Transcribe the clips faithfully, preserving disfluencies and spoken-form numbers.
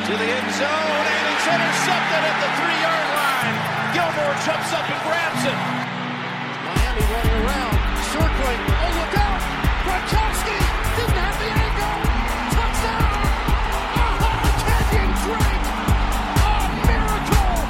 to the end zone, and it's intercepted at the three-yard line. Gilmore jumps up and grabs it. Miami running around, circling. Oh, look out! Gronkowski didn't have the angle. Touchdown! Oh, Kenyon Drake! A miracle!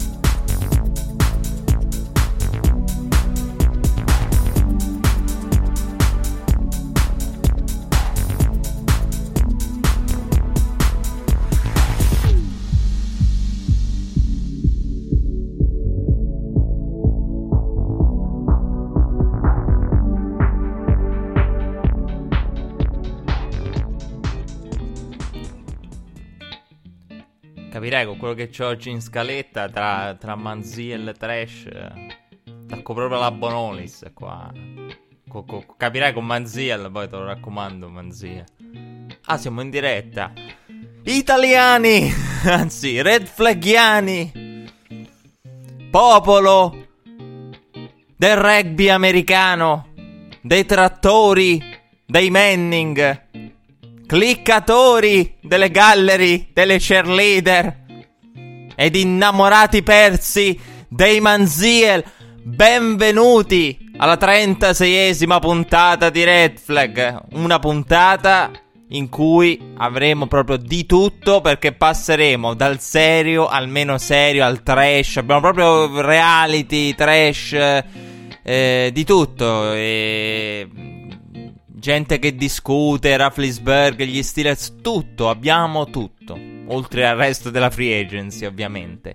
Capirei con quello che c'ho oggi in scaletta tra, tra Manziel e Trash. Tacco proprio la Bonolis qua. Co, co, capirei con Manziel, poi te lo raccomando Manziel. Ah, siamo in diretta. Italiani, anzi red flaghiani, popolo del rugby americano, dei trattori, dei Manning, cliccatori delle gallery, delle cheerleader ed innamorati persi dei Manziel, benvenuti alla trentaseiesima puntata di Red Flag. Una puntata in cui avremo proprio di tutto, perché passeremo dal serio al meno serio al trash. Abbiamo proprio reality, trash, eh, di tutto, e gente che discute, Rafflesberg, gli Steelers, tutto, abbiamo tutto, oltre al resto della free agency ovviamente.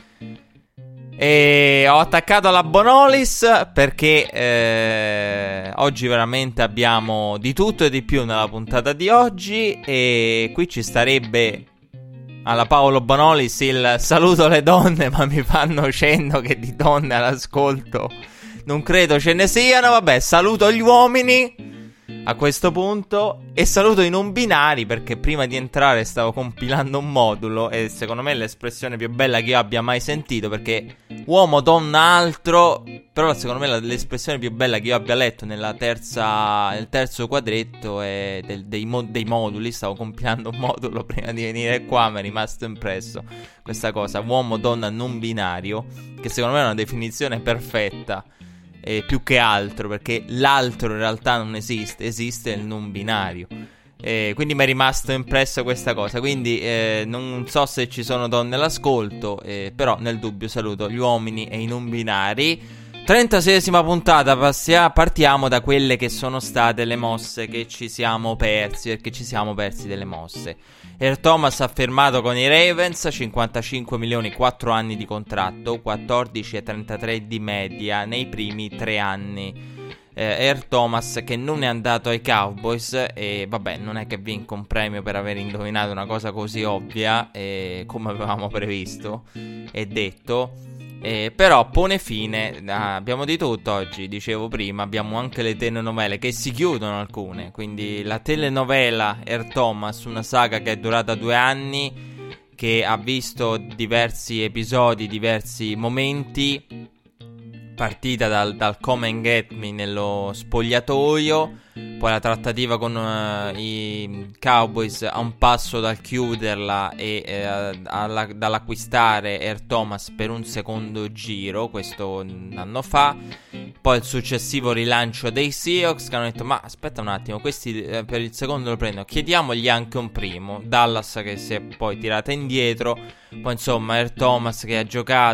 E ho attaccato alla Bonolis perché eh, oggi veramente abbiamo di tutto e di più nella puntata di oggi. E qui ci starebbe alla Paolo Bonolis il saluto alle donne, ma mi fanno cenno che di donne all'ascolto non credo ce ne siano. Vabbè, saluto gli uomini a questo punto e saluto i non binari, perché prima di entrare stavo compilando un modulo e secondo me è l'espressione più bella che io abbia mai sentito, perché uomo, donna, altro, però secondo me l'espressione più bella che io abbia letto nella terza, nel terzo quadretto è del, dei, mo, dei moduli. Stavo compilando un modulo prima di venire qua, mi è rimasto impresso questa cosa, uomo, donna, non binario, che secondo me è una definizione perfetta. Eh, più che altro, perché l'altro in realtà non esiste, esiste il non binario. Eh, quindi mi è rimasto impresso questa cosa. Quindi eh, non so se ci sono donne all'ascolto, eh, però nel dubbio saluto gli uomini e i non binari. trentaseiesima puntata, passia, partiamo da quelle che sono state le mosse che ci siamo persi, perché ci siamo persi delle mosse. Earl Thomas ha firmato con i Ravens, cinquantacinque milioni, quattro anni di contratto, quattordici e trentatré di media nei primi tre anni. eh, Earl Thomas che non è andato ai Cowboys, e vabbè, non è che vinca un premio per aver indovinato una cosa così ovvia, eh, come avevamo previsto e detto. Eh, però pone fine, ah, abbiamo di tutto oggi, dicevo prima, abbiamo anche le telenovele che si chiudono alcune, quindi la telenovela Earl Thomas, una saga che è durata due anni, che ha visto diversi episodi, diversi momenti, partita dal, dal Come and Get Me nello spogliatoio, poi la trattativa con uh, i Cowboys a un passo dal chiuderla e uh, alla, dall'acquistare Earl Thomas per un secondo giro, questo un anno fa. Poi il successivo rilancio dei Seahawks, che hanno detto ma aspetta un attimo, questi eh, per il secondo lo prendo, chiediamogli anche un primo. Dallas che si è poi tirata indietro. Poi insomma Earl Thomas che ha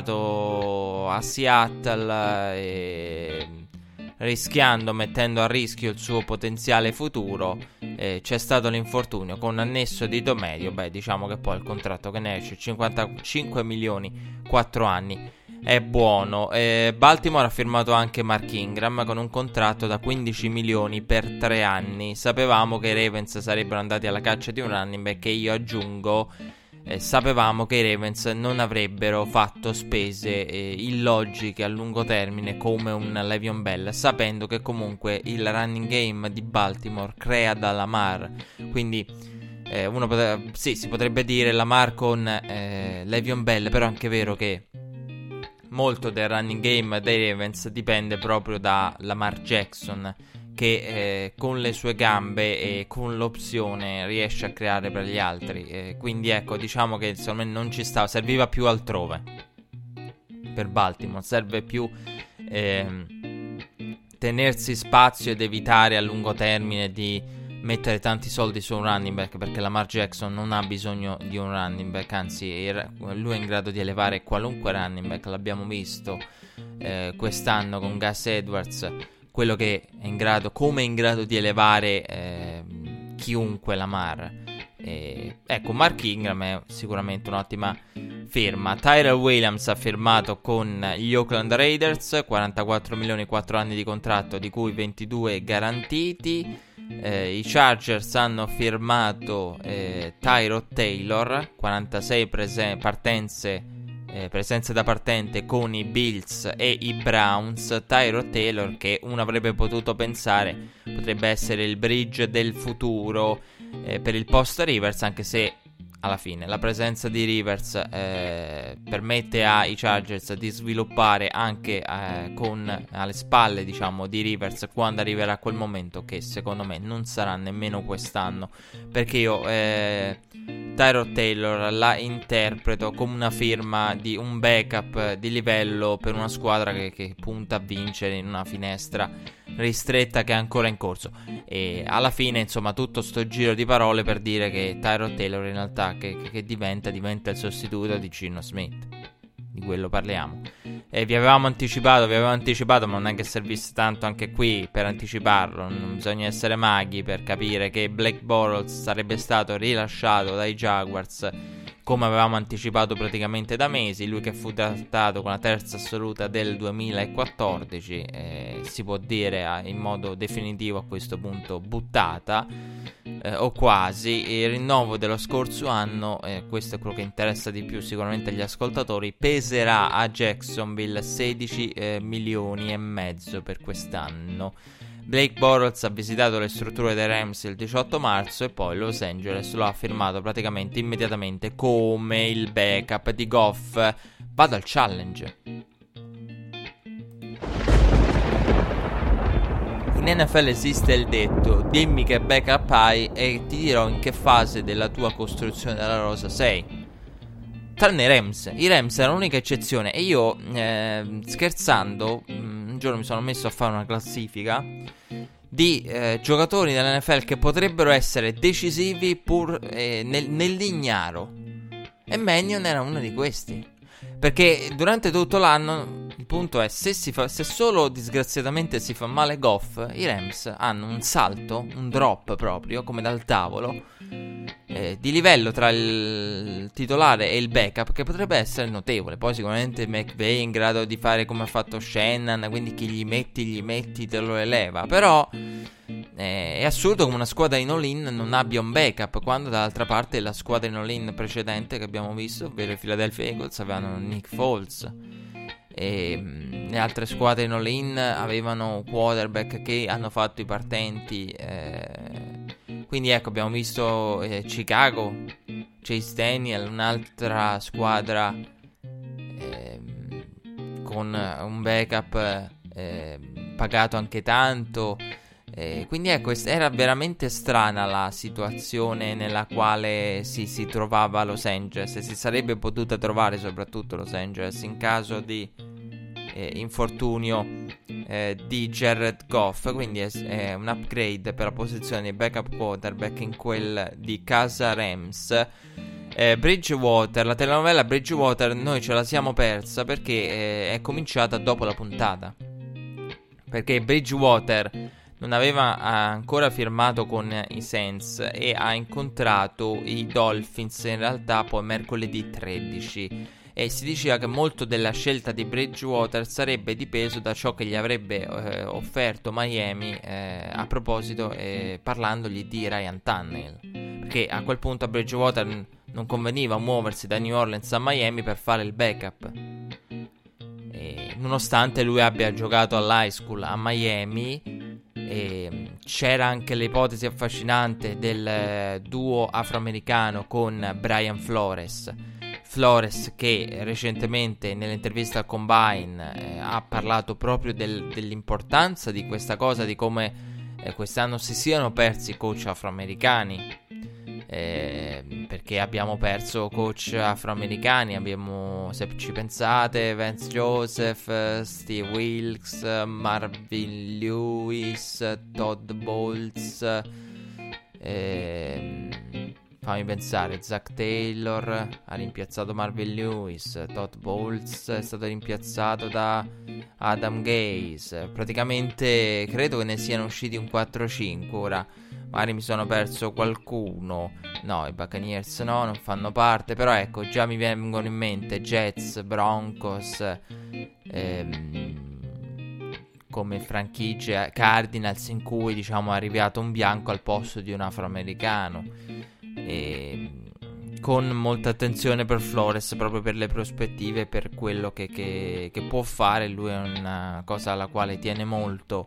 giocato a Seattle e rischiando, mettendo a rischio il suo potenziale futuro, eh, c'è stato l'infortunio con annesso dito medio. Beh, diciamo che poi il contratto che ne esce, cinquantacinque milioni, quattro anni, è buono. eh, Baltimore ha firmato anche Mark Ingram con un contratto da quindici milioni per tre anni. Sapevamo che i Ravens sarebbero andati alla caccia di un running back, e io aggiungo Eh, sapevamo che i Ravens non avrebbero fatto spese eh, illogiche a lungo termine come un Le'Veon Bell, sapendo che comunque il running game di Baltimore crea da Lamar. Quindi eh, uno pot- sì, si potrebbe dire Lamar con eh, Le'Veon Bell, però è anche vero che molto del running game dei Ravens dipende proprio da Lamar Jackson, che eh, con le sue gambe e con l'opzione riesce a creare per gli altri. Eh, quindi ecco, diciamo che secondo me non ci stava, serviva più altrove per Baltimore, serve più eh, tenersi spazio ed evitare a lungo termine di mettere tanti soldi su un running back, perché Lamar Jackson non ha bisogno di un running back, anzi lui è in grado di elevare qualunque running back. L'abbiamo visto eh, quest'anno con Gus Edwards, quello che è in grado, come è in grado di elevare eh, chiunque Lamar. E, ecco, Mark Ingram è sicuramente un'ottima firma. Tyrell Williams ha firmato con gli Oakland Raiders, quarantaquattro milioni, quattro anni di contratto, di cui ventidue garantiti. Eh, I Chargers hanno firmato eh, Tyrod Taylor, quarantasei presen- partenze, eh, presenze da partente con i Bills e i Browns. Tyrod Taylor, che uno avrebbe potuto pensare potrebbe essere il bridge del futuro eh, per il post Rivers, anche se alla fine la presenza di Rivers eh, permette ai Chargers di sviluppare anche eh, con alle spalle, diciamo, di Rivers quando arriverà quel momento, che secondo me non sarà nemmeno quest'anno, perché io eh, Tyrod Taylor la interpreto come una firma di un backup di livello per una squadra che, che punta a vincere in una finestra ristretta che è ancora in corso. E alla fine, insomma, tutto sto giro di parole per dire che Tyrod Taylor in realtà che, che, che diventa diventa il sostituto di Geno Smith, di quello parliamo. E vi avevamo anticipato, vi avevo anticipato, ma non è che servisse tanto anche qui per anticiparlo. Non bisogna essere maghi per capire che Blake Bortles sarebbe stato rilasciato dai Jaguars, come avevamo anticipato praticamente da mesi. Lui che fu draftato con la terza assoluta del duemilaquattordici, eh, si può dire in modo definitivo a questo punto buttata, eh, o quasi. Il rinnovo dello scorso anno, eh, questo è quello che interessa di più sicuramente agli ascoltatori, peserà a Jacksonville sedici eh, milioni e mezzo per quest'anno. Blake Bortles ha visitato le strutture dei Rams il diciotto marzo e poi Los Angeles lo ha firmato praticamente immediatamente come il backup di Goff. Vado al challenge. In N F L esiste il detto: dimmi che backup hai e ti dirò in che fase della tua costruzione della rosa sei. Tranne i Rams. I Rams erano l'unica eccezione e io eh, scherzando un giorno mi sono messo a fare una classifica di eh, giocatori dell'N F L che potrebbero essere decisivi pur eh, nel, nell'ignaro, e Mannion era uno di questi, perché durante tutto l'anno il punto è, se, si fa, se solo disgraziatamente si fa male Goff, i Rams hanno un salto, un drop proprio come dal tavolo eh, di livello tra il titolare e il backup che potrebbe essere notevole. Poi sicuramente McVay è in grado di fare come ha fatto Shannon, quindi chi gli metti gli metti te lo eleva, però eh, è assurdo come una squadra in all-in non abbia un backup, quando dall'altra parte la squadra in all-in precedente che abbiamo visto, ovvero i Philadelphia Eagles, avevano Nick Foles, e mh, le altre squadre in all-in avevano quarterback che hanno fatto i partenti, eh, quindi ecco, abbiamo visto eh, Chicago, Chase Daniel, un'altra squadra eh, con un backup eh, pagato anche tanto, eh, quindi ecco, era veramente strana la situazione nella quale si, si trovava Los Angeles, e si sarebbe potuta trovare soprattutto Los Angeles in caso di eh, infortunio eh, di Jared Goff. Quindi è, è un upgrade per la posizione di backup quarterback in quel di casa Rams. eh, Bridgewater, la telenovela Bridgewater noi ce la siamo persa perché eh, è cominciata dopo la puntata, perché Bridgewater non aveva ancora firmato con i Saints e ha incontrato i Dolphins in realtà poi mercoledì tredici, e si diceva che molto della scelta di Bridgewater sarebbe dipeso da ciò che gli avrebbe eh, offerto Miami, eh, a proposito eh, parlandogli di Ryan Tannehill, perché a quel punto a Bridgewater n- non conveniva muoversi da New Orleans a Miami per fare il backup, e, nonostante lui abbia giocato all'high school a Miami. E c'era anche l'ipotesi affascinante del duo afroamericano con Brian Flores Flores che recentemente nell'intervista al Combine eh, ha parlato proprio del, dell'importanza di questa cosa, di come eh, quest'anno si siano persi coach afroamericani. Eh, perché abbiamo perso coach afroamericani, abbiamo, se ci pensate, Vance Joseph, Steve Wilkes, Marvin Lewis, Todd Bowles, eh, fammi pensare, Zach Taylor ha rimpiazzato Marvin Lewis, Todd Bowles è stato rimpiazzato da Adam Gase. Praticamente credo che ne siano usciti un quattro cinque. Ora magari mi sono perso qualcuno. No, i Buccaneers no, non fanno parte. Però ecco, già mi vengono in mente Jets, Broncos, ehm, come franchigie, Cardinals, in cui diciamo è arrivato un bianco al posto di un afroamericano. E con molta attenzione per Flores, proprio per le prospettive, per quello che, che, che può fare. Lui è una cosa alla quale tiene molto,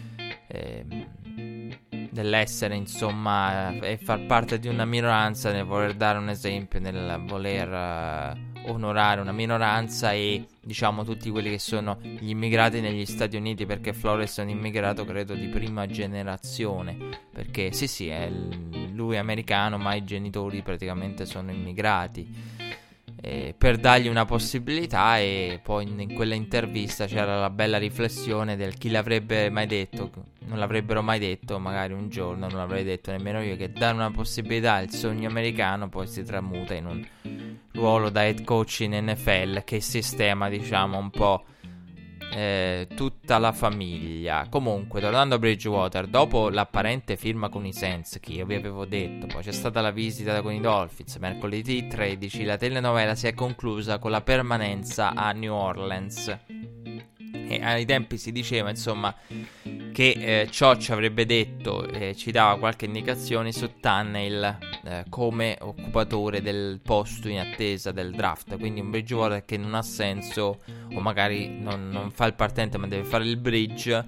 ehm, dell'essere insomma e far parte di una minoranza, nel voler dare un esempio, nel voler uh, onorare una minoranza e diciamo tutti quelli che sono gli immigrati negli Stati Uniti, perché Flores è un immigrato credo di prima generazione, perché sì sì è l- lui è americano ma i genitori praticamente sono immigrati. Eh, per dargli una possibilità. E poi in, in quella intervista c'era la bella riflessione del chi l'avrebbe mai detto, non l'avrebbero mai detto, magari un giorno non l'avrei detto nemmeno io, che dare una possibilità al sogno americano poi si tramuta in un ruolo da head coach in N F L che sistema diciamo un po' eh, tutta la famiglia. Comunque, tornando a Bridgewater, dopo l'apparente firma con i Saints, che io vi avevo detto, poi c'è stata la visita con i Dolphins, mercoledì tredici la telenovela si è conclusa con la permanenza a New Orleans. E ai tempi si diceva insomma che eh, ciò ci avrebbe detto, eh, ci dava qualche indicazione su Tannehill eh, come occupatore del posto in attesa del draft. Quindi un Bridgewater che non ha senso, o magari non, non fa il partente ma deve fare il bridge,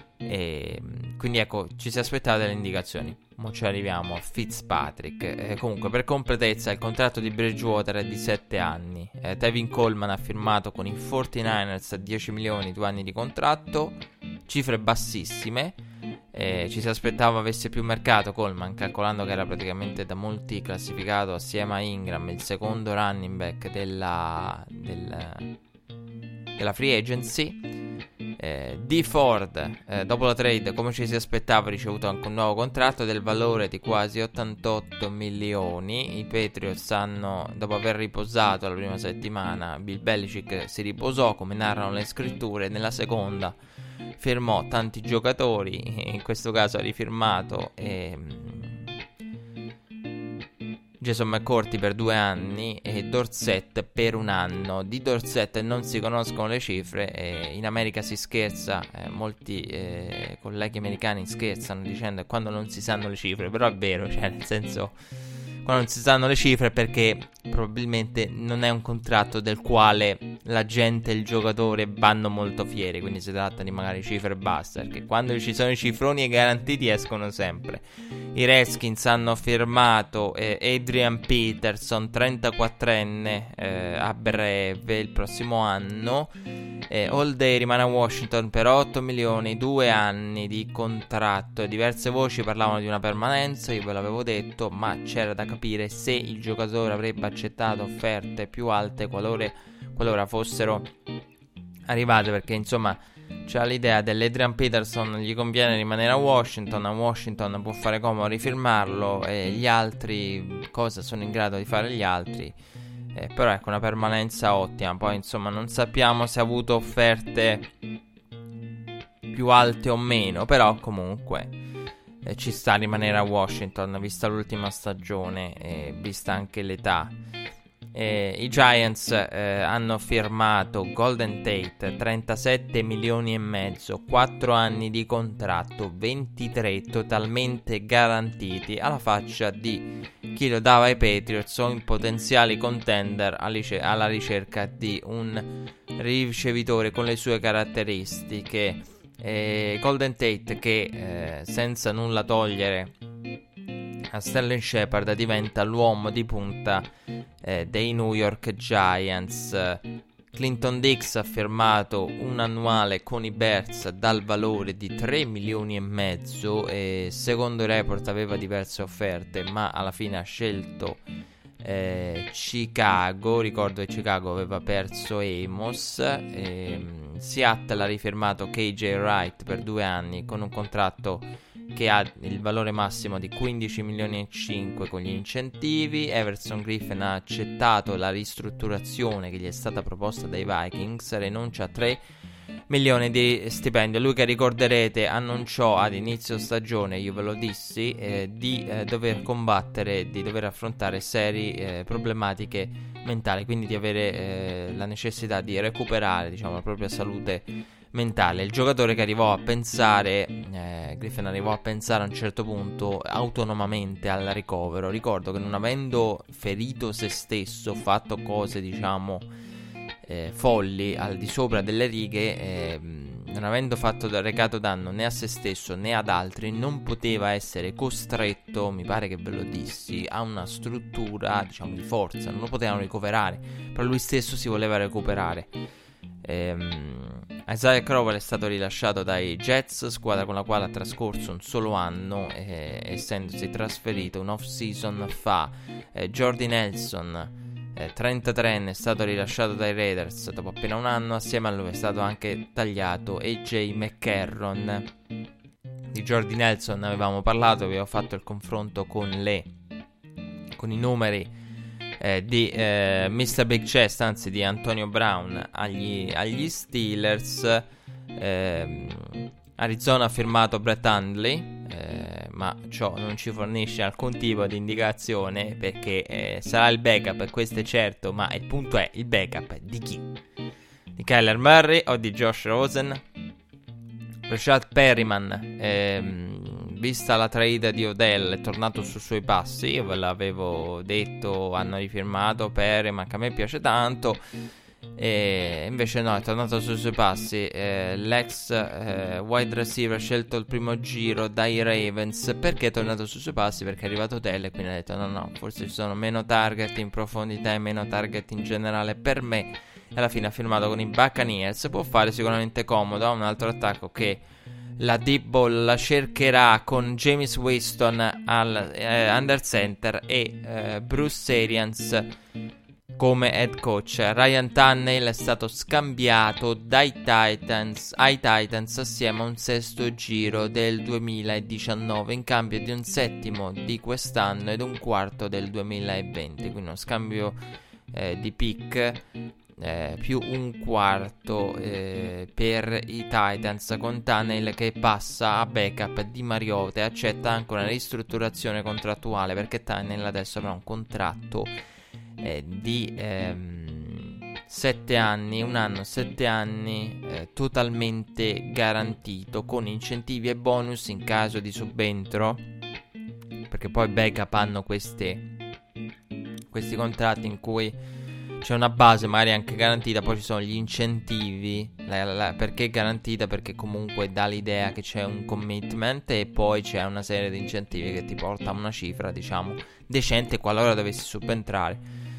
e quindi ecco, ci si aspettava delle indicazioni. Mo ci arriviamo a Fitzpatrick. Eh, comunque, per completezza, il contratto di Bridgewater è di sette anni. eh, Tevin Coleman ha firmato con i quarantanovers a dieci milioni, due anni di contratto, cifre bassissime. eh, Ci si aspettava avesse più mercato Coleman, calcolando che era praticamente da molti classificato assieme a Ingram il secondo running back della, del, della free agency. Eh, D. Ford, eh, dopo la trade, come ci si aspettava, ha ricevuto anche un nuovo contratto del valore di quasi ottantotto milioni. I Patriots hanno, dopo aver riposato la prima settimana, Bill Belichick si riposò, come narrano le scritture. Nella seconda firmò tanti giocatori, in questo caso ha rifirmato e Jason McCourty per due anni e Dorsett per un anno. Di Dorsett non si conoscono le cifre, eh, in America si scherza, eh, molti eh, colleghi americani scherzano dicendo che quando non si sanno le cifre, però è vero, cioè nel senso, quando non si sanno le cifre perché probabilmente non è un contratto del quale la gente e il giocatore vanno molto fieri, quindi si tratta di magari cifre basse, perché quando ci sono i cifroni e garantiti escono sempre. I Redskins hanno firmato eh, Adrian Peterson, trentaquattrenne, eh, a breve, il prossimo anno. eh, All Day rimane a Washington per otto milioni, due anni di contratto. Diverse voci parlavano di una permanenza, io ve l'avevo detto, ma c'era da capire se il giocatore avrebbe accettato offerte più alte qualora, qualora fossero arrivate, perché insomma c'è l'idea dell'Adrian Peterson, gli conviene rimanere a Washington, a Washington può fare comodo rifirmarlo, e gli altri cosa sono in grado di fare gli altri, eh, però ecco, una permanenza ottima. Poi insomma non sappiamo se ha avuto offerte più alte o meno, però comunque eh, ci sta a rimanere a Washington vista l'ultima stagione e vista anche l'età. Eh, I Giants eh, hanno firmato Golden Tate, trentasette milioni e mezzo, quattro anni di contratto, ventitré totalmente garantiti, alla faccia di chi lo dava ai Patriots o in potenziali contender alla ricerca di un ricevitore con le sue caratteristiche. eh, Golden Tate che eh, senza nulla togliere a Sterling Shepard diventa l'uomo di punta eh, dei New York Giants, Clinton Dix ha firmato un annuale con i Bears dal valore di tre milioni e mezzo e secondo il report aveva diverse offerte, ma alla fine ha scelto eh, Chicago. Ricordo che Chicago aveva perso Amos. E Seattle ha rifirmato K J Wright per due anni con un contratto che ha il valore massimo di quindici milioni e cinque con gli incentivi. Everson Griffin ha accettato la ristrutturazione che gli è stata proposta dai Vikings, rinuncia a tre milioni di stipendio. Lui, che ricorderete annunciò ad inizio stagione, io ve lo dissi, eh, di eh, dover combattere, di dover affrontare serie eh, problematiche mentali, quindi di avere eh, la necessità di recuperare, diciamo, la propria salute mentale. Il giocatore che arrivò a pensare, eh, Griffin arrivò a pensare a un certo punto autonomamente al ricovero. Ricordo che non avendo ferito se stesso, fatto cose diciamo eh, folli al di sopra delle righe, eh, non avendo fatto recato danno né a se stesso né ad altri, non poteva essere costretto, mi pare che ve lo dissi, a una struttura diciamo di forza. Non lo potevano ricoverare, però lui stesso si voleva recuperare. Um, Isaiah Crowell è stato rilasciato dai Jets, squadra con la quale ha trascorso un solo anno, eh, essendosi trasferito un off-season fa. eh, Jordy Nelson, eh, trentatreenne, è stato rilasciato dai Raiders dopo appena un anno. Assieme a lui è stato anche tagliato A J McCarron. Di Jordy Nelson avevamo parlato, avevo fatto il confronto con le con i numeri Eh, di eh, mister Big Chest, anzi di Antonio Brown agli, agli Steelers. eh, Arizona ha firmato Brett Hundley, eh, ma ciò non ci fornisce alcun tipo di indicazione, perché eh, sarà il backup, questo è certo, ma il punto è: il backup di chi? Di Kyler Murray o di Josh Rosen? Rashad Perryman, ehm, vista la trade di Odell, è tornato sui suoi passi. Io ve l'avevo detto, hanno rifirmato Perryman, che a me piace tanto, e invece no, è tornato sui suoi passi. eh, L'ex eh, wide receiver scelto il primo giro dai Ravens. Perché è tornato sui suoi passi? Perché è arrivato Odell e quindi ha detto no no, forse ci sono meno target in profondità e meno target in generale per me. E alla fine ha firmato con i Buccaneers. Può fare sicuramente comodo. Ha un altro attacco che la deep ball la cercherà con James Winston al eh, under center e eh, Bruce Arians come head coach. Ryan Tannehill è stato scambiato dai Titans ai Titans assieme a un sesto giro del duemiladiciannove in cambio di un settimo di quest'anno ed un quarto del duemilaventi. Quindi uno scambio eh, di pick Eh, più un quarto eh, per i Titans, con Tannehill che passa a backup di Mariota e accetta anche una ristrutturazione contrattuale, perché Tannehill adesso avrà un contratto eh, di ehm, sette anni, un anno, sette anni eh, totalmente garantito, con incentivi e bonus in caso di subentro, perché poi backup hanno queste, questi contratti in cui c'è una base magari anche garantita, poi ci sono gli incentivi. La, la, perché è garantita? Perché comunque dà l'idea che c'è un commitment e poi c'è una serie di incentivi che ti porta a una cifra diciamo decente qualora dovessi subentrare,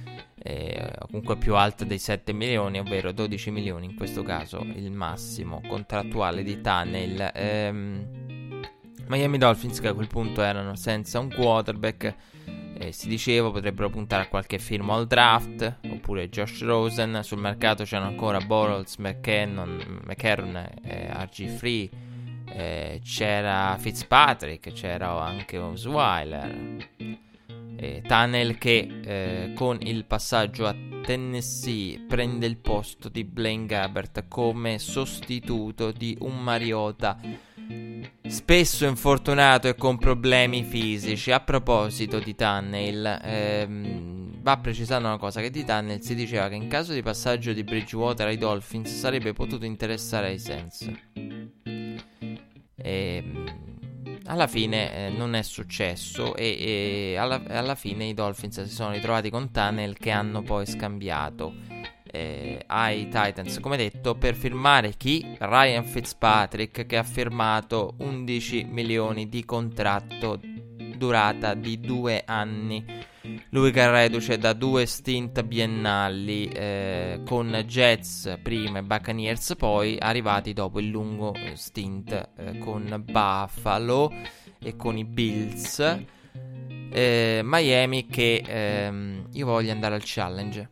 eh, comunque più alta dei sette milioni, ovvero dodici milioni in questo caso il massimo contrattuale di Tannehill. ehm, Miami Dolphins, che a quel punto erano senza un quarterback, Eh, si diceva potrebbero puntare a qualche firma al draft oppure Josh Rosen. Sul mercato c'erano ancora Bortles, McKinnon, McCarron, eh, R G Free, eh, c'era Fitzpatrick, c'era anche Osweiler, eh, Tannehill che eh, con il passaggio a Tennessee prende il posto di Blaine Gabbert come sostituto di un Mariota spesso infortunato e con problemi fisici. A proposito di Tannehill, ehm, va precisando una cosa, che di Tannehill si diceva che in caso di passaggio di Bridgewater ai Dolphins sarebbe potuto interessare ai Saints. E alla fine eh, non è successo e, e alla, alla fine i Dolphins si sono ritrovati con Tannehill, che hanno poi scambiato eh, ai Titans, come detto, per firmare chi? Ryan Fitzpatrick, che ha firmato undici milioni di contratto durata di due anni. Lui che reduce da due stint biennali eh, con Jets prima e Buccaneers poi, arrivati dopo il lungo stint eh, con Buffalo e con i Bills. eh, Miami che ehm, io voglio andare al challenge.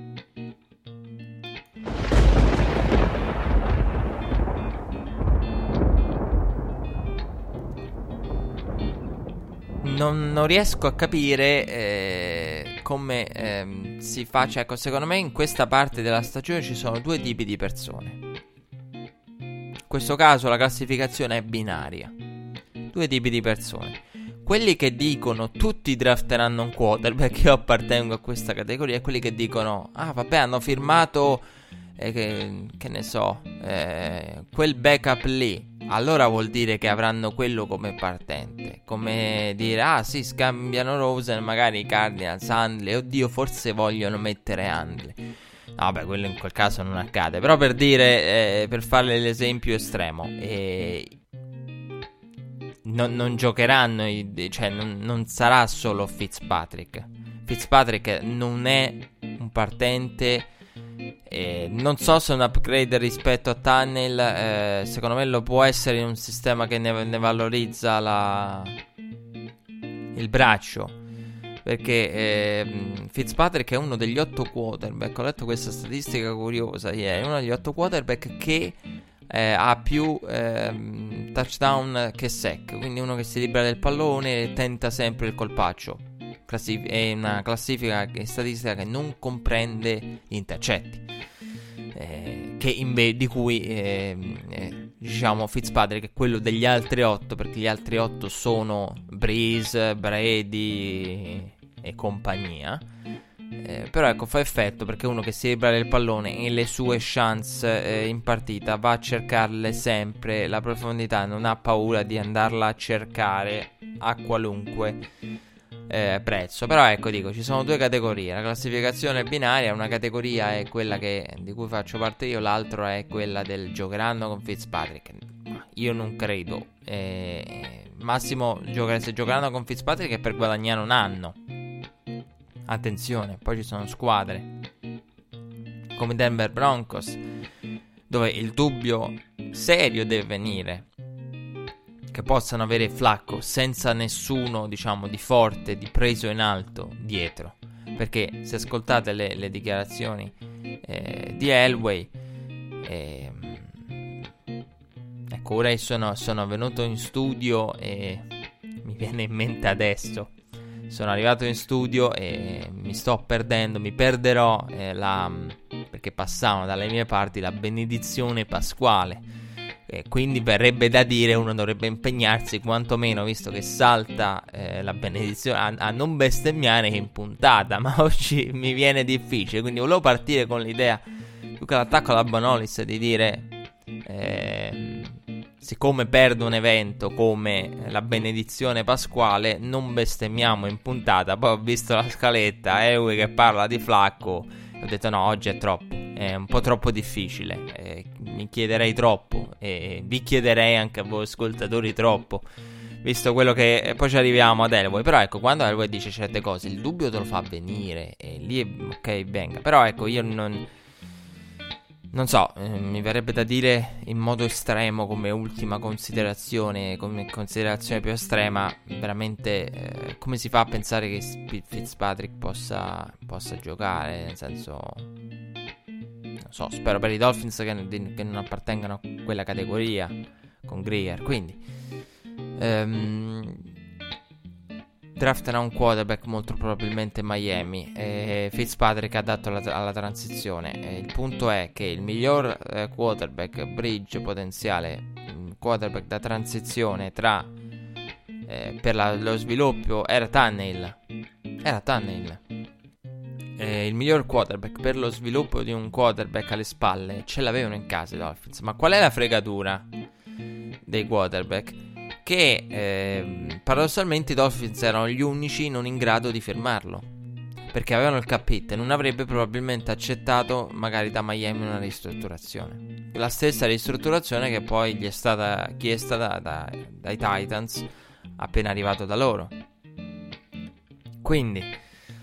Non, non riesco a capire eh, come eh, si faccia. Ecco, secondo me in questa parte della stagione ci sono due tipi di persone. In questo caso la classificazione è binaria. Due tipi di persone. Quelli che dicono tutti drafteranno un quarterback, io appartengo a questa categoria, e quelli che dicono ah vabbè, hanno firmato eh, che, che ne so eh, quel backup lì, allora vuol dire che avranno quello come partente. Come dire, ah sì, scambiano Rosen, magari i Cardinals, Handley, oddio forse vogliono mettere Handley. No, vabbè, quello in quel caso non accade. Però per dire, eh, per fare l'esempio estremo, eh, non, non giocheranno, i, cioè non, non sarà solo Fitzpatrick. Fitzpatrick non è un partente. Eh, non so se è un upgrade rispetto a Tunnel, eh, secondo me lo può essere in un sistema che ne, ne valorizza la, il braccio, perché eh, Fitzpatrick è uno degli otto quarterback, ho letto questa statistica curiosa ieri, uno degli otto quarterback che eh, ha più eh, touchdown che sack, quindi uno che si libera del pallone e tenta sempre il colpaccio. Classif- è una classifica che, statistica che non comprende gli intercetti, eh, che inve- di cui eh, eh, diciamo Fitzpatrick è quello degli altri otto, perché gli altri otto sono Breeze, Brady e compagnia. Eh, però ecco, fa effetto perché uno che si libera del pallone e le sue chance eh, in partita va a cercarle sempre, la profondità, non ha paura di andarla a cercare a qualunque Eh, prezzo. Però ecco, dico, ci sono due categorie. La classificazione binaria, una categoria è quella che, di cui faccio parte io, l'altro è quella del giocheranno con Fitzpatrick. Io non credo. eh, Massimo giocare, se giocheranno con Fitzpatrick è per guadagnare un anno. Attenzione, poi ci sono squadre come Denver Broncos, dove il dubbio serio deve venire che possano avere Flacco senza nessuno, diciamo, di forte, di preso in alto dietro. Perché se ascoltate le, le dichiarazioni eh, di Elway, eh, ecco, ora sono, sono venuto in studio e mi viene in mente adesso, sono arrivato in studio e mi sto perdendo, mi perderò eh, la, perché passavano dalle mie parti la benedizione pasquale. Eh, quindi verrebbe da dire, uno dovrebbe impegnarsi quantomeno, visto che salta eh, la benedizione, a, a non bestemmiare in puntata, ma oggi mi viene difficile, quindi volevo partire con l'idea, più che l'attacco alla Bonolis, di dire eh, siccome perdo un evento come la benedizione pasquale, non bestemmiamo in puntata. Poi ho visto la scaletta, Ewe che parla di Flacco, ho detto no, oggi è troppo, è un po' troppo difficile, eh, mi chiederei troppo e vi chiederei anche a voi ascoltatori troppo, visto quello che... E poi ci arriviamo ad Elway. Però ecco, quando Elway dice certe cose, il dubbio te lo fa venire e lì è... ok, venga. Però ecco, io non... non so, eh, mi verrebbe da dire in modo estremo, come ultima considerazione, come considerazione più estrema, veramente eh, come si fa a pensare che Fitzpatrick possa, possa giocare, nel senso... So, spero per i Dolphins che, che non appartengano a quella categoria con Greer. Quindi um, drafterà un quarterback molto probabilmente Miami. e Fitzpatrick adatto alla, alla transizione. E il punto è che il miglior eh, quarterback bridge potenziale, quarterback da transizione tra eh, per la, lo sviluppo era Tannehill. Era Tannehill. Eh, il miglior quarterback per lo sviluppo di un quarterback alle spalle ce l'avevano in casa i Dolphins. Ma qual è la fregatura dei quarterback? Che eh, paradossalmente i Dolphins erano gli unici non in grado di firmarlo, perché avevano il cap hit e non avrebbe probabilmente accettato magari da Miami una ristrutturazione, la stessa ristrutturazione che poi gli è stata chiesta da, da, dai Titans appena arrivato da loro. Quindi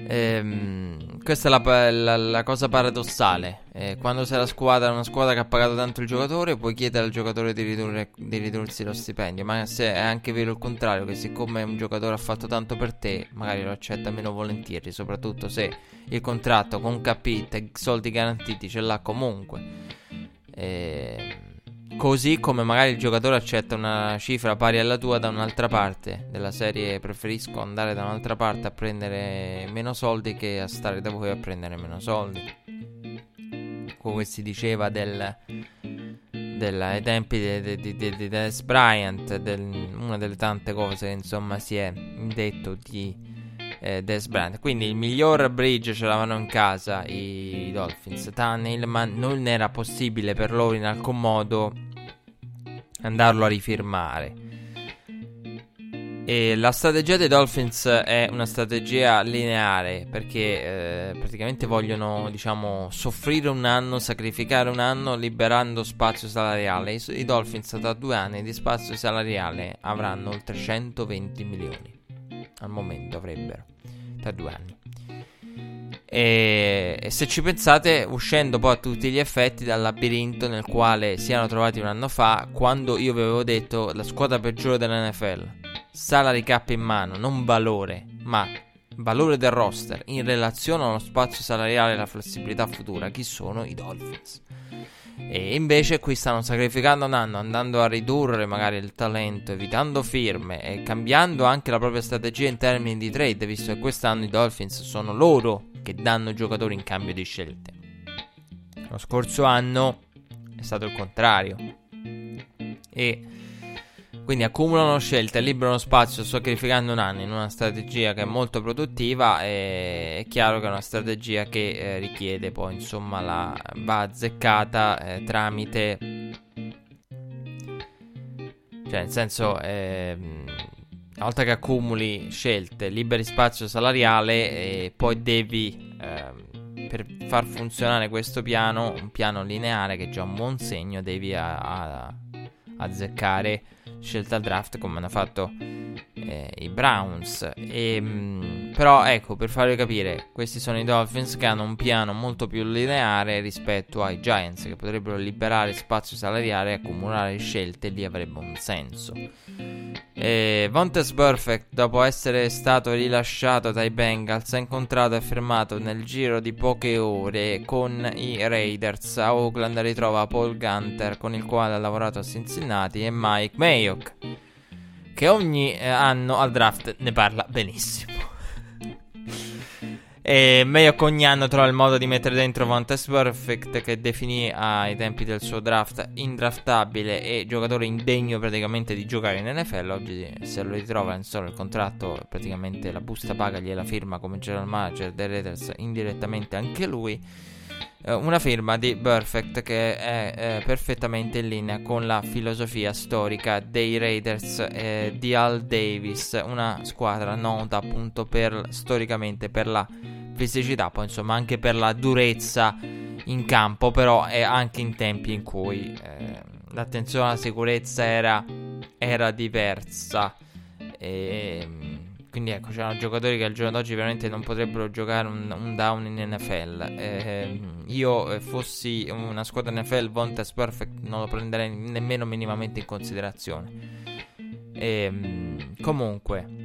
Ehm, questa è la, la, la cosa paradossale. Eh, quando sei la squadra, una squadra che ha pagato tanto il giocatore, puoi chiedere al giocatore di, ridurre, di ridursi lo stipendio. Ma se è anche vero il contrario, che siccome un giocatore ha fatto tanto per te, magari lo accetta meno volentieri, soprattutto se il contratto con capita e soldi garantiti ce l'ha comunque. Ehm Così come magari il giocatore accetta una cifra pari alla tua da un'altra parte della serie, preferisco andare da un'altra parte a prendere meno soldi che a stare da voi a prendere meno soldi. Come si diceva del, del, ai tempi di, di, di, di Dez Bryant, del, una delle tante cose che insomma si è detto di eh, Dez Bryant. Quindi il miglior bridge ce l'avevano in casa i Dolphins, Tannehill, ma non era possibile per loro in alcun modo andarlo a rifirmare. E la strategia dei Dolphins è una strategia lineare, perché eh, praticamente vogliono, diciamo, soffrire un anno, sacrificare un anno, liberando spazio salariale. I, i Dolphins tra due anni di spazio salariale avranno oltre centoventi milioni. Al momento avrebbero, tra due anni. E, e se ci pensate, uscendo poi a tutti gli effetti dal labirinto nel quale si erano trovati un anno fa, quando io vi avevo detto la squadra peggiore dell'N F L, salary cap in mano, non valore, ma valore del roster in relazione allo spazio salariale e alla flessibilità futura, chi sono i Dolphins. E invece qui stanno sacrificando un anno, andando a ridurre magari il talento, evitando firme e cambiando anche la propria strategia in termini di trade, visto che quest'anno i Dolphins sono loro che danno giocatori in cambio di scelte. Lo scorso anno è stato il contrario, e quindi accumulano scelte, liberano spazio sacrificando un anno in una strategia che è molto produttiva. E è chiaro che è una strategia che eh, richiede poi insomma la va azzeccata eh, tramite, cioè nel senso eh, una volta che accumuli scelte, liberi spazio salariale, e poi devi eh, per far funzionare questo piano, un piano lineare che è già un buon segno, devi a, a, azzeccare scelta al draft come hanno fatto eh, i Browns. E, mh, però ecco, per farvi capire, questi sono i Dolphins che hanno un piano molto più lineare rispetto ai Giants, che potrebbero liberare spazio salariale e accumulare scelte, lì avrebbe un senso. E Vontaze Burfict, dopo essere stato rilasciato dai Bengals, ha incontrato e firmato nel giro di poche ore con i Raiders. A Oakland ritrova Paul Gunter, con il quale ha lavorato a Cincinnati, e Mike Mayock, che ogni eh, anno al draft ne parla benissimo. E Mayock ogni anno trova il modo di mettere dentro Vontaze Burfict, che definì ai tempi del suo draft indraftabile e giocatore indegno praticamente di giocare in N F L. Oggi se lo ritrova in solo il contratto, praticamente la busta paga gliela firma come general manager dei Raiders indirettamente anche lui. eh, Una firma di Burfict che è eh, perfettamente in linea con la filosofia storica dei Raiders eh, di Al Davis, una squadra nota appunto per storicamente per la fisicità, poi insomma anche per la durezza in campo, però è anche in tempi in cui eh, l'attenzione alla sicurezza era, era diversa, e quindi ecco, c'erano giocatori che al giorno d'oggi veramente non potrebbero giocare un, un down in N F L. eh, Io eh, fossi una squadra N F L, Vontaze Burfict non lo prenderei nemmeno minimamente in considerazione. E, comunque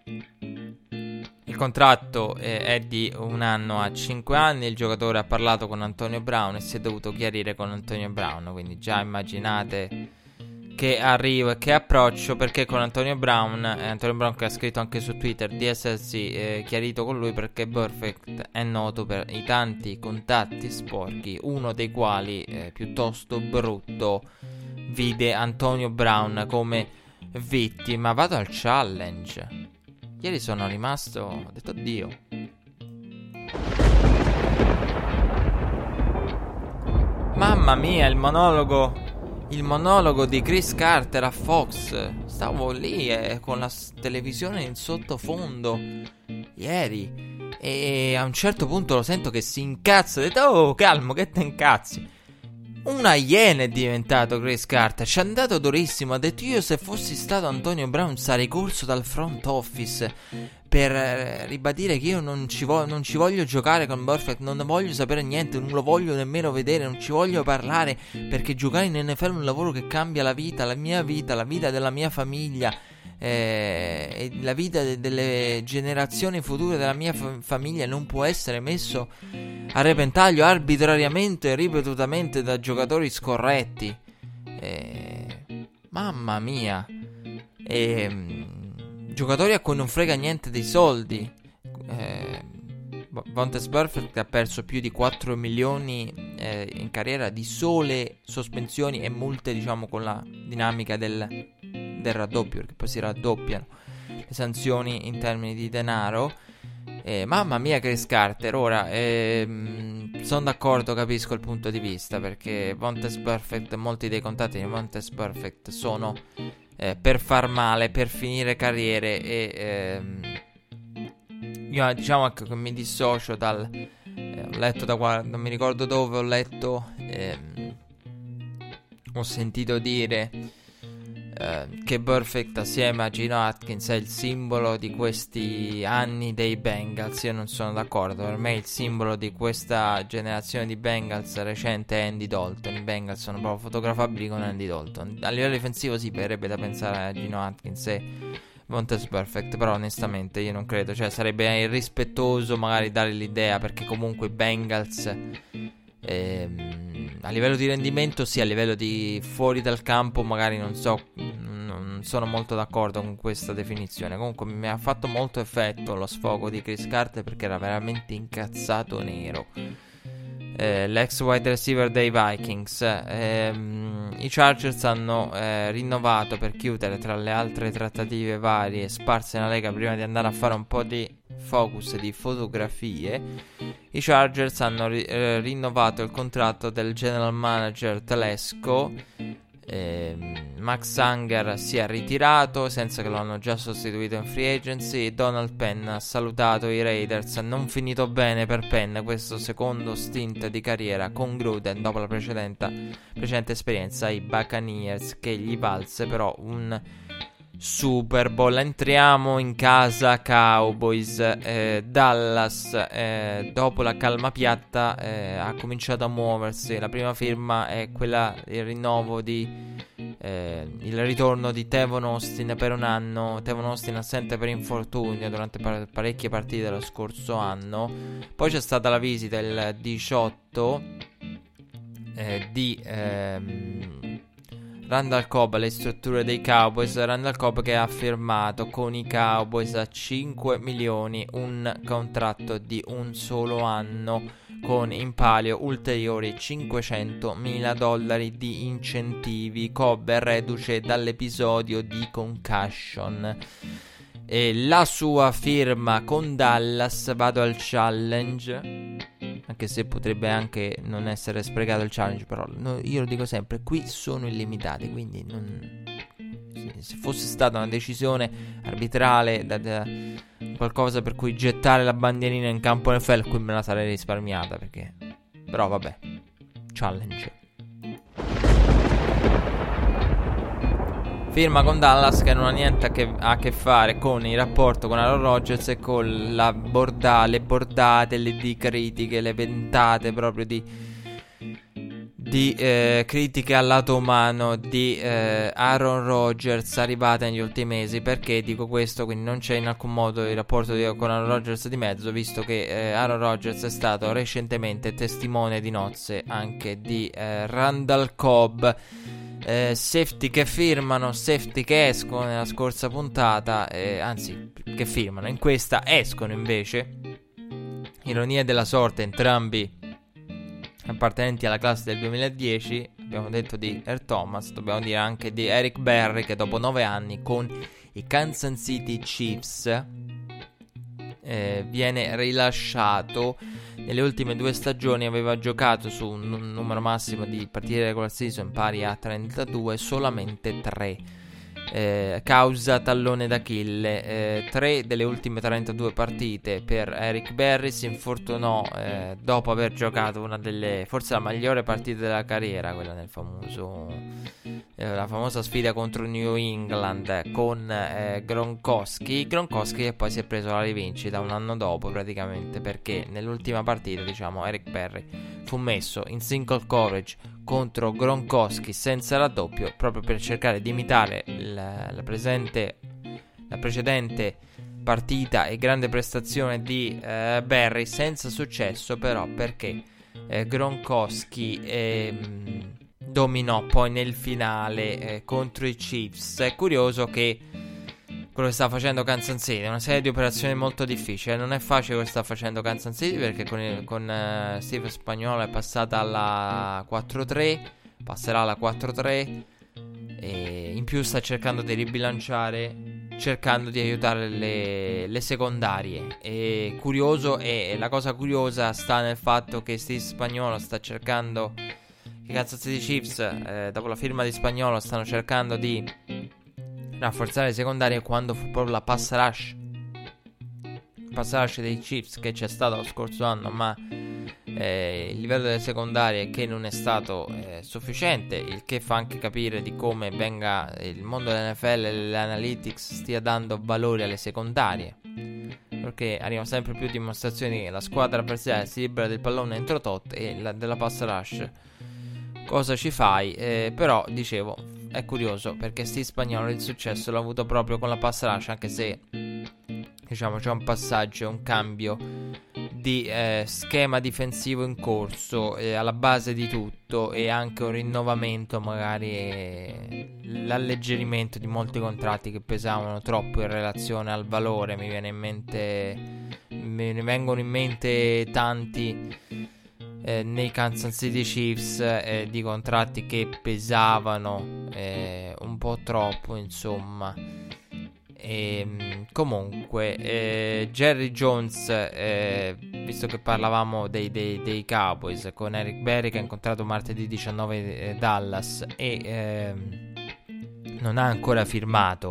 il contratto eh, è di un anno a cinque anni. Il giocatore ha parlato con Antonio Brown e si è dovuto chiarire con Antonio Brown, quindi già immaginate che arrivo e che approccio, perché con Antonio Brown eh, Antonio Brown, che ha scritto anche su Twitter di essersi eh, chiarito con lui, perché Burfict è noto per i tanti contatti sporchi, uno dei quali eh, piuttosto brutto vide Antonio Brown come vittima. Vado al challenge. Ieri sono rimasto, ho detto oddio. Mamma mia, il monologo Il monologo di Chris Carter a Fox. Stavo lì eh, con la s- televisione in sottofondo ieri, e a un certo punto lo sento che si incazza. Ho detto oh calmo, che te incazzi. Una iena è diventato Chris Carter, ci è andato durissimo. Ha detto io se fossi stato Antonio Brown sarei corso dal front office per ribadire che io non ci, vo- non ci voglio giocare con Burfict, non ne voglio sapere niente, non lo voglio nemmeno vedere, non ci voglio parlare, perché giocare in N F L è un lavoro che cambia la vita, la mia vita, la vita della mia famiglia, eh, e la vita de- delle generazioni future della mia fa- famiglia non può essere messo a repentaglio arbitrariamente e ripetutamente da giocatori scorretti. Eh, mamma mia. E giocatori a cui non frega niente dei soldi. eh, Vontaze Burfict ha perso più di quattro milioni eh, in carriera di sole sospensioni e multe, diciamo, con la dinamica del, del raddoppio, perché poi si raddoppiano le sanzioni in termini di denaro. Eh, mamma mia, Chris Carter. Ora ehm, sono d'accordo, capisco il punto di vista, perché Vontaze Burfict, molti dei contatti di Vontaze Burfict sono eh, per far male, per finire carriere, e ehm, io diciamo che mi dissocio dal eh, ho letto da qua, non mi ricordo dove ho letto, ehm, ho sentito dire eh, che Burfict assieme a Geno Atkins è il simbolo di questi anni dei Bengals. Io non sono d'accordo. Per me il simbolo di questa generazione di Bengals recente è Andy Dalton. I Bengals sono proprio fotografabili con Andy Dalton. A livello difensivo sì, verrebbe da pensare a Geno Atkins e Vontaze Burfict, però onestamente io non credo, cioè sarebbe irrispettoso magari dare l'idea, perché comunque i Bengals ehm, a livello di rendimento sì, a livello di fuori dal campo magari non so, non sono molto d'accordo con questa definizione. Comunque mi ha fatto molto effetto lo sfogo di Chris Carter, perché era veramente incazzato nero. Eh, l'ex wide receiver dei Vikings, ehm, i Chargers hanno eh, rinnovato per chiudere, tra le altre trattative varie sparse nella lega, prima di andare a fare un po' di focus di fotografie. I Chargers hanno ri- eh, rinnovato il contratto del general manager Telesco. eh, Max Unger si è ritirato senza che lo hanno già sostituito in free agency. Donald Penn ha salutato i Raiders. Non finito bene per Penn questo secondo stint di carriera con Gruden dopo la precedente, precedente esperienza ai Buccaneers, che gli valse però un Super Bowl. Entriamo in casa Cowboys. eh, Dallas eh, dopo la calma piatta eh, ha cominciato a muoversi. La prima firma è quella, il rinnovo di eh, il ritorno di Tavon Austin per un anno. Tavon Austin assente per infortunio durante par- parecchie partite dello scorso anno. Poi c'è stata la visita il diciotto eh, di ehm, Randall Cobb alle strutture dei Cowboys. Randall Cobb che ha firmato con i Cowboys a cinque milioni un contratto di un solo anno, con in palio ulteriori cinquecentomila dollari di incentivi. Cobb è reduce dall'episodio di concussion. E la sua firma con Dallas, vado al challenge, anche se potrebbe anche non essere sprecato il challenge, però no, io lo dico sempre, qui sono illimitati, quindi non, se fosse stata una decisione arbitrale, da, da, qualcosa per cui gettare la bandierina in campo N F L, qui me la sarei risparmiata, perché però vabbè, challenge. Firma con Dallas che non ha niente a che, a che fare con il rapporto con Aaron Rodgers e con la borda, le bordate, le di critiche, le ventate proprio di, di eh, critiche al lato umano di eh, Aaron Rodgers arrivate negli ultimi mesi. Perché dico questo? Quindi non c'è in alcun modo il rapporto di, con Aaron Rodgers di mezzo, visto che eh, Aaron Rodgers è stato recentemente testimone di nozze anche di eh, Randall Cobb. Eh, safety che firmano, safety che escono nella scorsa puntata, eh, anzi che firmano, in questa escono invece. Ironia della sorte, entrambi appartenenti alla classe del duemiladieci. Abbiamo detto di Earl Thomas, dobbiamo dire anche di Eric Berry, che dopo nove anni con i Kansas City Chiefs eh, viene rilasciato. Nelle ultime due stagioni aveva giocato su un n- numero massimo di partite regular season pari a trentadue, solamente tre eh, causa tallone d'Achille. Eh, tre delle ultime trentadue partite per Eric Berry. Si infortunò eh, dopo aver giocato una delle, forse la migliore partita della carriera, quella nel famoso eh, la famosa sfida contro New England con eh, Gronkowski. Gronkowski che poi si è preso la rivincita un anno dopo praticamente, perché nell'ultima partita, diciamo, Eric Berry fu messo in single coverage contro Gronkowski senza raddoppio, proprio per cercare di imitare la, la, presente, la precedente partita e grande prestazione di eh, Berry, senza successo però, perché eh, Gronkowski eh, dominò poi nel finale eh, contro i Chiefs. È curioso che quello che sta facendo Kansas City è una serie di operazioni molto difficili. Non è facile quello che sta facendo Kansas City, perché con, il, con uh, Steve Spagnuolo è passata alla quattro tre, passerà alla quattro tre, e in più sta cercando di ribilanciare, cercando di aiutare le, le secondarie. E curioso, e la cosa curiosa sta nel fatto che Steve Spagnuolo sta cercando, i Kansas City Chiefs eh, dopo la firma di Spagnuolo stanno cercando di rafforzare le secondarie, quando fu proprio la pass rush pass rush dei Chiefs che c'è stato lo scorso anno, ma eh, il livello delle secondarie che non è stato eh, sufficiente, il che fa anche capire di come venga il mondo dell'N F L e l'analytics stia dando valore alle secondarie, perché arrivano sempre più dimostrazioni che la squadra avversaria si libera del pallone entro tot e la, della pass rush cosa ci fai? Eh, però dicevo, è curioso perché Steve Spagnuolo il successo l'ha avuto proprio con la pass rush, anche se diciamo c'è un passaggio, un cambio di eh, schema difensivo in corso eh, alla base di tutto, e anche un rinnovamento, magari eh, l'alleggerimento di molti contratti che pesavano troppo in relazione al valore. Mi viene in mente me ne vengono in mente tanti Eh, nei Kansas City Chiefs eh, di contratti che pesavano eh, un po' troppo, insomma. E, comunque eh, Jerry Jones, eh, visto che parlavamo dei, dei, dei Cowboys, con Eric Berry che ha incontrato martedì diciannove eh, Dallas e eh, non ha ancora firmato.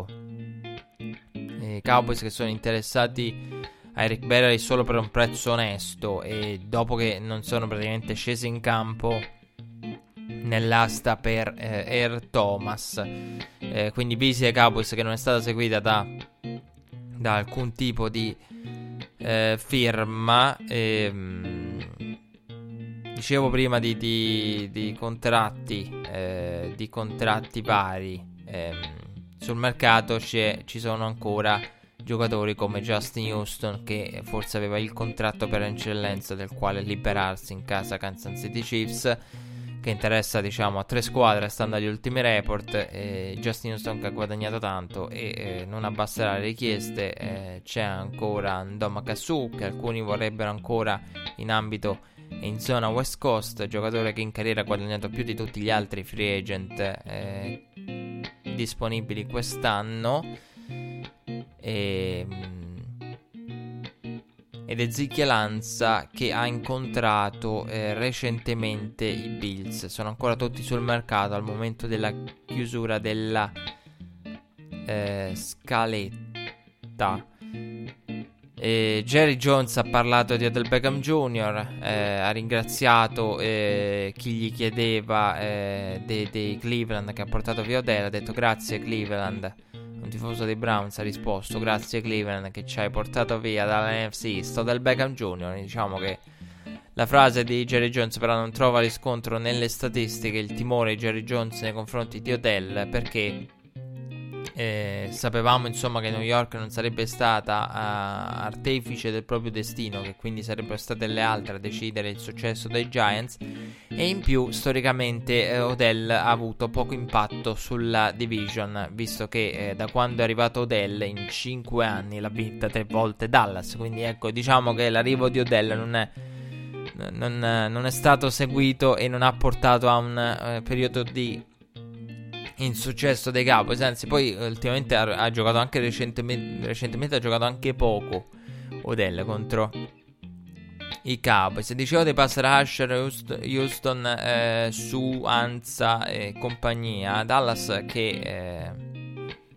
I Cowboys che sono interessati a Eric Berry solo per un prezzo onesto, e dopo che non sono praticamente scesi in campo nell'asta per eh, Earl Thomas, eh, quindi visita ai Cowboys che non è stata seguita da, da alcun tipo di eh, firma. E, mh, dicevo prima di, di, di contratti eh, di contratti vari eh, sul mercato c'è, ci sono ancora giocatori come Justin Houston, che forse aveva il contratto per eccellenza del quale liberarsi in casa Kansas City Chiefs, che interessa diciamo a tre squadre stando agli ultimi report. eh, Justin Houston che ha guadagnato tanto e eh, non abbasserà le richieste. eh, c'è ancora Ndamukong Suh, che alcuni vorrebbero ancora in ambito e in zona West Coast, giocatore che in carriera ha guadagnato più di tutti gli altri free agent eh, disponibili quest'anno. E, ed Ezekiel Ansah, che ha incontrato eh, recentemente i Bills. Sono ancora tutti sul mercato al momento della chiusura della eh, scaletta. E Jerry Jones ha parlato di Odell Beckham Junior, eh, ha ringraziato eh, chi gli chiedeva eh, dei, dei Cleveland che ha portato via Odell. Ha detto: grazie Cleveland. Un tifoso dei Browns ha risposto: grazie Cleveland che ci hai portato via dall'N F C East Odell Beckham Junior Diciamo che la frase di Jerry Jones però non trova riscontro nelle statistiche, il timore di Jerry Jones nei confronti di Odell, perché eh, sapevamo insomma che New York non sarebbe stata uh, artefice del proprio destino, che quindi sarebbero state le altre a decidere il successo dei Giants, e in più storicamente eh, Odell ha avuto poco impatto sulla division, visto che eh, da quando è arrivato Odell in cinque anni l'ha vinta tre volte Dallas. Quindi ecco, diciamo che l'arrivo di Odell non è non, non è stato seguito e non ha portato a un eh, periodo di insuccesso dei Cowboys. Anzi, poi ultimamente ha, ha giocato anche recentemente, recentemente ha giocato anche poco Odell contro i Cowboys. Dicevo dei pass rusher Houston, eh, su Ansah e compagnia. Dallas che eh,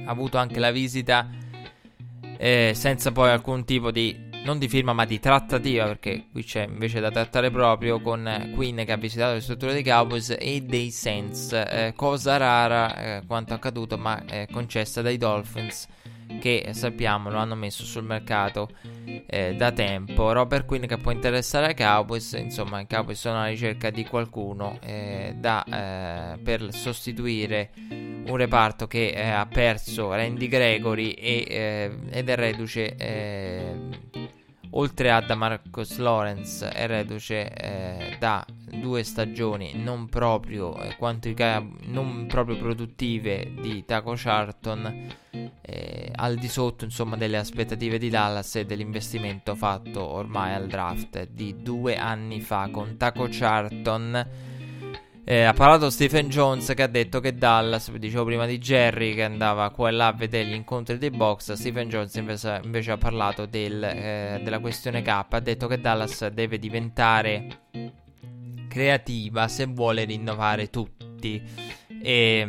avuto anche la visita eh, senza poi alcun tipo di, non di firma ma di trattativa, perché qui c'è invece da trattare proprio, con Quinn che ha visitato le strutture dei Cowboys e dei Saints, eh, cosa rara eh, quanto accaduto, ma eh, concessa dai Dolphins, che sappiamo lo hanno messo sul mercato eh, da tempo. Robert Quinn che può interessare ai Cowboys, insomma i Cowboys sono alla ricerca di qualcuno eh, da, eh, per sostituire un reparto che eh, ha perso Randy Gregory e, eh, ed è reduce eh, oltre a da Marcus Lawrence è reduce eh, da due stagioni non proprio eh, quanto i non proprio produttive di Taco Charlton, eh, al di sotto insomma delle aspettative di Dallas e dell'investimento fatto ormai al draft di due anni fa con Taco Charlton. Eh, ha parlato Stephen Jones che ha detto che Dallas, dicevo prima di Jerry che andava qua e là a vedere gli incontri dei box, Stephen Jones invece, invece ha parlato del, eh, della questione K, ha detto che Dallas deve diventare creativa se vuole rinnovare tutti e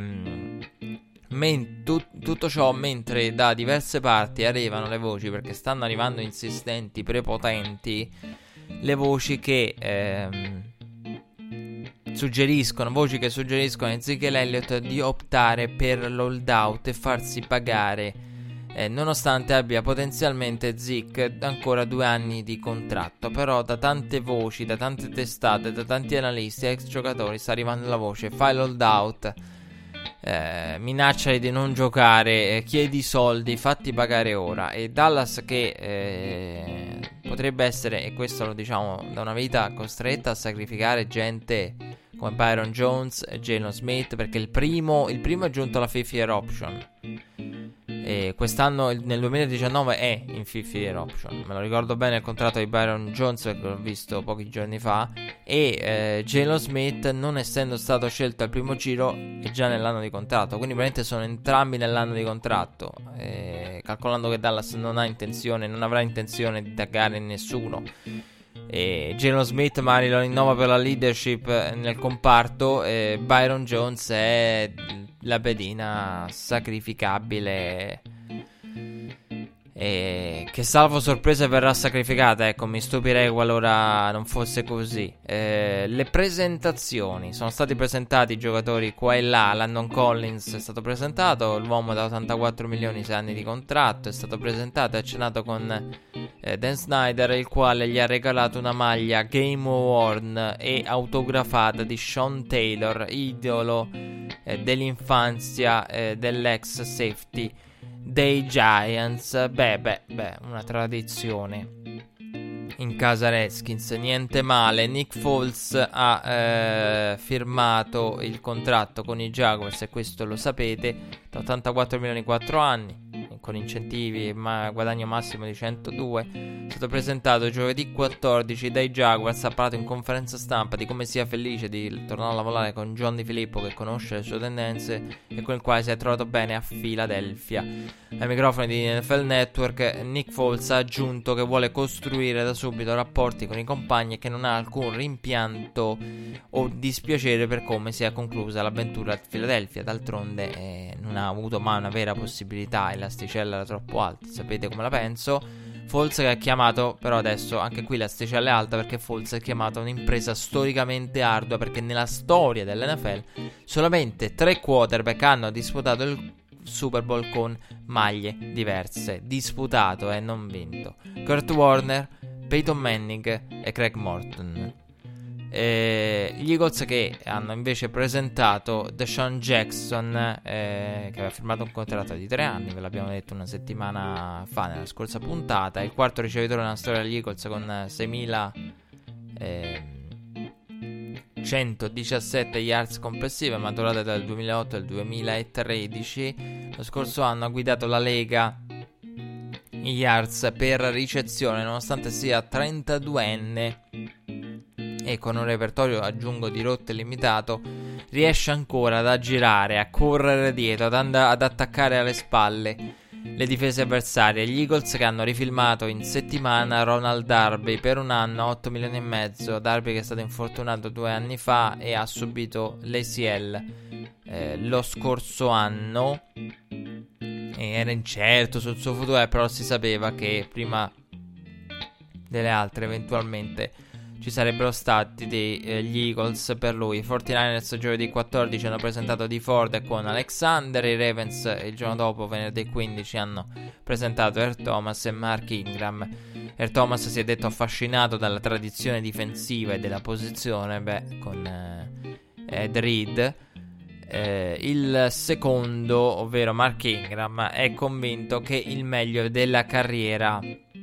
men- tut- tutto ciò mentre da diverse parti arrivano le voci, perché stanno arrivando insistenti, prepotenti, le voci che ehm, suggeriscono, voci che suggeriscono a Ezekiel Elliott di optare per l'holdout e farsi pagare, eh, nonostante abbia potenzialmente Zeke ancora due anni di contratto. Però da tante voci, da tante testate, da tanti analisti, ex giocatori sta arrivando la voce: fai l'holdout, eh, minacciali di non giocare, eh, chiedi soldi, fatti pagare ora. E Dallas che eh, potrebbe essere, e questo lo diciamo da una vita, costretta a sacrificare gente come Byron Jones e Jalen Smith, perché il primo, il primo è giunto alla fifth year option e quest'anno nel duemiladiciannove è in fifth year option, me lo ricordo bene il contratto di Byron Jones perché l'ho visto pochi giorni fa, e eh, Jalen Smith, non essendo stato scelto al primo giro, è già nell'anno di contratto, quindi probabilmente sono entrambi nell'anno di contratto, eh, calcolando che Dallas non ha intenzione, non avrà intenzione di taggare nessuno. E Jalen Smith magari lo rinnova per la leadership nel comparto, e Byron Jones è la pedina sacrificabile e che salvo sorprese verrà sacrificata. Ecco, mi stupirei qualora non fosse così. Eh, le presentazioni, sono stati presentati i giocatori qua e là. Landon Collins è stato presentato, l'uomo da ottantaquattro milioni, sei anni di contratto, è stato presentato e accenato con eh, Dan Snyder, il quale gli ha regalato una maglia game worn e autografata di Sean Taylor, idolo eh, dell'infanzia eh, dell'ex safety dei Giants. Beh, beh, beh, una tradizione in casa Redskins, niente male. Nick Foles ha eh, firmato il contratto con i Jaguars, e questo lo sapete, da ottantaquattro milioni quattro anni, con incentivi, ma guadagno massimo di centodue. È stato presentato giovedì quattordici dai Jaguars, ha parlato in conferenza stampa di come sia felice di tornare a lavorare con John Di Filippo, che conosce le sue tendenze e con il quale si è trovato bene a Philadelphia. Ai microfoni di N F L Network, Nick Foles ha aggiunto che vuole costruire da subito rapporti con i compagni e che non ha alcun rimpianto o dispiacere per come si è conclusa l'avventura a Philadelphia. D'altronde eh, non ha avuto mai una vera possibilità e l'asticella era troppo alta, sapete come la penso. Foles che ha chiamato, però adesso anche qui l'asticella è alta, perché Foles ha chiamato un'impresa storicamente ardua, perché nella storia dell'N F L solamente tre quarterback hanno disputato il Super Bowl con maglie diverse, disputato e eh, non vinto: Kurt Warner, Peyton Manning e Craig Morton. Eh, gli Eagles che hanno invece presentato Deshaun Jackson, eh, che aveva firmato un contratto di tre anni, ve l'abbiamo detto una settimana fa nella scorsa puntata, è il quarto ricevitore nella storia degli Eagles con seimilacentodiciassette yards complessive maturate dal duemilaotto al duemilatredici. Lo scorso anno ha guidato la Lega in yards per ricezione, nonostante sia trentaduenne e con un repertorio, aggiungo, di rotte limitato, riesce ancora ad aggirare, a correre dietro, ad, and- ad attaccare alle spalle le difese avversarie. Gli Eagles che hanno rifilmato in settimana Ronald Darby per un anno, otto milioni e mezzo. Darby che è stato infortunato due anni fa e ha subito l'A C L eh, lo scorso anno, era incerto sul suo futuro, però si sapeva che prima delle altre eventualmente ci sarebbero stati dei, eh, gli Eagles per lui. I quarantanovers giovedì quattordici hanno presentato Dee Ford con Alexander. I Ravens il giorno dopo, venerdì quindici, hanno presentato Earl Thomas e Mark Ingram. Earl Thomas si è detto affascinato dalla tradizione difensiva e della posizione, beh, con eh, Ed Reed. Eh, il secondo, ovvero Mark Ingram, è convinto che il meglio della carriera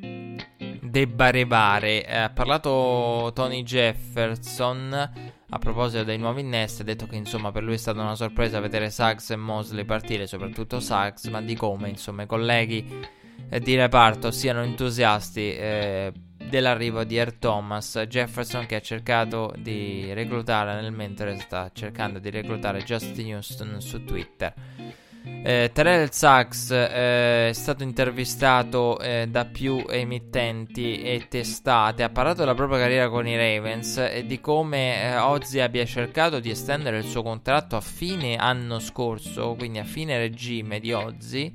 debba arrivare. Eh, ha parlato Tony Jefferson a proposito dei nuovi innesti. Ha detto che insomma per lui è stata una sorpresa vedere Suggs e Mosley partire, soprattutto Suggs, ma di come insomma i colleghi eh, di reparto siano entusiasti eh, dell'arrivo di Earl Thomas. Jefferson, che ha cercato di reclutare nel mentre sta cercando di reclutare Justin Houston su Twitter. Eh, Terrell Suggs eh, è stato intervistato eh, da più emittenti e testate. Ha parlato della propria carriera con i Ravens e di come eh, Ozzie abbia cercato di estendere il suo contratto a fine anno scorso, quindi a fine regime di Ozzie.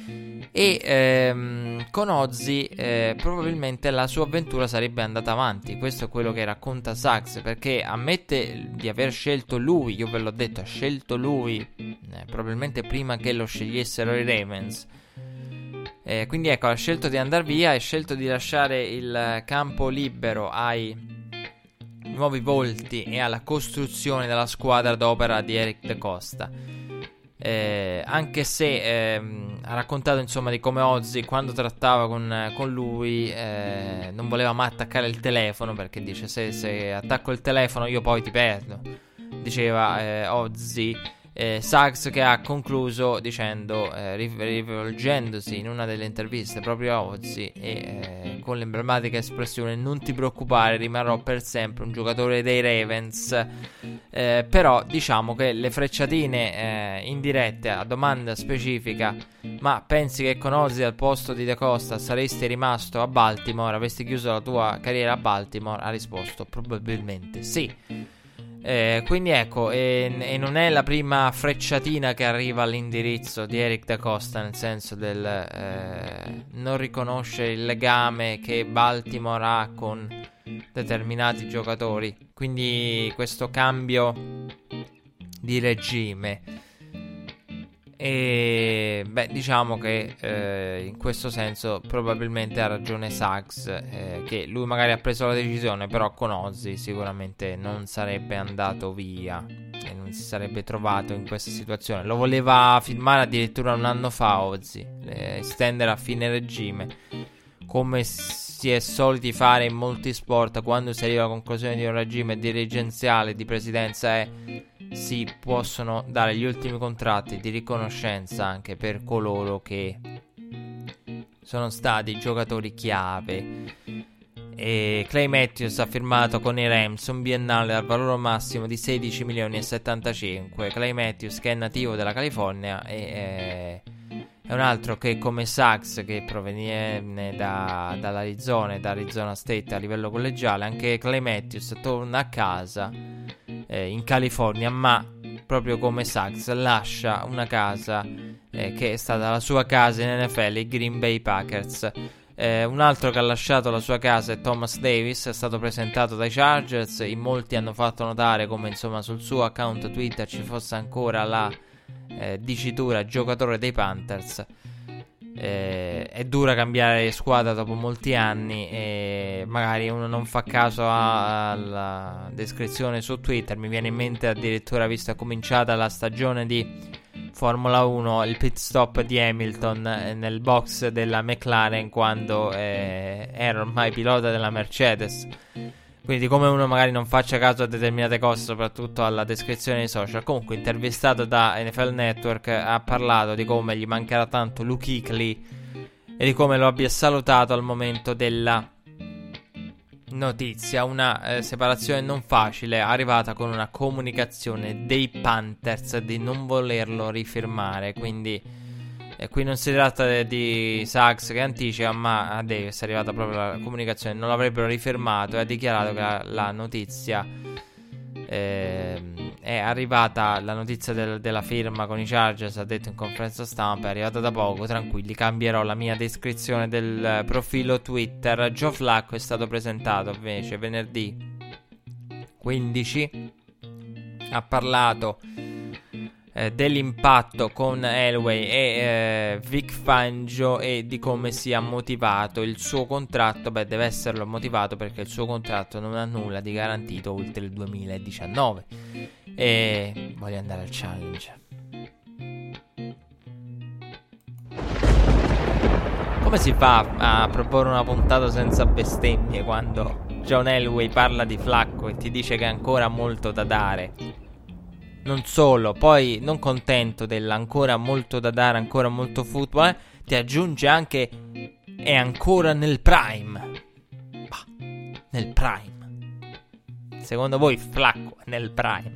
E ehm, con Ozzie eh, probabilmente la sua avventura sarebbe andata avanti. Questo è quello che racconta Suggs, perché ammette di aver scelto lui. Io ve l'ho detto, ha scelto lui eh, probabilmente prima che lo scegliessero i Ravens. eh, Quindi ecco, ha scelto di andare via, ha scelto di lasciare il campo libero ai nuovi volti e alla costruzione della squadra d'opera di Eric DeCosta. Eh, anche se ehm, ha raccontato insomma di come Ozzie, quando trattava con, con lui, eh, non voleva mai attaccare il telefono, perché dice se, se attacco il telefono io poi ti perdo, diceva eh, Ozzie. eh, Suggs, che ha concluso dicendo, eh, rivolgendosi in una delle interviste proprio a Ozzie e eh, con l'emblematica espressione non ti preoccupare, rimarrò per sempre un giocatore dei Ravens. Eh, però diciamo che le frecciatine eh, indirette a domanda specifica, ma pensi che con Ozzie al posto di DeCosta saresti rimasto a Baltimore, avresti chiuso la tua carriera a Baltimore, ha risposto probabilmente sì. Eh, quindi ecco, e, e non è la prima frecciatina che arriva all'indirizzo di Eric DeCosta, nel senso del eh, non riconosce il legame che Baltimore ha con determinati giocatori. Quindi questo cambio di regime. E beh, diciamo che eh, in questo senso probabilmente ha ragione Suggs, eh, che lui magari ha preso la decisione, però con Ozzie sicuramente non sarebbe andato via e non si sarebbe trovato in questa situazione. Lo voleva firmare addirittura un anno fa Ozzie, eh, estendere a fine regime, come si è soliti fare in molti sport. Quando si arriva alla conclusione di un regime dirigenziale di presidenza è si possono dare gli ultimi contratti di riconoscenza anche per coloro che sono stati giocatori chiave. E Clay Matthews ha firmato con i Rams un biennale dal valore massimo di sedici milioni e settantacinque. Clay Matthews, che è nativo della California, e è un altro che, come Suggs, che proviene da, dall'Arizona e da Arizona State a livello collegiale, anche Clay Matthews torna a casa eh, in California, ma proprio come Suggs lascia una casa eh, che è stata la sua casa in N F L, i Green Bay Packers. Eh, un altro che ha lasciato la sua casa è Thomas Davis, è stato presentato dai Chargers. In molti hanno fatto notare come insomma sul suo account Twitter ci fosse ancora la eh, dicitura giocatore dei Panthers. Eh, è dura cambiare squadra dopo molti anni e magari uno non fa caso a, alla descrizione su Twitter. Mi viene in mente addirittura, visto è cominciata la stagione di Formula uno, il pit stop di Hamilton eh, nel box della McLaren quando eh, era ormai pilota della Mercedes. Quindi come uno magari non faccia caso a determinate cose, soprattutto alla descrizione dei social. Comunque, intervistato da N F L Network, ha parlato di come gli mancherà tanto Luke Kuechly e di come lo abbia salutato al momento della notizia. Una eh, separazione non facile, arrivata con una comunicazione dei Panthers di non volerlo rifirmare. Quindi eh, qui non si tratta de- di Suggs che anticipa, ma a Davis è arrivata proprio la comunicazione, non l'avrebbero rifirmato, e ha dichiarato che la, la notizia eh, è arrivata la notizia del, della firma con i Chargers, ha detto in conferenza stampa, è arrivata da poco, tranquilli, cambierò la mia descrizione del profilo Twitter. Joe Flacco è stato presentato invece venerdì quindici, ha parlato eh, dell'impatto con Elway e eh, Vic Fangio e di come sia motivato il suo contratto. Beh, deve esserlo motivato perché il suo contratto non ha nulla di garantito oltre il duemiladiciannove e voglio andare al challenge. Come si fa a proporre una puntata senza bestemmie quando John Elway parla di Flacco e ti dice che ha ancora molto da dare? Non solo, poi non contento dell'ancora molto da dare, ancora molto football, eh, ti aggiunge anche è ancora nel prime. Bah, nel prime. Secondo voi Flacco è nel prime?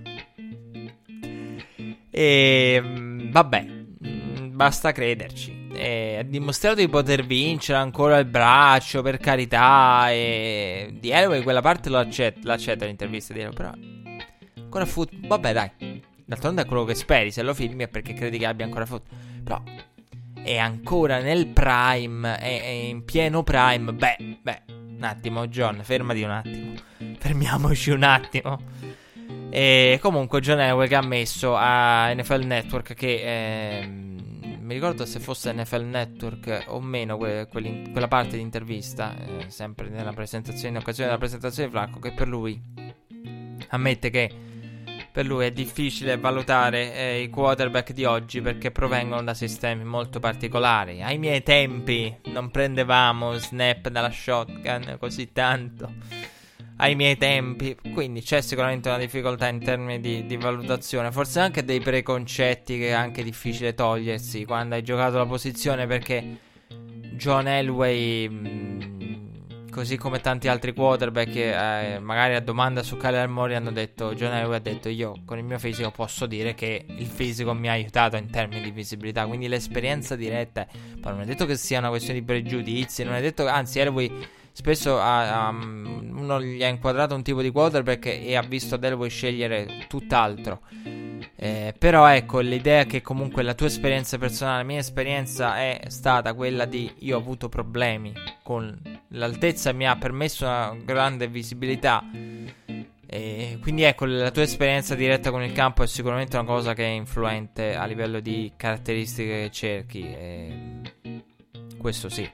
E vabbè, basta crederci. E ha dimostrato di poter vincere ancora il braccio, per carità. E di Elway quella parte lo accetta, l'accetta l'intervista di Elway, però ancora football, vabbè dai, d'altronde è quello che speri, se lo filmi è perché credi che abbia ancora football, però è ancora nel prime, è, è in pieno prime. Beh, beh, un attimo John, fermati un attimo, fermiamoci un attimo. E comunque John Elway che ha messo a N F L Network che eh, mi ricordo se fosse N F L Network o meno que- quella parte di intervista, eh, sempre nella presentazione, in occasione della presentazione di Flacco, che per lui ammette che per lui è difficile valutare eh, i quarterback di oggi perché provengono da sistemi molto particolari. Ai miei tempi non prendevamo snap dalla shotgun così tanto, ai miei tempi, quindi c'è sicuramente una difficoltà in termini di, di valutazione, forse anche dei preconcetti che è anche difficile togliersi quando hai giocato la posizione, perché John Elway mh, così come tanti altri quarterback che eh, magari a domanda su Kyler Murray hanno detto, John Elway ha detto io con il mio fisico posso dire che il fisico mi ha aiutato in termini di visibilità, quindi l'esperienza diretta, ma non è detto che sia una questione di pregiudizi, non è detto, anzi Elway spesso ha, um, uno gli ha inquadrato un tipo di quarterback e ha visto Elway scegliere tutt'altro, eh, però ecco l'idea che comunque la tua esperienza personale, la mia esperienza è stata quella di io ho avuto problemi con l'altezza, mi ha permesso una grande visibilità, e quindi ecco la tua esperienza diretta con il campo è sicuramente una cosa che è influente a livello di caratteristiche che cerchi, e questo sì.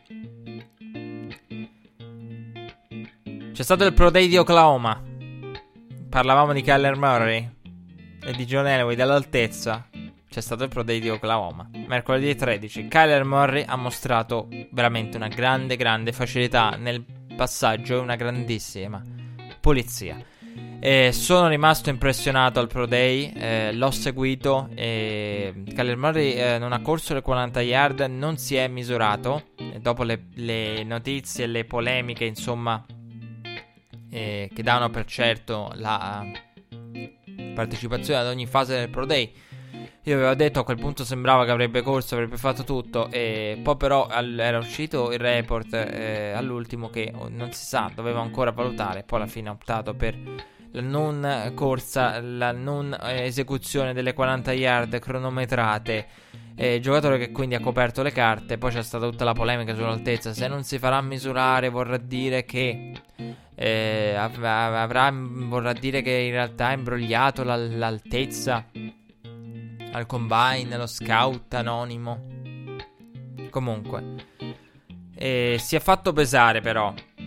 C'è stato il Pro Day di Oklahoma. Parlavamo di Kyler Murray e di John Elway, dall'altezza. C'è stato il Pro Day di Oklahoma mercoledì tredici. Kyler Murray ha mostrato veramente una grande grande facilità nel passaggio e una grandissima pulizia. Eh, sono rimasto impressionato al Pro Day, eh, l'ho seguito. eh, Kyler Murray eh, non ha corso le quaranta yard, non si è misurato, e dopo le, le notizie e le polemiche insomma Eh, che davano per certo la partecipazione ad ogni fase del Pro Day, io avevo detto a quel punto sembrava che avrebbe corso, avrebbe fatto tutto, e poi però al, era uscito il report eh, all'ultimo che non si sa, doveva ancora valutare, poi alla fine ha optato per la non corsa, la non esecuzione delle quaranta yard cronometrate, eh, giocatore che quindi ha coperto le carte. Poi c'è stata tutta la polemica sull'altezza, se non si farà misurare vorrà dire che Eh, av- avrà, vorrà dire che in realtà ha imbrogliato la, l'altezza al combine, lo scout anonimo. Comunque eh, si è fatto pesare, però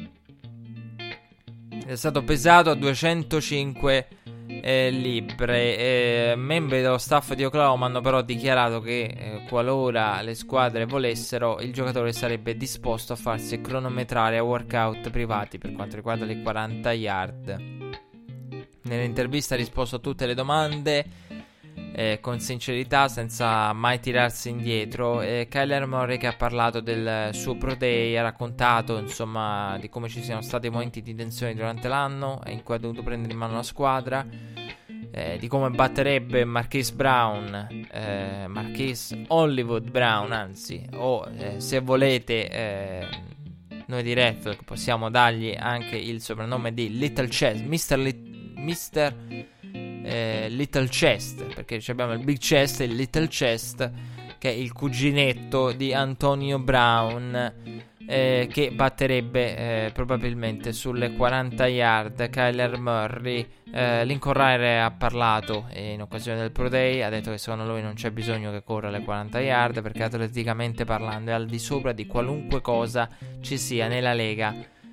è stato pesato a duecentocinque eh, libbre. eh, membri dello staff di Oklahoma hanno però dichiarato che eh, qualora le squadre volessero, il giocatore sarebbe disposto a farsi cronometrare a workout privati per quanto riguarda le quaranta yard. Nell'intervista ha risposto a tutte le domande eh, con sincerità, senza mai tirarsi indietro. eh, Kyler Murray, che ha parlato del suo Pro Day, ha raccontato insomma di come ci siano stati momenti di tensione durante l'anno in cui ha dovuto prendere in mano la squadra, eh, di come batterebbe Marquise Brown, eh, Marquise Hollywood Brown anzi, o eh, se volete eh, noi di Redfield possiamo dargli anche il soprannome di Little Chess, Mister Lit- Mister eh, Little Chest, perché abbiamo il Big Chest e il Little Chest, che è il cuginetto di Antonio Brown, eh, che batterebbe eh, probabilmente sulle quaranta yard Kyler Murray. eh, Lincoln Riley ha parlato eh, in occasione del Pro Day, ha detto che secondo lui non c'è bisogno che corra le quaranta yard, perché atleticamente parlando è al di sopra di qualunque cosa ci sia nella lega,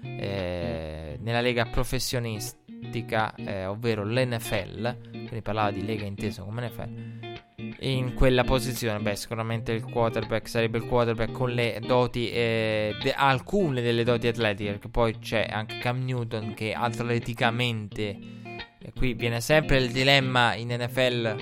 eh, nella lega professionistica, eh, ovvero l'N F L, quindi parlava di lega inteso come N F L. In quella posizione, beh, sicuramente il quarterback sarebbe il quarterback con le doti, eh, de- alcune delle doti atletiche, perché poi c'è anche Cam Newton che atleticamente, e qui viene sempre il dilemma in N F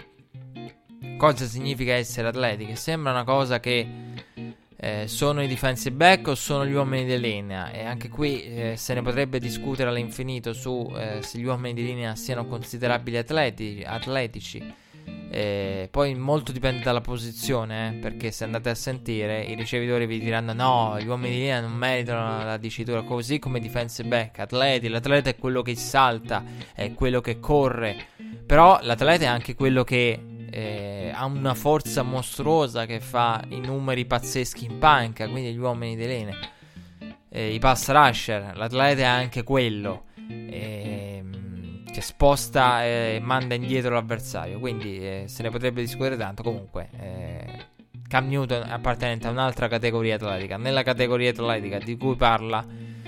L, cosa significa essere atletici? Sembra una cosa che eh, sono i defensive back o sono gli uomini di linea, e anche qui eh, se ne potrebbe discutere all'infinito su eh, se gli uomini di linea siano considerabili atleti- atletici. Eh, poi molto dipende dalla posizione, eh, perché se andate a sentire i ricevitori vi diranno no, gli uomini di linea non meritano la dicitura, così come i defensive back. Atleti, l'atleta è quello che salta, è quello che corre, però l'atleta è anche quello che eh, ha una forza mostruosa, che fa i numeri pazzeschi in panca, quindi gli uomini di linea, eh, i pass rusher. L'atleta è anche quello eh, che sposta e manda indietro l'avversario, quindi eh, se ne potrebbe discutere tanto. Comunque eh, Cam Newton è appartenente a un'altra categoria atletica. Nella categoria atletica di cui parla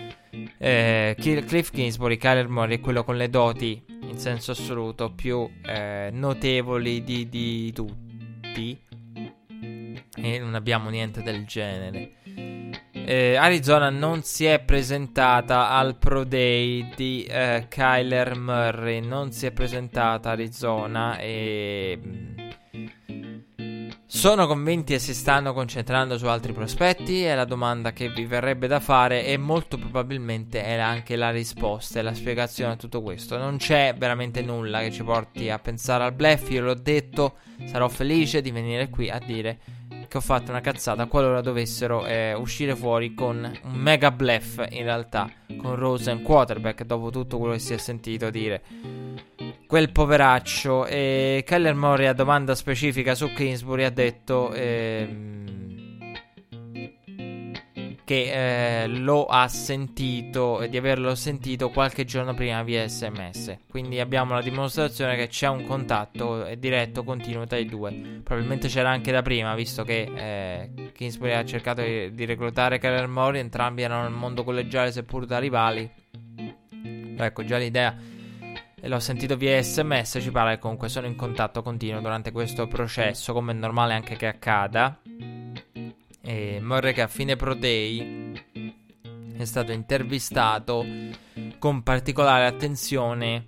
eh, Cliff Kingsbury, Kyler Murray è quello con le doti in senso assoluto più eh, notevoli di, di tutti, e non abbiamo niente del genere. Eh, Arizona non si è presentata al Pro Day di eh, Kyler Murray, non si è presentata Arizona, e sono convinti e si stanno concentrando su altri prospetti. È la domanda che vi verrebbe da fare, e molto probabilmente è anche la risposta e la spiegazione a tutto questo. Non c'è veramente nulla che ci porti a pensare al bluff. Io l'ho detto, sarò felice di venire qui a dire che ho fatto una cazzata qualora dovessero eh, uscire fuori con un mega bluff, in realtà, con Rosen quarterback, dopo tutto quello che si è sentito dire quel poveraccio. E Kyler Murray, a domanda specifica su Kingsbury, ha detto ehm, che eh, lo ha sentito, di averlo sentito qualche giorno prima via S M S. Quindi abbiamo la dimostrazione che c'è un contatto diretto, continuo tra i due. Probabilmente c'era anche da prima, visto che eh, Kingsbury ha cercato di, di reclutare Kyler Murray. Entrambi erano nel mondo collegiale, seppur da rivali. Ecco, già l'idea, e l'ho sentito via S M S, ci pare che comunque sono in contatto continuo durante questo processo, come è normale anche che accada. E Murray, che a fine Pro Day è stato intervistato con particolare attenzione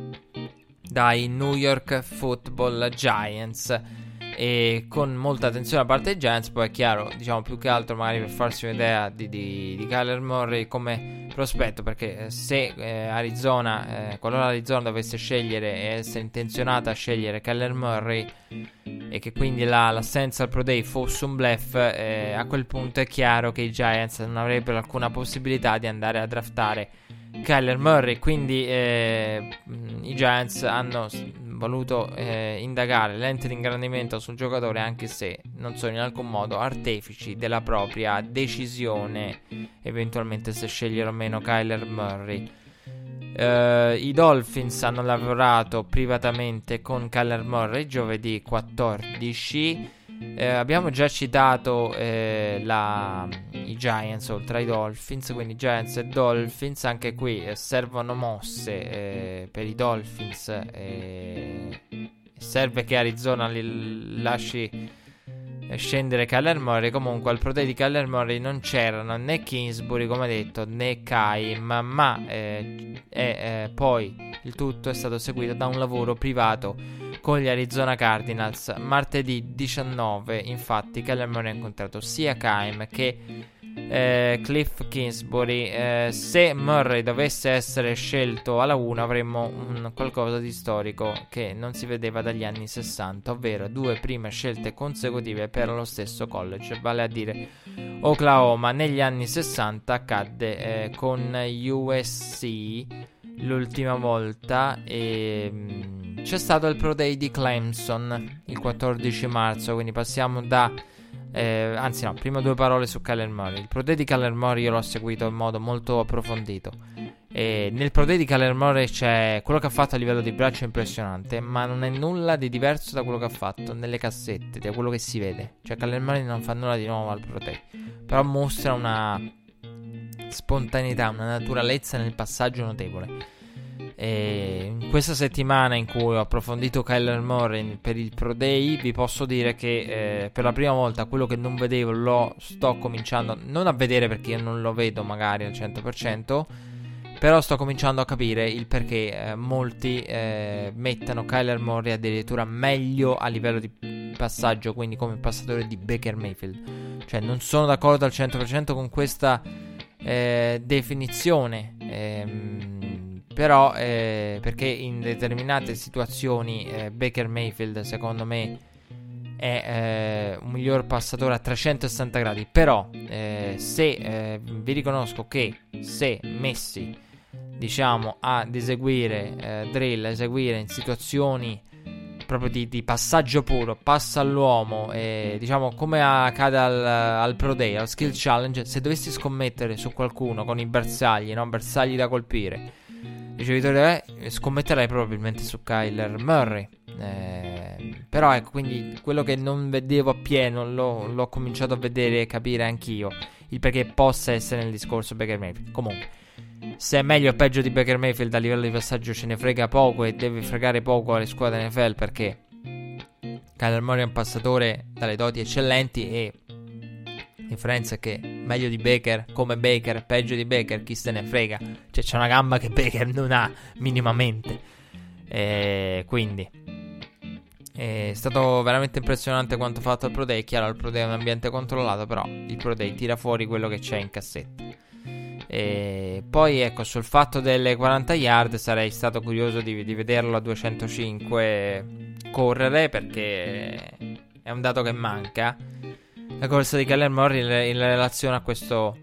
dai New York Football Giants, e con molta attenzione da parte dei Giants. Poi è chiaro, diciamo, più che altro magari per farsi un'idea di, di, di Kyler Murray come prospetto, perché se eh, Arizona, eh, qualora Arizona dovesse scegliere e essere intenzionata a scegliere Kyler Murray, e che quindi la, l'assenza al Pro Day fosse un bluff, eh, a quel punto è chiaro che i Giants non avrebbero alcuna possibilità di andare a draftare Kyler Murray. Quindi eh, i Giants hanno voluto eh, indagare lente di ingrandimento sul giocatore, anche se non sono in alcun modo artefici della propria decisione, eventualmente se scegliere o meno Kyler Murray. Uh, I Dolphins hanno lavorato privatamente con Kyler Murray giovedì quattordici. Uh, abbiamo già citato uh, la, i Giants oltre ai Dolphins, quindi Giants e Dolphins. Anche qui uh, servono mosse uh, per i Dolphins. Uh, serve che Arizona li lasci scendere Kyler Murray. Comunque al Pro Day di Kyler Murray non c'erano né Kingsbury, come detto, né Kaim, ma eh, eh, poi il tutto è stato seguito da un lavoro privato con gli Arizona Cardinals. Martedì diciannove, infatti, Kyler Murray ha incontrato sia Kaim che eh, Cliff Kingsbury. Eh, se Murray dovesse essere scelto alla uno, avremmo un qualcosa di storico che non si vedeva dagli anni sessanta, ovvero due prime scelte consecutive per lo stesso college, vale a dire Oklahoma. Negli anni sessanta accadde eh, con U S C l'ultima volta, e c'è stato il Pro Day di Clemson il quattordici marzo, quindi passiamo da eh, anzi no, prima due parole su Kyler Murray. Il Pro Day di Kyler Murray io l'ho seguito in modo molto approfondito, e nel Pro Day di Kyler Murray c'è quello che ha fatto a livello di braccio impressionante, ma non è nulla di diverso da quello che ha fatto nelle cassette, da quello che si vede. Cioè Kyler Murray non fa nulla di nuovo al Pro Day, però mostra una spontaneità, una naturalezza nel passaggio notevole. E in questa settimana in cui ho approfondito Kyler Murray per il Pro Day, vi posso dire che eh, per la prima volta quello che non vedevo lo sto cominciando non a vedere, perché io non lo vedo magari al cento per cento, però sto cominciando a capire il perché eh, molti eh, mettano Kyler Murray addirittura meglio a livello di passaggio, quindi come passatore di Baker Mayfield. Cioè non sono d'accordo al cento per cento con questa eh, definizione, ehm però eh, perché in determinate situazioni eh, Baker Mayfield secondo me è eh, un miglior passatore a trecentosessanta gradi. Però eh, se eh, vi riconosco che se messi diciamo ad eseguire eh, drill, eseguire in situazioni proprio di, di passaggio puro, passa all'uomo, e diciamo come accade al, al Pro Day, al Skill Challenge, se dovessi scommettere su qualcuno con i bersagli, no? bersagli da colpire, ricevitore, eh, scommetterei probabilmente su Kyler Murray. Eh, però ecco, quindi quello che non vedevo appieno l'ho, l'ho cominciato a vedere e capire anch'io, il perché possa essere nel discorso Baker Mayfield. Comunque, se è meglio o peggio di Baker Mayfield a livello di passaggio ce ne frega poco, e deve fregare poco alle squadre N F L, perché Kyler Murray è un passatore dalle doti eccellenti, e la differenza è che meglio di Baker, come Baker, peggio di Baker, chi se ne frega. Cioè c'è una gamba che Baker non ha minimamente, e quindi è stato veramente impressionante quanto fatto al Pro Day. Chiaro, il Pro Day è un ambiente controllato, però il Pro Day tira fuori quello che c'è in cassetta. E poi ecco, sul fatto delle quaranta yard sarei stato curioso di, di vederlo a duecentocinque correre, perché è un dato che manca, la corsa di Kyler Murray in, in relazione a questo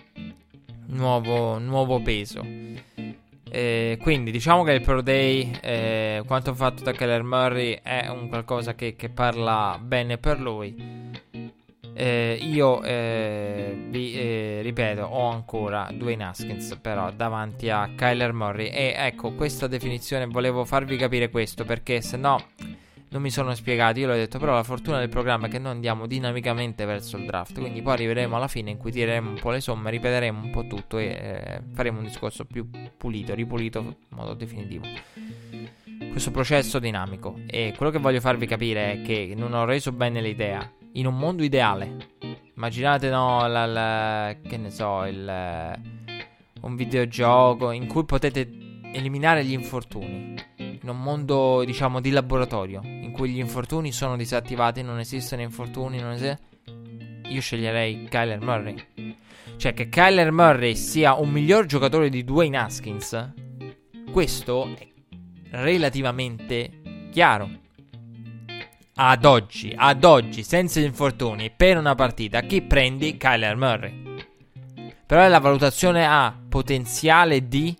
nuovo, nuovo peso. E quindi diciamo che il Pro Day, eh, quanto fatto da Kyler Murray, è un qualcosa che, che parla bene per lui. Eh, io eh, vi eh, ripeto, ho ancora Dwayne Haskins però davanti a Kyler Murray, e ecco, questa definizione volevo farvi capire questo, perché se no non mi sono spiegato. Io l'ho detto, però la fortuna del programma è che noi andiamo dinamicamente verso il draft, quindi poi arriveremo alla fine in cui tireremo un po' le somme, ripeteremo un po' tutto e eh, faremo un discorso più pulito, ripulito in modo definitivo, questo processo dinamico. E quello che voglio farvi capire è che non ho reso bene l'idea. In un mondo ideale, immaginate, no, la, la, che ne so, il, un videogioco in cui potete eliminare gli infortuni, in un mondo diciamo di laboratorio in cui gli infortuni sono disattivati, non esistono infortuni, non esiste, io sceglierei Kyler Murray. Cioè che Kyler Murray sia un miglior giocatore di Dwayne Haskins, questo è relativamente chiaro. Ad oggi, ad oggi, senza infortuni, per una partita, chi prendi? Kyler Murray. Però è la valutazione a potenziale di,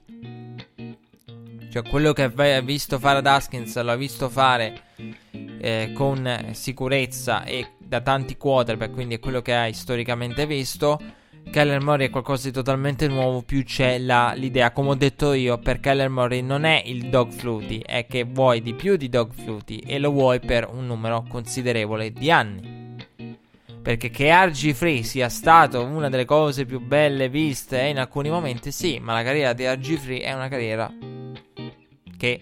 cioè quello che hai visto fare ad Haskins, l'ha visto fare eh, con sicurezza e da tanti quarterback, quindi è quello che hai storicamente visto. Kyler Murray è qualcosa di totalmente nuovo, più c'è la, l'idea, come ho detto io, per Kyler Murray non è il dog Flutie, è che vuoi di più di dog Flutie e lo vuoi per un numero considerevole di anni. Perché che R G tre sia stato una delle cose più belle viste in alcuni momenti, sì, ma la carriera di R G tre è una carriera che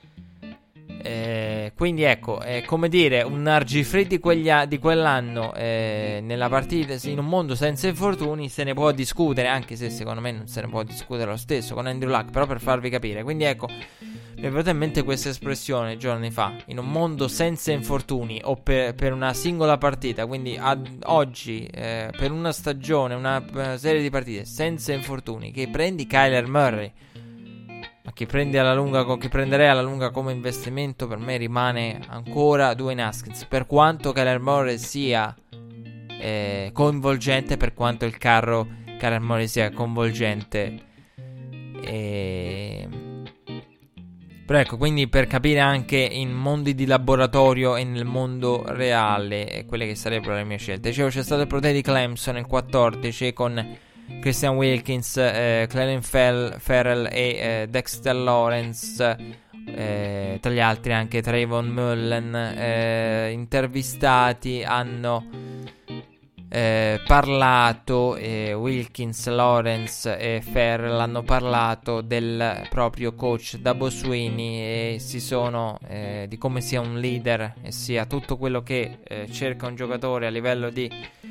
Eh, quindi ecco, è come dire un R G tre di, quegli a- di quell'anno eh, nella partita, in un mondo senza infortuni, se ne può discutere, anche se secondo me non se ne può discutere lo stesso con Andrew Luck, però per farvi capire. Quindi ecco, mi è venuta in mente questa espressione giorni fa, in un mondo senza infortuni, o per, per una singola partita, quindi ad oggi eh, per una stagione, una, una serie di partite senza infortuni, che prendi Kyler Murray. Ma chi prendi alla lunga, chi prenderei alla lunga come investimento, per me rimane ancora Dwayne Haskins, per quanto Kyler Murray sia eh, coinvolgente, per quanto il carro Kyler Murray sia coinvolgente, e, Però ecco, quindi per capire anche in mondi di laboratorio e nel mondo reale eh, quelle che sarebbero le mie scelte. Dicevo, c'è stato il Pro Day di Clemson nel quattordici con Christian Wilkins, eh, Clelin Fel- Ferrell e eh, Dexter Lawrence, eh, tra gli altri anche Trayvon Mullen. Eh, intervistati hanno Eh, parlato eh, Wilkins, Lawrence e Ferrell hanno parlato del proprio coach Dabo Swinney e si sono eh, di come sia un leader e sia tutto quello che eh, cerca un giocatore a livello di,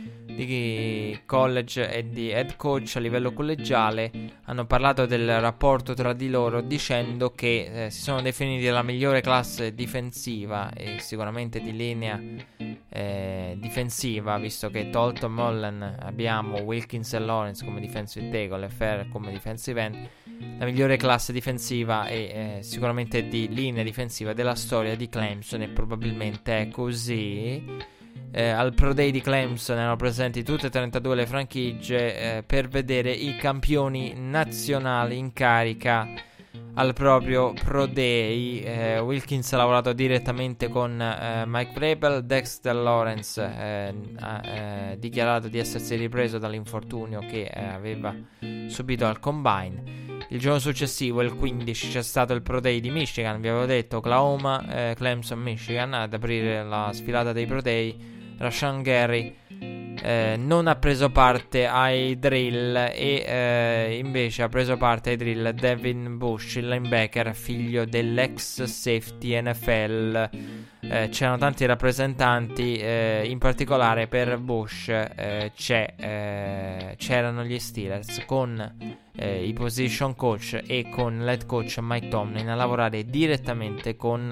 di college e di head coach a livello collegiale. Hanno parlato del rapporto tra di loro dicendo che eh, si sono definiti la migliore classe difensiva e sicuramente di linea Eh, difensiva, visto che tolto Mullen abbiamo Wilkins e Lawrence come defensive tackle e Ferrer come defensive end, la migliore classe difensiva e eh, sicuramente di linea difensiva della storia di Clemson, e probabilmente è così. Eh, al Pro Day di Clemson erano presenti tutte e trentadue le franchigie eh, per vedere i campioni nazionali in carica al proprio Pro Day. eh, Wilkins ha lavorato direttamente con eh, Mike Vrabel. Dexter Lawrence eh, ha eh, dichiarato di essersi ripreso dall'infortunio che eh, aveva subito al Combine. Il giorno successivo, il quindici, c'è stato il Pro Day di Michigan, vi avevo detto Oklahoma, eh, Clemson, Michigan. Ad aprire la sfilata dei Pro Day, Rashan Gary Eh, non ha preso parte ai drill e eh, invece ha preso parte ai drill Devin Bush, il linebacker figlio dell'ex safety N F L. Eh, c'erano tanti rappresentanti, eh, in particolare per Bush eh, c'è, eh, c'erano gli Steelers con eh, i position coach e con l'head coach Mike Tomlin a lavorare direttamente con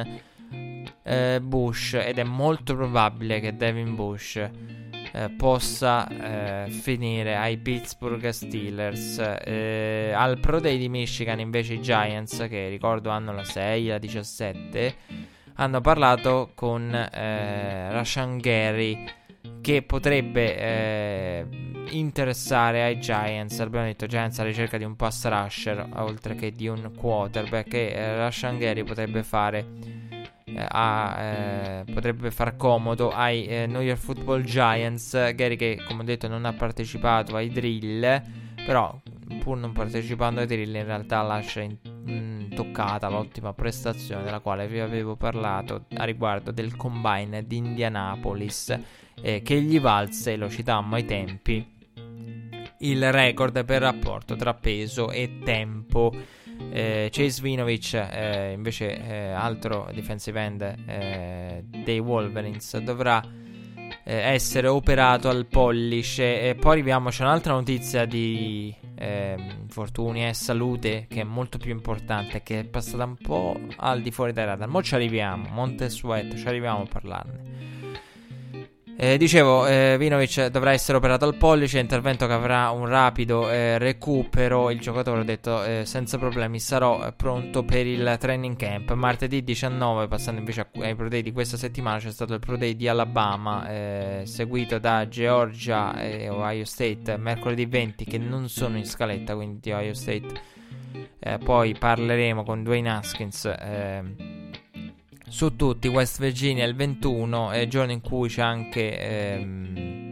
eh, Bush, ed è molto probabile che Devin Bush Eh, possa eh, finire ai Pittsburgh Steelers. Eh, al Pro Day di Michigan invece i Giants, che ricordo hanno la sei, la diciassette, hanno parlato con eh, Rashan Gary, che potrebbe eh, interessare ai Giants. Abbiamo detto Giants alla ricerca di un pass rusher oltre che di un quarterback, che eh, Rashan Gary potrebbe fare A, eh, potrebbe far comodo ai eh, New York Football Giants. Gary, che come ho detto non ha partecipato ai drill, però pur non partecipando ai drill in realtà lascia in, mh, toccata l'ottima prestazione della quale vi avevo parlato a riguardo del Combine di Indianapolis, eh, che gli valse, lo citammo ai tempi, il record per rapporto tra peso e tempo. Eh, Chase Winovich, eh, invece eh, altro defensive end eh, dei Wolverines, dovrà eh, essere operato al pollice. E poi arriviamo, c'è un'altra notizia di eh, infortuni e salute che è molto più importante, che è passata un po' al di fuori dai radar. Mo ci arriviamo, Montez Sweat, ci arriviamo a parlarne. Eh, dicevo, eh, Winovich dovrà essere operato al pollice, intervento che avrà un rapido eh, recupero. Il giocatore ha detto eh, senza problemi sarò eh, pronto per il training camp. Martedì diciannove, passando invece ai Pro Day di questa settimana, c'è stato il Pro Day di Alabama, eh, seguito da Georgia e Ohio State. Mercoledì venti, che non sono in scaletta, quindi di Ohio State eh, poi parleremo con Dwayne Haskins eh, su tutti. West Virginia il ventuno, è il giorno in cui c'è anche ehm,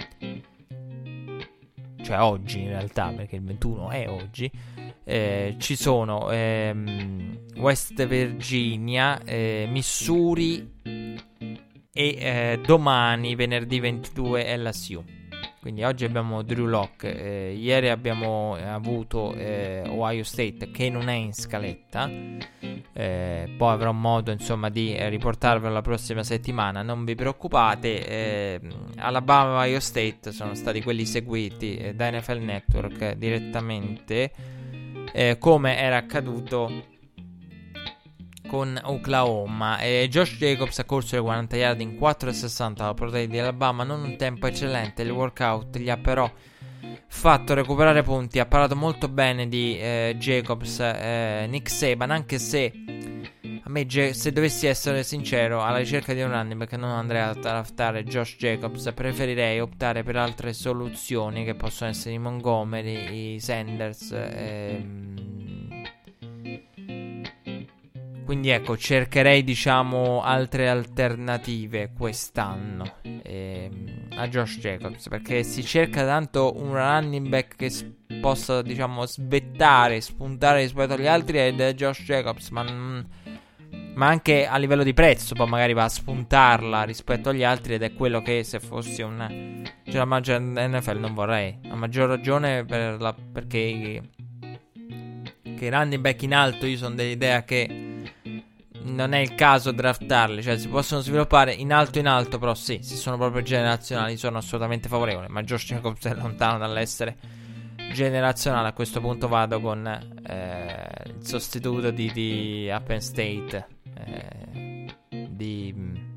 cioè oggi in realtà, perché il ventuno è oggi, eh, ci sono ehm, West Virginia, eh, Missouri e eh, domani venerdì ventidue L S U. Quindi oggi abbiamo Drew Lock, eh, ieri abbiamo avuto eh, Ohio State, che non è in scaletta, eh, poi avrò modo insomma di eh, riportarvelo la prossima settimana, non vi preoccupate. eh, Alabama e Ohio State sono stati quelli seguiti eh, da N F L Network direttamente, eh, come era accaduto con Oklahoma. E Josh Jacobs ha corso le quaranta yard in quattro e sessanta alla Pro Day di Alabama, non un tempo eccellente. Il workout gli ha però fatto recuperare punti. Ha parlato molto bene di eh, Jacobs eh, Nick Saban, anche se a me, se dovessi essere sincero, alla ricerca di un running back non andrei a draftare Josh Jacobs. Preferirei optare per altre soluzioni, che possono essere i Montgomery, i Sanders, ehm, Quindi ecco, cercherei diciamo altre alternative quest'anno ehm, a Josh Jacobs, perché si cerca tanto un running back che s- possa diciamo svettare, spuntare rispetto agli altri, ed è Josh Jacobs, ma, n- ma anche a livello di prezzo poi magari va a spuntarla rispetto agli altri, ed è quello che se fossi un general manager N F L non vorrei, a maggior ragione per la, perché i, che i running back in alto io sono dell'idea che non è il caso draftarli, cioè si possono sviluppare in alto in alto, però sì, se sono proprio generazionali sono assolutamente favorevole, ma Josh Jacobs è lontano dall'essere generazionale. A questo punto vado con eh, il sostituto di, di Penn State, eh, di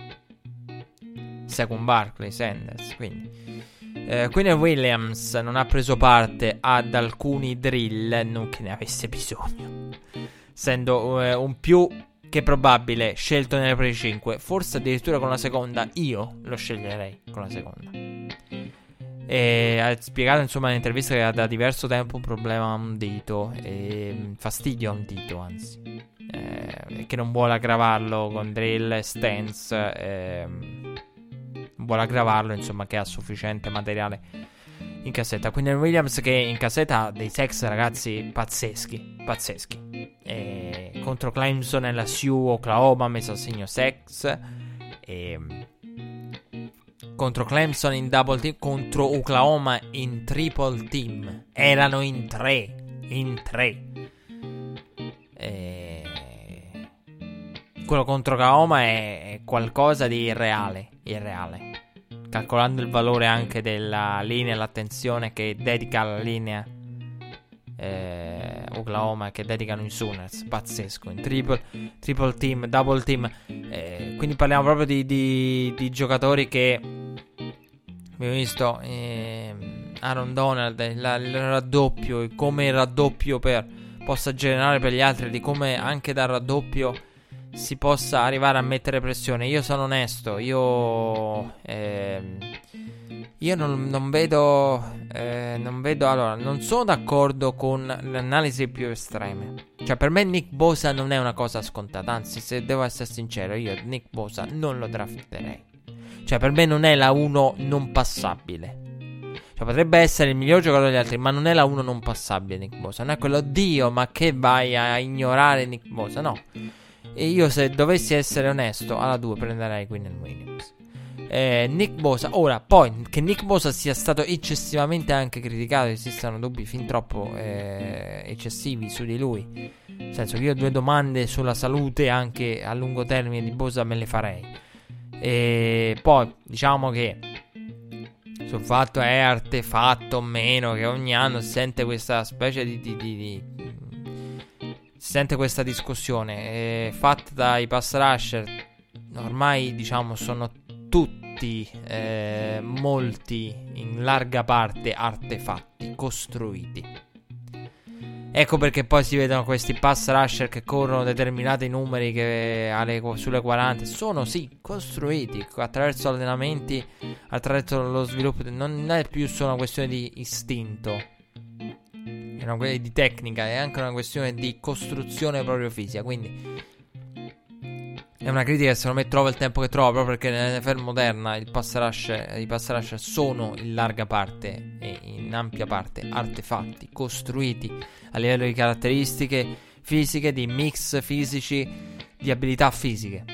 Saquon Barkley, Sanders, quindi eh, Quinnen Williams non ha preso parte ad alcuni drill, non che ne avesse bisogno, essendo eh, un più che probabile scelto nelle prime cinque, forse addirittura con la seconda. Io lo sceglierei con la seconda. E ha spiegato insomma in intervista che ha da diverso tempo un problema a un dito, e fastidio a un dito anzi, eh, che non vuole aggravarlo con drill e stance, eh, vuole aggravarlo insomma, che ha sufficiente materiale in cassetta. Quindi Williams che in cassetta ha dei sex ragazzi pazzeschi, pazzeschi. E contro Clemson e la S U Oklahoma ha messo a segno sex, e contro Clemson in double team, contro Oklahoma in triple team, erano in tre, in tre. E quello contro Oklahoma è, è qualcosa di irreale, irreale, calcolando il valore anche della linea e l'attenzione che dedica alla linea eh, Oklahoma, che dedicano i Sooners, pazzesco, in triple, triple team, double team, eh, quindi parliamo proprio di, di, di giocatori che abbiamo visto, eh, Aaron Donald, il, il raddoppio, come il raddoppio per, possa generare per gli altri, di come anche dal raddoppio si possa arrivare a mettere pressione. Io sono onesto, io eh, io non, non vedo eh, non vedo allora, non sono d'accordo con le analisi più estreme. Cioè per me Nick Bosa non è una cosa scontata, anzi se devo essere sincero io Nick Bosa non lo drafterei. Cioè per me non è la uno non passabile. Cioè potrebbe essere il miglior giocatore degli altri, ma non è la uno non passabile Nick Bosa. Non è quello, Dio ma che vai a ignorare Nick Bosa, no. E io se dovessi essere onesto alla due prenderei Quinnen Williams. eh, Nick Bosa, ora poi che Nick Bosa sia stato eccessivamente anche criticato, esistano dubbi fin troppo eh, eccessivi su di lui, nel senso che io due domande sulla salute anche a lungo termine di Bosa me le farei. E poi diciamo che sul fatto è artefatto o meno, che ogni anno si sente questa specie di, di, di, di si sente questa discussione eh, fatta dai pass rusher. Ormai diciamo sono tutti eh, molti in larga parte artefatti costruiti. Ecco perché poi si vedono questi pass rusher che corrono determinati numeri che alle, sulle quaranta sono sì costruiti attraverso allenamenti, attraverso lo sviluppo. Non è più solo una questione di istinto, è una questione di tecnica, è anche una questione di costruzione proprio fisica. Quindi è una critica che secondo me trova il tempo che trova, proprio perché nell'N F L moderna il pass rush, i pass rush sono in larga parte e in ampia parte artefatti costruiti a livello di caratteristiche fisiche, di mix fisici, di abilità fisiche.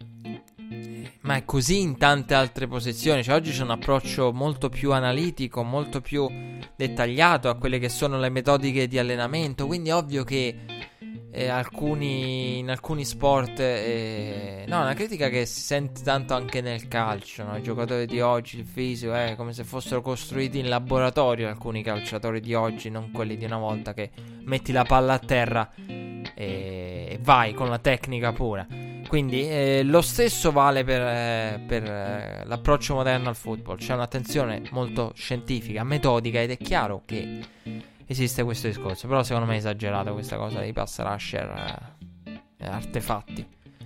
Ma è così in tante altre posizioni. Cioè oggi c'è un approccio molto più analitico, molto più dettagliato a quelle che sono le metodiche di allenamento. Quindi è ovvio che eh, alcuni in alcuni sport eh, no, una critica che si sente tanto anche nel calcio, no? I giocatori di oggi, il fisico è eh, come se fossero costruiti in laboratorio. Alcuni calciatori di oggi, non quelli di una volta, che metti la palla a terra e vai con la tecnica pura. Quindi eh, lo stesso vale per, eh, per eh, l'approccio moderno al football. C'è un'attenzione molto scientifica, metodica, ed è chiaro che esiste questo discorso. Però secondo me è esagerato questa cosa dei pass rusher eh, artefatti.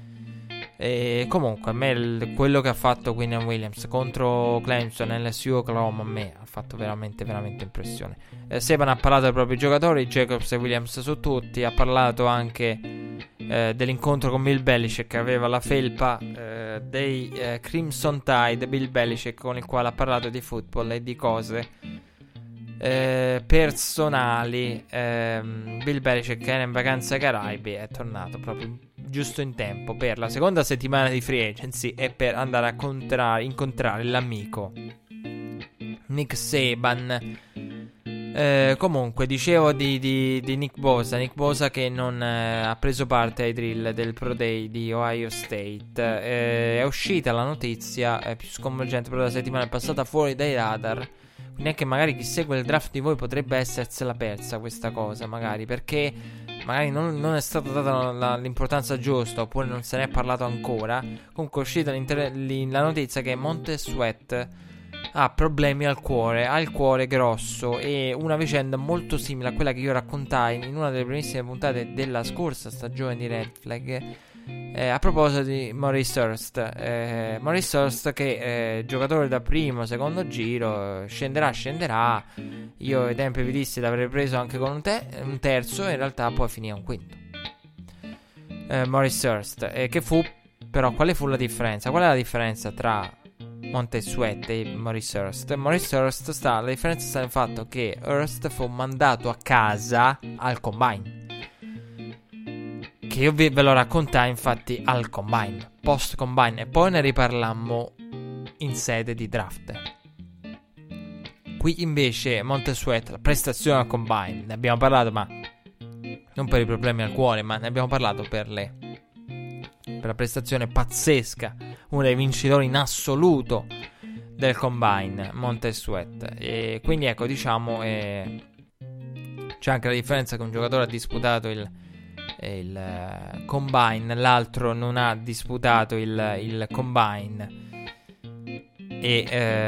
E comunque a me il, quello che ha fatto Quinnen Williams contro Clemson e L S U Oklahoma a me ha fatto veramente veramente impressione. eh, Seban ha parlato dei propri giocatori, Jacobs e Williams su tutti. Ha parlato anche eh, dell'incontro con Bill Belichick, che aveva la felpa eh, dei eh, Crimson Tide, Bill Belichick, con il quale ha parlato di football e di cose eh, personali. eh, Bill Belichick, che era in vacanza ai Caraibi, è tornato proprio giusto in tempo per la seconda settimana di free agency e per andare a contrare, incontrare l'amico Nick Saban. Eh, comunque dicevo di, di, di Nick Bosa Nick Bosa che non eh, ha preso parte ai drill del Pro Day di Ohio State. eh, È uscita la notizia, è più sconvolgente, però la settimana è passata fuori dai radar, quindi anche magari chi segue il draft di voi potrebbe essersela persa questa cosa, magari perché magari non, non è stata data la, l'importanza giusta, oppure non se ne è parlato ancora. Comunque è uscita la notizia che Montez Sweat ha problemi al cuore, ha il cuore grosso, e una vicenda molto simile a quella che io raccontai in una delle primissime puntate della scorsa stagione di Red Flag, eh, a proposito di Maurice Hurst. eh, Maurice Hurst che eh, giocatore da primo, secondo giro, scenderà, scenderà. Io ai tempi vi dissi di aver preso anche con un, te- un terzo, in realtà poi finì a un quinto. eh, Maurice Hurst, eh, che fu, però quale fu la differenza? Qual è la differenza tra Montez Sweat e Maurice Hurst? Maurice Hurst sta, la differenza sta nel fatto che Hurst fu mandato a casa al combine, che io vi, ve lo raccontai infatti al combine, post combine, e poi ne riparlammo in sede di draft. Qui invece Montez Sweat, la prestazione al combine, ne abbiamo parlato, ma non per i problemi al cuore, ma ne abbiamo parlato per le per la prestazione pazzesca, uno dei vincitori in assoluto del combine, Montez Sweat. E quindi ecco, diciamo, eh, c'è anche la differenza che un giocatore ha disputato il, il uh, combine, l'altro non ha disputato il, il combine, e,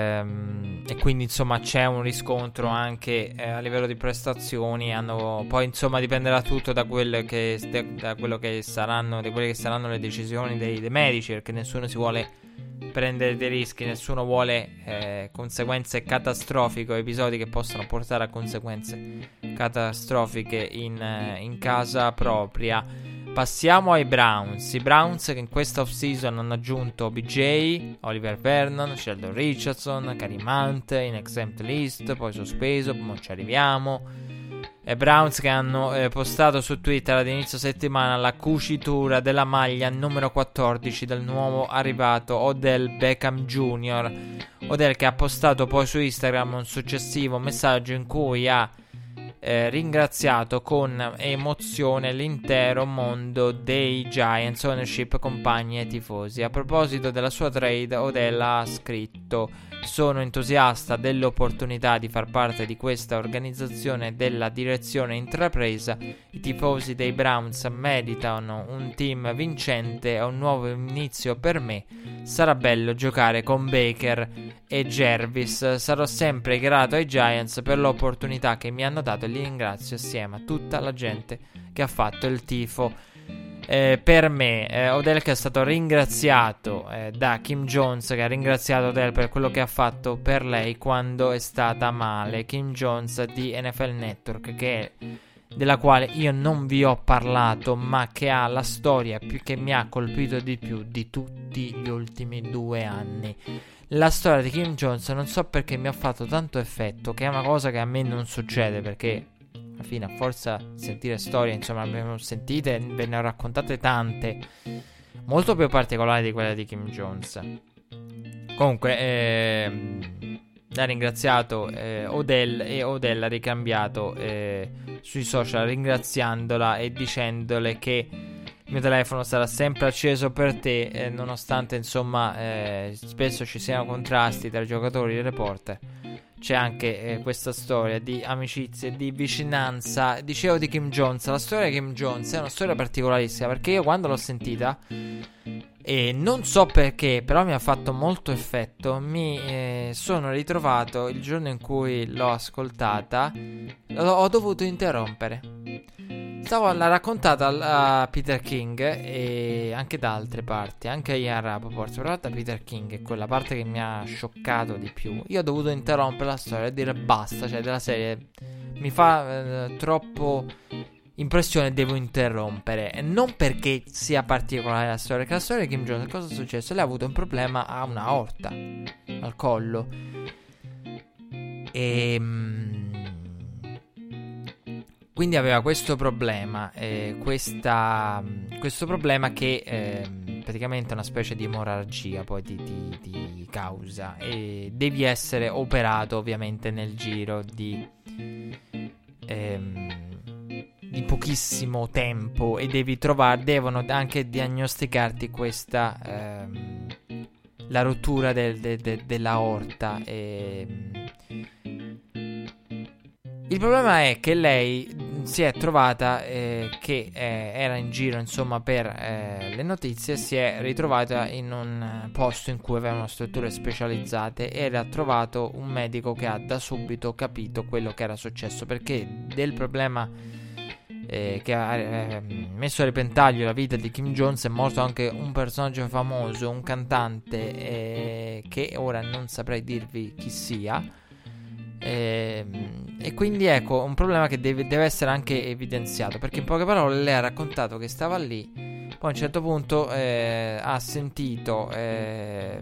ehm, e quindi insomma c'è un riscontro anche eh, a livello di prestazioni. Hanno, poi insomma dipenderà tutto da quello che, da quello che saranno, da quelle che saranno le decisioni dei, dei medici, perché nessuno si vuole prendere dei rischi, nessuno vuole eh, conseguenze catastrofiche, episodi che possano portare a conseguenze catastrofiche in, eh, in casa propria. Passiamo ai Browns. I Browns che in questa off-season hanno aggiunto B J, Oliver Vernon, Sheldon Richardson, Kareem Hunt in exempt list, poi sospeso, poi ci arriviamo. E Browns che hanno eh, postato su Twitter ad inizio settimana la cucitura della maglia numero quattordici del nuovo arrivato Odell Beckham Junior Odell che ha postato poi su Instagram un successivo messaggio in cui ha Eh, ringraziato con emozione l'intero mondo dei Giants, ownership, compagni e tifosi. A proposito della sua trade, Odell ha scritto: sono entusiasta dell'opportunità di far parte di questa organizzazione e della direzione intrapresa. I tifosi dei Browns meritano un team vincente e un nuovo inizio per me. Sarà bello giocare con Baker e Jervis. Sarò sempre grato ai Giants per l'opportunità che mi hanno dato e li ringrazio assieme a tutta la gente che ha fatto il tifo eh, per me. eh, Odell che è stato ringraziato eh, da Kim Jones, che ha ringraziato Odell per quello che ha fatto per lei quando è stata male. Kim Jones di N F L Network, che è, della quale io non vi ho parlato, ma che ha la storia più, che mi ha colpito di più di tutti gli ultimi due anni. La storia di Kim Jones non so perché mi ha fatto tanto effetto, che è una cosa che a me non succede, perché alla fine a forza di sentire storie, insomma, abbiamo sentite, ve ne ho raccontate tante molto più particolari di quella di Kim Jones. Comunque ehm, ha ringraziato eh, Odell, e Odell ha ricambiato eh, sui social ringraziandola e dicendole che il mio telefono sarà sempre acceso per te, eh, nonostante insomma eh, spesso ci siano contrasti tra i giocatori e i reporter. C'è anche eh, questa storia di amicizia e di vicinanza. Dicevo di Kim Jones, la storia di Kim Jones è una storia particolarissima, perché io quando l'ho sentita, e non so perché, però mi ha fatto molto effetto, mi eh, sono ritrovato il giorno in cui l'ho ascoltata, l'ho, ho dovuto interrompere. Stavo l'ha raccontata a Peter King e anche da altre parti, anche a Ian Rapoport, però da Peter King è quella parte che mi ha scioccato di più. Io ho dovuto interrompere la storia e dire basta, cioè della serie mi fa eh, troppo impressione devo interrompere. E non perché sia particolare la storia, perché la storia di Kim Jones, cosa è successo? Lei ha avuto un problema a una aorta, al collo. E quindi aveva questo problema, eh, questa, questo problema che eh, praticamente è una specie di emorragia poi ti, ti, ti causa, e devi essere operato ovviamente nel giro di, ehm, di pochissimo tempo, e devi trovare, devono anche diagnosticarti questa ehm, la rottura del, de, de, dell'aorta. E il problema è che lei si è trovata eh, che eh, era in giro, insomma, per eh, le notizie, si è ritrovata in un posto in cui avevano strutture specializzate e ha trovato un medico che ha da subito capito quello che era successo, perché del problema eh, che ha eh, messo a repentaglio la vita di Kim Jones è morto anche un personaggio famoso, un cantante eh, che ora non saprei dirvi chi sia. E, e quindi ecco un problema che deve, deve essere anche evidenziato, perché in poche parole lei ha raccontato che stava lì, poi a un certo punto eh, ha sentito eh,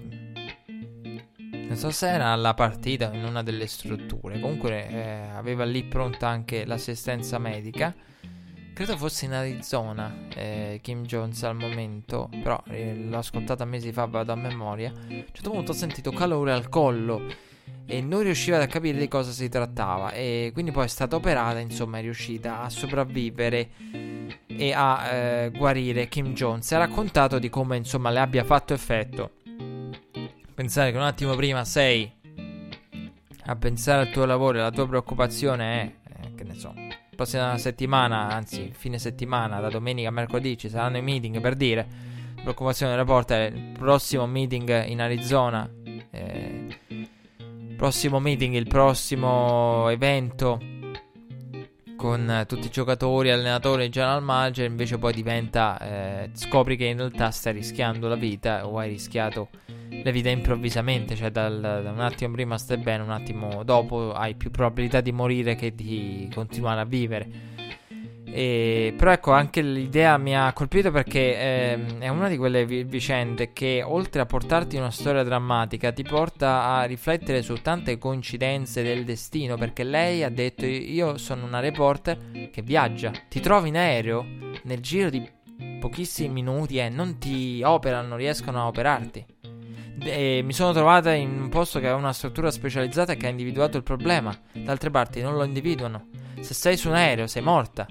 non so se era alla partita in una delle strutture, comunque eh, aveva lì pronta anche l'assistenza medica, credo fosse in Arizona eh, Kim Jones al momento, però eh, l'ho ascoltata mesi fa, vado a memoria. A un certo punto ho sentito calore al collo e non riusciva a capire di cosa si trattava, e quindi poi è stata operata, insomma è riuscita a sopravvivere e a eh, guarire Kim Jones. Ha raccontato di come, insomma, le abbia fatto effetto pensare che un attimo prima sei a pensare al tuo lavoro e la tua preoccupazione è eh, che ne so, prossima settimana, anzi fine settimana, da domenica a mercoledì ci saranno i meeting, per dire, la preoccupazione del reporter è il prossimo meeting in Arizona, eh, prossimo meeting, il prossimo evento con eh, tutti i giocatori, allenatori, general manager. Invece poi diventa eh, scopri che in realtà stai rischiando la vita, o hai rischiato la vita improvvisamente, cioè dal, da un attimo prima stai bene, un attimo dopo hai più probabilità di morire che di continuare a vivere. E, però ecco, anche l'idea mi ha colpito perché eh, è una di quelle vi- vicende che, oltre a portarti una storia drammatica, ti porta a riflettere su tante coincidenze del destino, perché lei ha detto: io sono una reporter che viaggia, ti trovi in aereo nel giro di pochissimi minuti e non ti operano, non riescono a operarti. E mi sono trovata in un posto che ha una struttura specializzata che ha individuato il problema, da altre parti non lo individuano. Se sei su un aereo sei morta.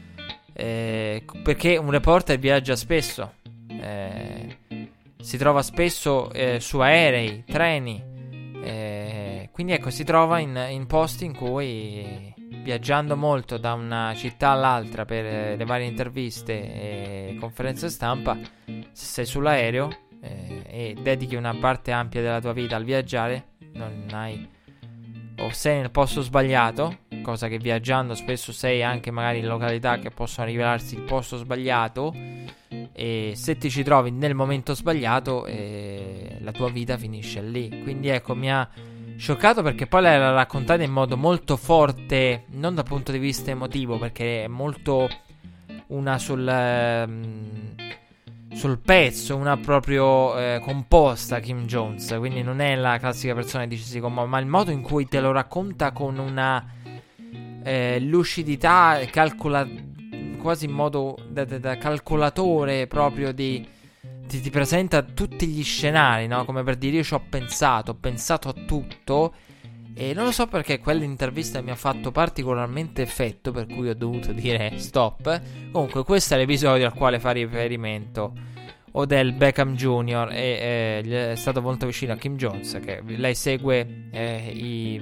Eh, perché un reporter viaggia spesso, eh, si trova spesso eh, su aerei, treni, eh, quindi ecco, si trova in, in posti in cui, viaggiando molto da una città all'altra per eh, le varie interviste e conferenze stampa, se sei sull'aereo eh, e dedichi una parte ampia della tua vita al viaggiare, non hai, o sei nel posto sbagliato, cosa che viaggiando spesso sei anche magari in località che possono rivelarsi il posto sbagliato, e se ti ci trovi nel momento sbagliato eh, la tua vita finisce lì. Quindi ecco, mi ha scioccato perché poi l'ha raccontata in modo molto forte, non dal punto di vista emotivo, perché è molto una sul um, sul pezzo, una proprio eh, composta Kim Jones, quindi non è la classica persona che dice si commuove, ma il modo in cui te lo racconta con una eh, lucidità, calcola quasi in modo da, da, da calcolatore proprio, di ti, ti presenta tutti gli scenari, no? Come per dire: io ci ho pensato, ho pensato a tutto. E non lo so perché quell'intervista mi ha fatto particolarmente effetto, per cui ho dovuto dire stop. Comunque questo è l'episodio al quale fa riferimento Odell Beckham Junior E eh, è stato molto vicino a Kim Jones, che lei segue eh, i,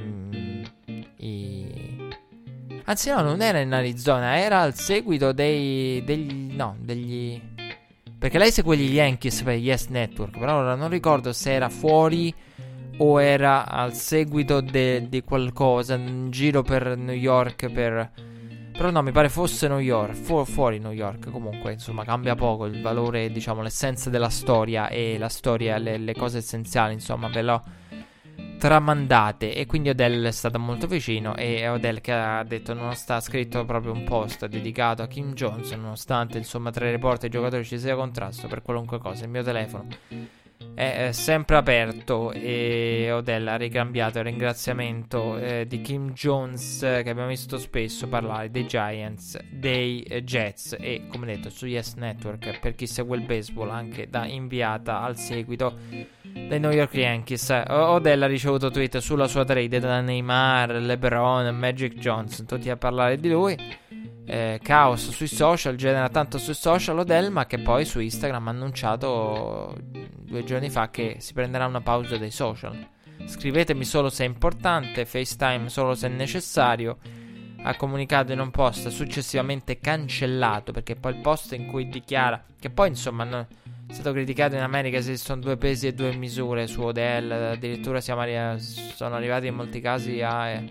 i anzi no, non era in Arizona, era al seguito dei degli no degli perché lei segue gli Yankees per Yes Network, però ora non ricordo se era fuori o era al seguito de, di qualcosa in giro per New York, per però no, mi pare fosse New York, fu, fuori New York. Comunque insomma cambia poco il valore, diciamo l'essenza della storia, e la storia, le, le cose essenziali insomma ve l'ho tramandate, e quindi Odell è stato molto vicino, e Odell che ha detto, non sta scritto proprio un post dedicato a Kim Jones, nonostante insomma tra i report e i giocatori ci sia contrasto per qualunque cosa. Il mio telefono è, è sempre aperto, e Odell ha ricambiato il ringraziamento eh, di Kim Jones, eh, che abbiamo visto spesso parlare dei Giants, dei eh, Jets, e come detto su Yes Network, per chi segue il baseball, anche da inviata al seguito dai New York Yankees. Odell ha ricevuto tweet sulla sua trade da Neymar, LeBron, Magic Johnson, tutti a parlare di lui. Eh, caos sui social, genera tanto sui social Odell, ma che poi su Instagram ha annunciato due giorni fa che si prenderà una pausa dai social. Scrivetemi solo se è importante, FaceTime solo se è necessario. Ha comunicato in un post successivamente cancellato, perché poi il post in cui dichiara che poi insomma no, è stato criticato in America se sono due pesi e due misure su Odell, addirittura siamo arri- sono arrivati in molti casi a eh,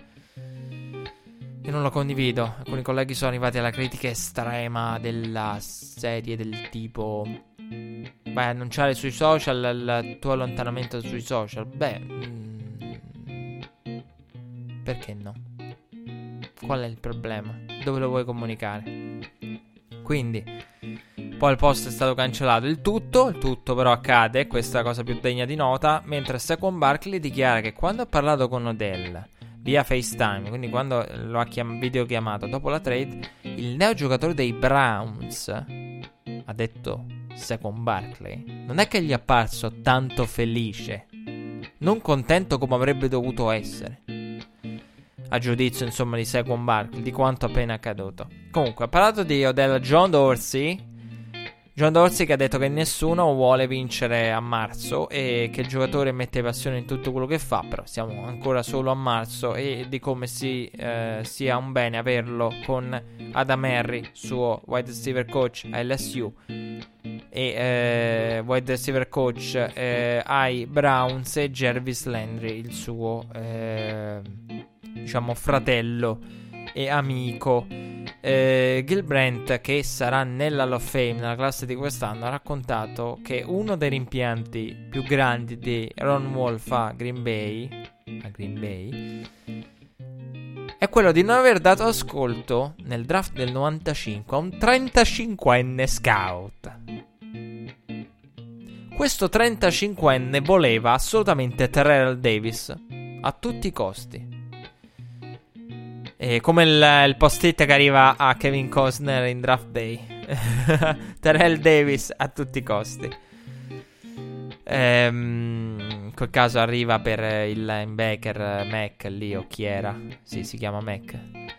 io non lo condivido. Alcuni colleghi sono arrivati alla critica estrema della serie del tipo vai a annunciare sui social il tuo allontanamento sui social. Beh, mh, perché no? Qual è il problema? Dove lo vuoi comunicare? Quindi poi il post è stato cancellato. Il tutto, il tutto però accade, questa è la cosa più degna di nota, mentre Saquon Barkley dichiara che quando ha parlato con Odell via FaceTime, quindi quando lo ha chiam- videochiamato dopo la trade, il neo giocatore dei Browns, ha detto Saquon Barkley, non è che gli è apparso tanto felice, non contento come avrebbe dovuto essere, a giudizio insomma di Saquon Barkley, di quanto appena accaduto. Comunque ha parlato di Odell John Dorsey John Dorsey che ha detto che nessuno vuole vincere a marzo e che il giocatore mette passione in tutto quello che fa, però siamo ancora solo a marzo, e di come si, eh, sia un bene averlo con Adam Henry, suo wide receiver coach a L S U, e eh, wide receiver coach eh, ai Browns, e Jarvis Landry, il suo eh, diciamo fratello e amico. eh, Gil Brandt, che sarà nella Hall of Fame nella classe di quest'anno, ha raccontato che uno dei rimpianti più grandi di Ron Wolf a Green Bay a Green Bay è quello di non aver dato ascolto nel draft del novantacinque a un trentacinquenne scout. Questo trentacinquenne voleva assolutamente Terrell Davis a tutti i costi. E come il, il post-it che arriva a Kevin Costner in Draft Day. Terrell Davis a tutti i costi. Ehm, in quel caso arriva per il linebacker Mac lì, o chi era? Sì, si chiama Mac.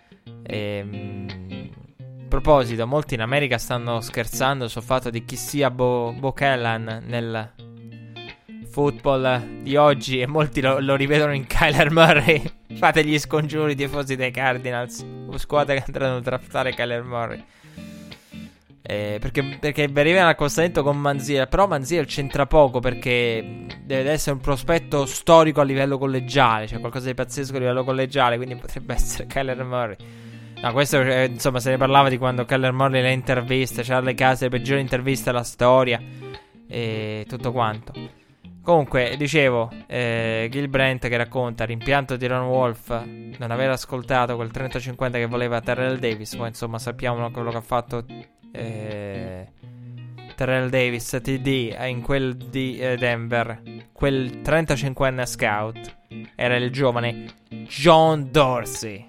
Ehm, a proposito, molti in America stanno scherzando sul fatto di chi sia Bo, Bo Callan nel football di oggi, e molti lo, lo rivedono in Kyler Murray. Fate gli scongiuri, tifosi dei Cardinals, o squadre che andranno a draftare Kyler Murray, eh, perché, perché arrivano accostamento con Manziel. Però Manziel c'entra poco, perché deve essere un prospetto storico a livello collegiale, cioè qualcosa di pazzesco a livello collegiale, quindi potrebbe essere Kyler Murray. No, questo eh, insomma se ne parlava di quando Kyler Murray le interviste, c'era le case, le peggiori interviste alla storia e tutto quanto. Comunque, dicevo, eh, Gil Brandt che racconta rimpianto di Ron Wolf non aver ascoltato quel trentacinquenne che voleva Terrell Davis. Poi insomma sappiamo quello che ha fatto eh, Terrell Davis T D in quel di eh, Denver. Quel trentacinquenne scout era il giovane John Dorsey.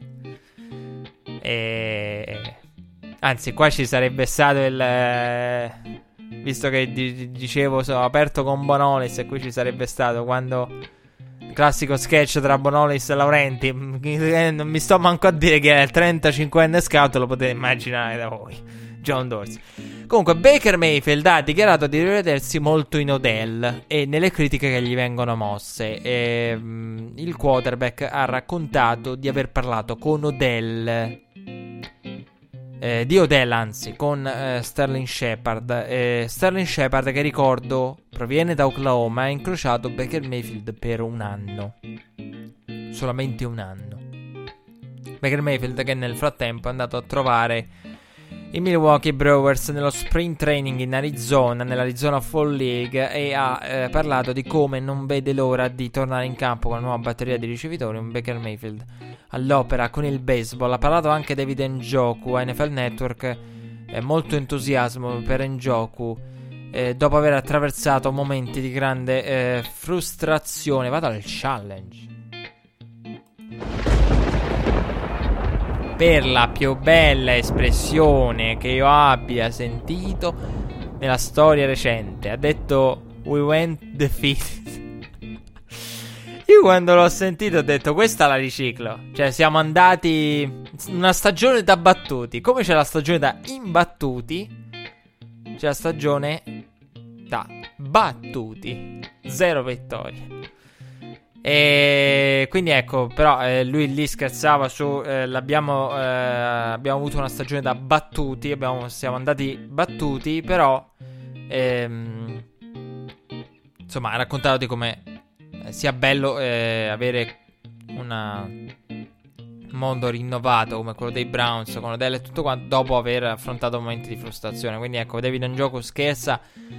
E anzi, qua ci sarebbe stato il... Eh, visto che di- dicevo sono aperto con Bonolis, e qui ci sarebbe stato quando il classico sketch tra Bonolis e Laurenti, non mi sto manco a dire che è il trentacinquenne scout, lo potete immaginare da voi, John Dorsey. Comunque Baker Mayfield ha dichiarato di rivedersi molto in Odell e nelle critiche che gli vengono mosse, e, um, il quarterback ha raccontato di aver parlato con Odell Eh, di Odell anzi con eh, Sterling Shepard. eh, Sterling Shepard, che ricordo proviene da Oklahoma, ha incrociato Baker Mayfield per un anno, solamente un anno. Baker Mayfield che nel frattempo è andato a trovare i Milwaukee Brewers nello spring training in Arizona, nell'Arizona Fall League, e ha eh, parlato di come non vede l'ora di tornare in campo con una nuova batteria di ricevitori, un Baker Mayfield all'opera con il baseball. Ha parlato anche David Njoku a N F L Network, eh, molto entusiasmo per Njoku eh, dopo aver attraversato momenti di grande eh, frustrazione. Vado al challenge. Per la più bella espressione che io abbia sentito nella storia recente, ha detto "We went defeated". Io quando l'ho sentito ho detto questa la riciclo. Cioè siamo andati una stagione da battuti. Come c'è la stagione da imbattuti, c'è la stagione da battuti. Zero vittorie. E quindi ecco, però eh, lui lì scherzava su eh, l'abbiamo eh, abbiamo avuto una stagione da battuti, abbiamo, siamo andati battuti, però ehm, insomma ha raccontato di come sia bello eh, avere un mondo rinnovato come quello dei Browns con Odell e tutto quanto, dopo aver affrontato momenti di frustrazione. Quindi ecco, David Njoku scherza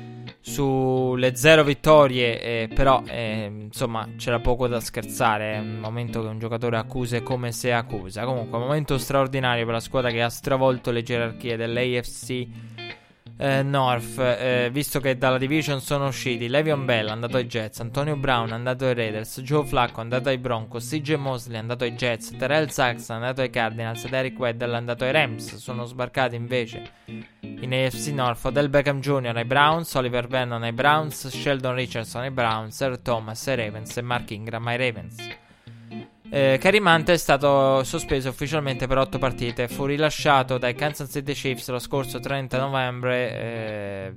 sulle zero vittorie, eh, però eh, insomma c'era poco da scherzare. È un momento che un giocatore accusa come se accusa. Comunque un momento straordinario per la squadra che ha stravolto le gerarchie dell'A F C eh, North, eh, visto che dalla division sono usciti Le'Veon Bell, andato ai Jets, Antonio Brown, andato ai Raiders, Joe Flacco, andato ai Broncos, C J Mosley, andato ai Jets, Terrell Suggs, andato ai Cardinals, ed Eric Weddle, andato ai Rams. Sono sbarcati invece in A F C North Odell Beckham Junior ai Browns, Oliver Vernon ai Browns, Sheldon Richardson ai Browns, Earl Thomas ai Ravens e Mark Ingram ai Ravens. Eh, Kareem Hunt è stato sospeso ufficialmente per otto partite. Fu rilasciato dai Kansas City Chiefs lo scorso trenta novembre. Eh,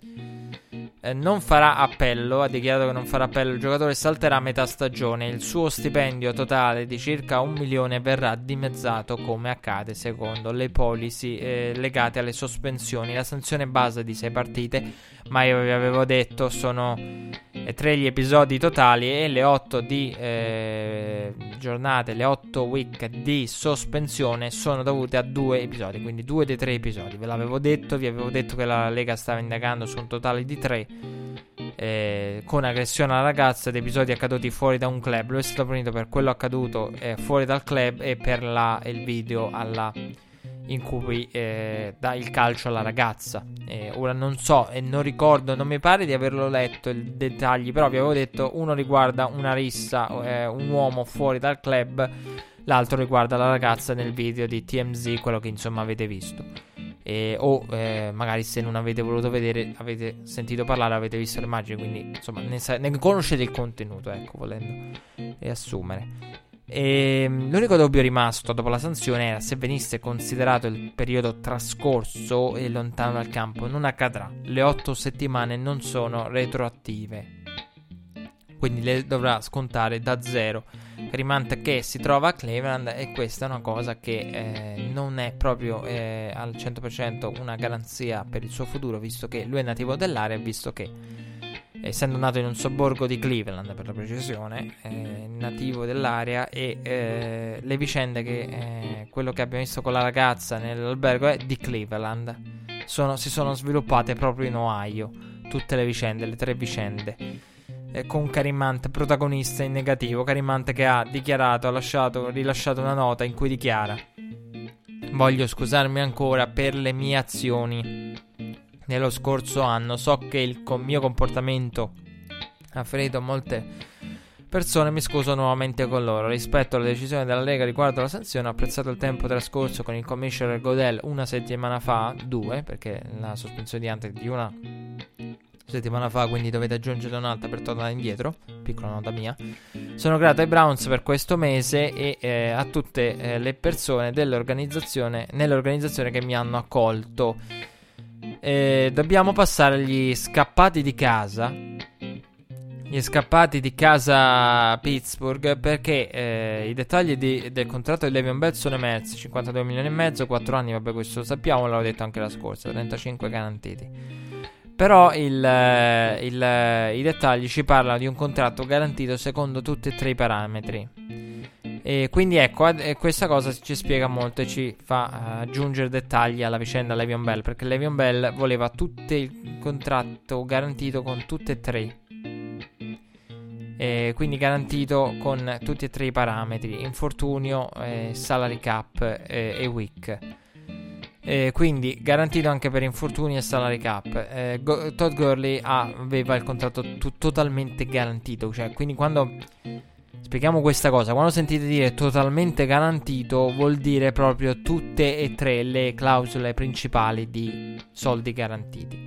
eh, non farà appello. Ha dichiarato che non farà appello. Il giocatore salterà a metà stagione. Il suo stipendio totale di circa un milione verrà dimezzato, come accade secondo le policy eh, legate alle sospensioni. La sanzione base di sei partite, ma io vi avevo detto sono eh, tre gli episodi totali, e le otto di eh, giornate, le otto week di sospensione sono dovute a due episodi, quindi due dei tre episodi. Ve l'avevo detto, vi avevo detto che la Lega stava indagando su un totale di tre eh, con aggressione alla ragazza ed episodi accaduti fuori da un club. Lui è stato punito per quello accaduto eh, fuori dal club e per la, il video alla in cui eh, dà il calcio alla ragazza. Eh, ora non so e non ricordo, non mi pare di averlo letto i dettagli, però vi avevo detto uno riguarda una rissa, eh, un uomo fuori dal club, l'altro riguarda la ragazza nel video di T M Z, quello che insomma avete visto. Eh, o eh, magari se non avete voluto vedere, avete sentito parlare, avete visto le immagini, quindi insomma ne, sa- ne conoscete il contenuto, ecco, volendo riassumere. E l'unico dubbio rimasto dopo la sanzione era se venisse considerato il periodo trascorso e lontano dal campo. Non accadrà, le otto settimane non sono retroattive, quindi le dovrà scontare da zero. Rimane che si trova a Cleveland, e questa è una cosa che eh, non è proprio eh, al cento per cento una garanzia per il suo futuro, visto che lui è nativo dell'area, visto che essendo nato in un sobborgo di Cleveland, per la precisione, eh, nativo dell'area, e eh, le vicende che eh, quello che abbiamo visto con la ragazza nell'albergo è di Cleveland, sono, si sono sviluppate proprio in Ohio, tutte le vicende, le tre vicende, eh, con Kareem Hunt protagonista in negativo. Kareem Hunt che ha dichiarato, ha lasciato, rilasciato una nota in cui dichiara: voglio scusarmi ancora per le mie azioni nello scorso anno, so che il com- mio comportamento ha ferito molte persone, mi scuso nuovamente con loro. Rispetto alla decisione della Lega riguardo alla sanzione, ho apprezzato il tempo trascorso con il commissioner Goodell una settimana fa, due, perché la sospensione di Hunt è di una settimana fa, quindi dovete aggiungere un'altra per tornare indietro, piccola nota mia. Sono grato ai Browns per questo mese e eh, a tutte eh, le persone dell'organizzazione nell'organizzazione che mi hanno accolto. Eh, dobbiamo passare agli scappati di casa. Gli scappati di casa Pittsburgh, perché eh, i dettagli di, del contratto di Le'Veon Bell sono emersi: cinquantadue milioni e mezzo, quattro anni, vabbè, questo lo sappiamo, l'avevo detto anche la scorsa, trentacinque garantiti. Però il, il, i dettagli ci parlano di un contratto garantito secondo tutti e tre i parametri. E quindi ecco, eh, questa cosa ci spiega molto e ci fa uh, aggiungere dettagli alla vicenda Le'Veon Bell, perché Le'Veon Bell voleva tutto il contratto garantito con tutte e tre, e quindi garantito con tutti e tre i parametri: infortunio, eh, salary cap eh, e week. Eh, quindi garantito anche per infortuni e salary cap. eh, Go- Todd Gurley aveva il contratto t- totalmente garantito, cioè quindi quando spieghiamo questa cosa, quando sentite dire totalmente garantito, vuol dire proprio tutte e tre le clausole principali di soldi garantiti.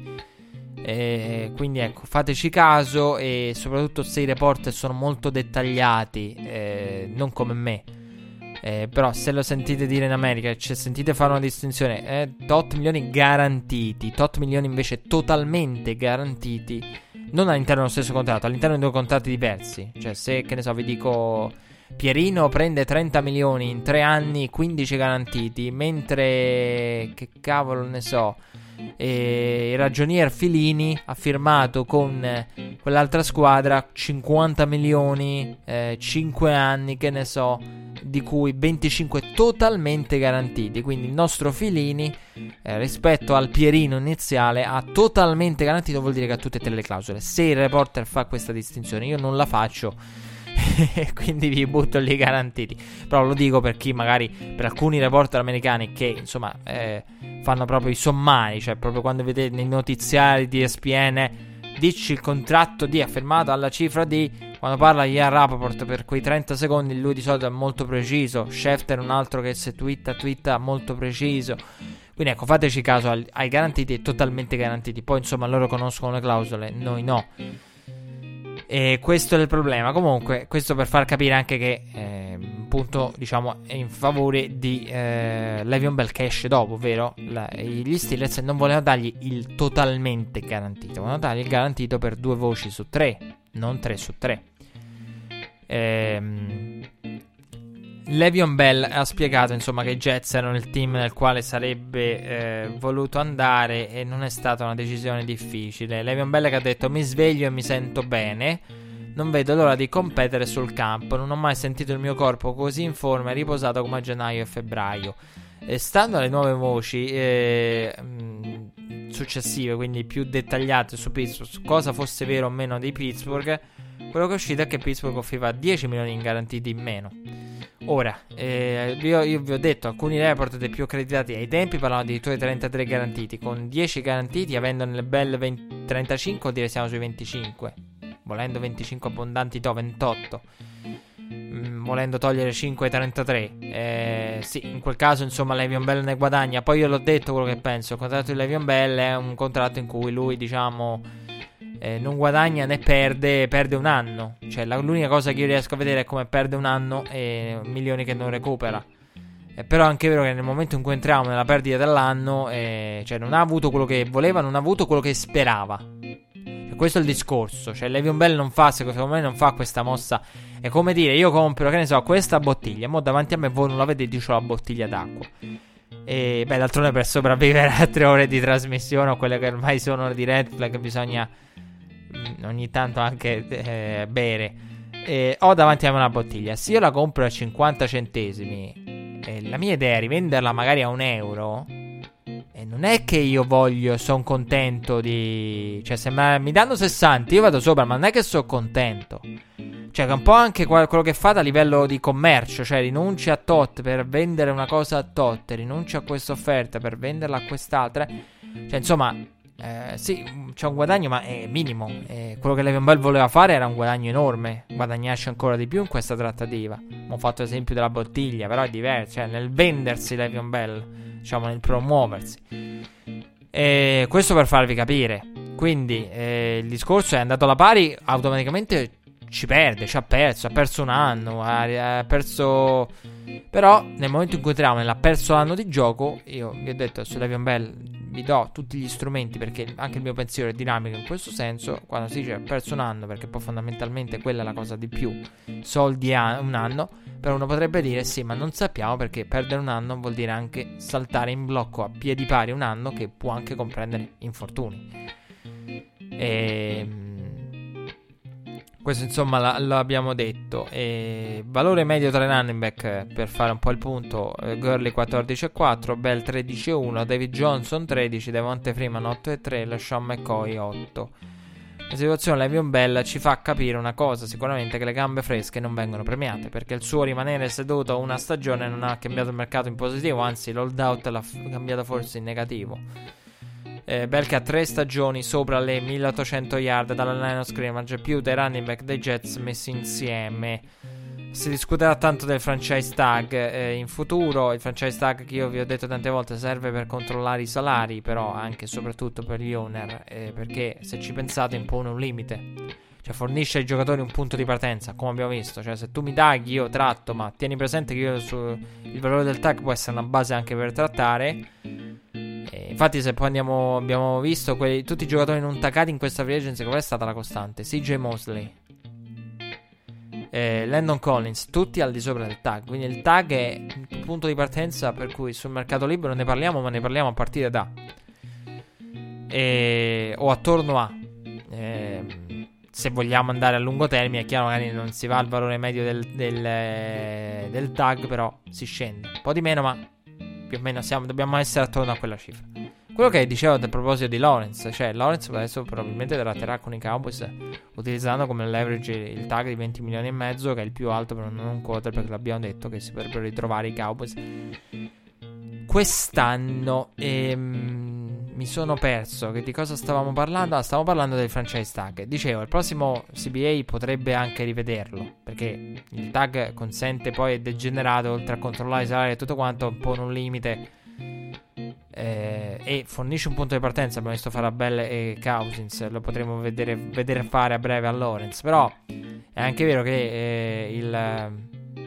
E quindi ecco, fateci caso, e soprattutto se i report sono molto dettagliati, eh, non come me, eh, però se lo sentite dire in America, cioè sentite fare una distinzione, eh, tot milioni garantiti, tot milioni invece totalmente garantiti, non all'interno dello stesso contratto, all'interno di due contratti diversi. Cioè se, che ne so, vi dico Pierino prende trenta milioni in tre anni, quindici garantiti, mentre, che cavolo ne so, e il ragionier Filini ha firmato con eh, quell'altra squadra cinquanta milioni, eh, cinque anni, che ne so, di cui venticinque totalmente garantiti. Quindi il nostro Filini, eh, rispetto al Pierino iniziale, ha totalmente garantito, vuol dire che ha tutte e tre le clausole. Se il reporter fa questa distinzione, io non la faccio, quindi vi butto lì garantiti. Però lo dico per chi magari, per alcuni reporter americani che insomma eh, fanno proprio i sommari, cioè proprio quando vedete nei notiziari di E S P N, dici il contratto D ha firmato alla cifra D, quando parla Ian Rapoport per quei trenta secondi lui di solito è molto preciso, Schefter un altro che se twitta twitta molto preciso. Quindi ecco, fateci caso ai, ai garantiti e totalmente garantiti. Poi insomma loro conoscono le clausole, noi no. E questo è il problema. Comunque, questo per far capire anche che eh, punto, diciamo, è in favore di eh, Le'Veon Bell, che esce dopo, ovvero la, gli Steelers non volevano dargli il totalmente garantito, volevano dargli il garantito per due voci su tre, non tre su tre. Ehm, Le'Veon Bell ha spiegato insomma che i Jets erano il team nel quale sarebbe eh, voluto andare, e non è stata una decisione difficile. Le'Veon Bell che ha detto: mi sveglio e mi sento bene, non vedo l'ora di competere sul campo, non ho mai sentito il mio corpo così in forma e riposato come a gennaio e febbraio. E stando alle nuove voci eh, mh, successive, quindi più dettagliate su Pittsburgh, su cosa fosse vero o meno di Pittsburgh, quello che è uscito è che Pittsburgh offriva dieci milioni in garantiti in meno. Ora, eh, io, io vi ho detto, alcuni report dei più accreditati ai tempi parlavano addirittura di trentatré garantiti, con dieci garantiti, avendo nelle belle venti, trentacinque, o dire siamo sui venticinque, volendo venticinque abbondanti, to ventotto, mm, volendo togliere cinque ai trentatré. Eh, sì, in quel caso insomma Le'Veon Bell ne guadagna. Poi io l'ho detto quello che penso, il contratto di Le'Veon Bell è un contratto in cui lui, diciamo, Eh, non guadagna né perde, perde un anno. Cioè la, l'unica cosa che io riesco a vedere è come perde un anno e milioni che non recupera. eh, Però è anche vero che nel momento in cui entriamo nella perdita dell'anno, eh, cioè non ha avuto quello che voleva, non ha avuto quello che sperava. Cioè, questo è il discorso. Cioè Le'Veon Bell non fa, secondo me non fa questa mossa. È come dire: io compro, che ne so, questa bottiglia, mo davanti a me voi non la vedete, io ho la bottiglia d'acqua. E beh, d'altronde per sopravvivere a tre ore di trasmissione, o quelle che ormai sono di Red Flag, bisogna ogni tanto anche eh, bere. Eh, ho davanti a me una bottiglia. Se io la compro a cinquanta centesimi e la mia idea è rivenderla magari a un euro, e non è che io voglio, sono contento di, cioè se mi danno sessanta io vado sopra, ma non è che sono contento. Cioè che un po' anche quello che fate a livello di commercio, cioè rinunci a tot per vendere una cosa a tot, rinunci a questa offerta per venderla a quest'altra. Cioè insomma, Eh, sì, c'è un guadagno, ma è minimo. eh, Quello che Le'Veon Bell voleva fare era un guadagno enorme, guadagnarci ancora di più in questa trattativa. Ho fatto l'esempio della bottiglia, però è diverso, cioè nel vendersi Le'Veon Bell, diciamo nel promuoversi. E questo per farvi capire. Quindi eh, il discorso è andato alla pari, automaticamente ci perde, ci ha perso, ha perso un anno, ha, ha perso. Però nel momento in cui entriamo nella perso l'anno di gioco, io vi ho detto su Le'Veon Bell vi do tutti gli strumenti, perché anche il mio pensiero è dinamico in questo senso. Quando si dice perso un anno, perché poi fondamentalmente quella è la cosa di più, soldi a un anno, però uno potrebbe dire sì, ma non sappiamo, perché perdere un anno vuol dire anche saltare in blocco a piedi pari un anno, che può anche comprendere infortuni. E Questo insomma la, l'abbiamo detto. E valore medio tra i running back, per fare un po' il punto: eh, Gurley quattordici virgola quattro, Bell tredici virgola uno, David Johnson tredici, Devonta Freeman otto virgola tre, LeSean McCoy otto. La situazione Le'Veon Bell ci fa capire una cosa, sicuramente, che le gambe fresche non vengono premiate, perché il suo rimanere seduto una stagione non ha cambiato il mercato in positivo, anzi l'hold out l'ha f- cambiato forse in negativo. Eh, Bell che ha tre stagioni sopra le milleottocento yard dalla line of scrimmage, più dei running back dei Jets messi insieme. Si discuterà tanto del franchise tag eh, in futuro. Il franchise tag, che io vi ho detto tante volte, serve per controllare i salari, però anche e soprattutto per gli owner, eh, perché se ci pensate impone un limite, cioè fornisce ai giocatori un punto di partenza, come abbiamo visto. Cioè se tu mi tagli io tratto, ma tieni presente che io su, il valore del tag può essere una base anche per trattare. E infatti se poi andiamo, abbiamo visto quelli, tutti i giocatori non taggati in questa free agency, qual è stata la costante? C J Mosley, eh, Landon Collins, tutti al di sopra del tag. Quindi il tag è il punto di partenza per cui sul mercato libero ne parliamo, ma ne parliamo a partire da e, o attorno a eh, se vogliamo andare a lungo termine. È chiaro, magari non si va al valore medio del, del, eh, del tag, però si scende un po' di meno, ma più o meno siamo, dobbiamo essere attorno a quella cifra. Quello che dicevo a proposito di Lawrence, cioè Lawrence adesso probabilmente tratterà con i Cowboys utilizzando come leverage il tag di venti milioni e mezzo, che è il più alto per un non quarterback, l'abbiamo detto, che si potrebbero ritrovare i Cowboys quest'anno. E mm, mi sono perso che di cosa stavamo parlando. Ah, stavamo parlando del franchise tag. Dicevo, il prossimo C B A potrebbe anche rivederlo, perché il tag consente, poi è degenerato, oltre a controllare i salari e tutto quanto, pone un limite eh, e fornisce un punto di partenza. Abbiamo visto fare a Bell e Cousins, lo potremo vedere, vedere fare a breve a Lawrence. Però è anche vero che eh, il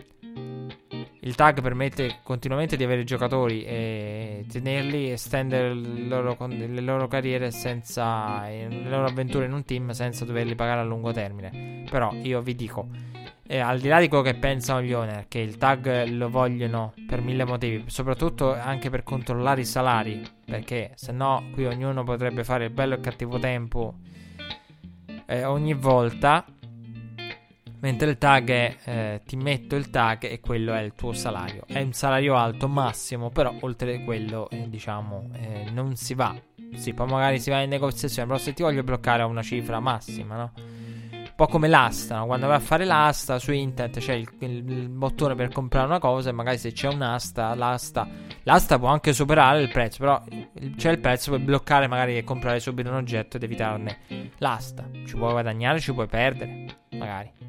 Il tag permette continuamente di avere giocatori e tenerli, estendere le loro, le loro carriere senza, le loro avventure in un team, senza doverli pagare a lungo termine. Però io vi dico, eh, al di là di quello che pensano gli owner, che il tag lo vogliono per mille motivi, soprattutto anche per controllare i salari, perché se no qui ognuno potrebbe fare il bello e il cattivo tempo eh, ogni volta. Mentre il tag è, eh, ti metto il tag e quello è il tuo salario. È un salario alto massimo, però oltre quello, eh, diciamo, eh, non si va. Sì, poi magari si va in negoziazione, però se ti voglio bloccare a una cifra massima, no? Un po' come l'asta, no? Quando vai a fare l'asta su internet c'è il, il, il bottone per comprare una cosa, e magari se c'è un'asta, l'asta, l'asta può anche superare il prezzo, però c'è il prezzo, puoi bloccare magari e comprare subito un oggetto ed evitarne l'asta. Ci puoi guadagnare, ci puoi perdere, magari.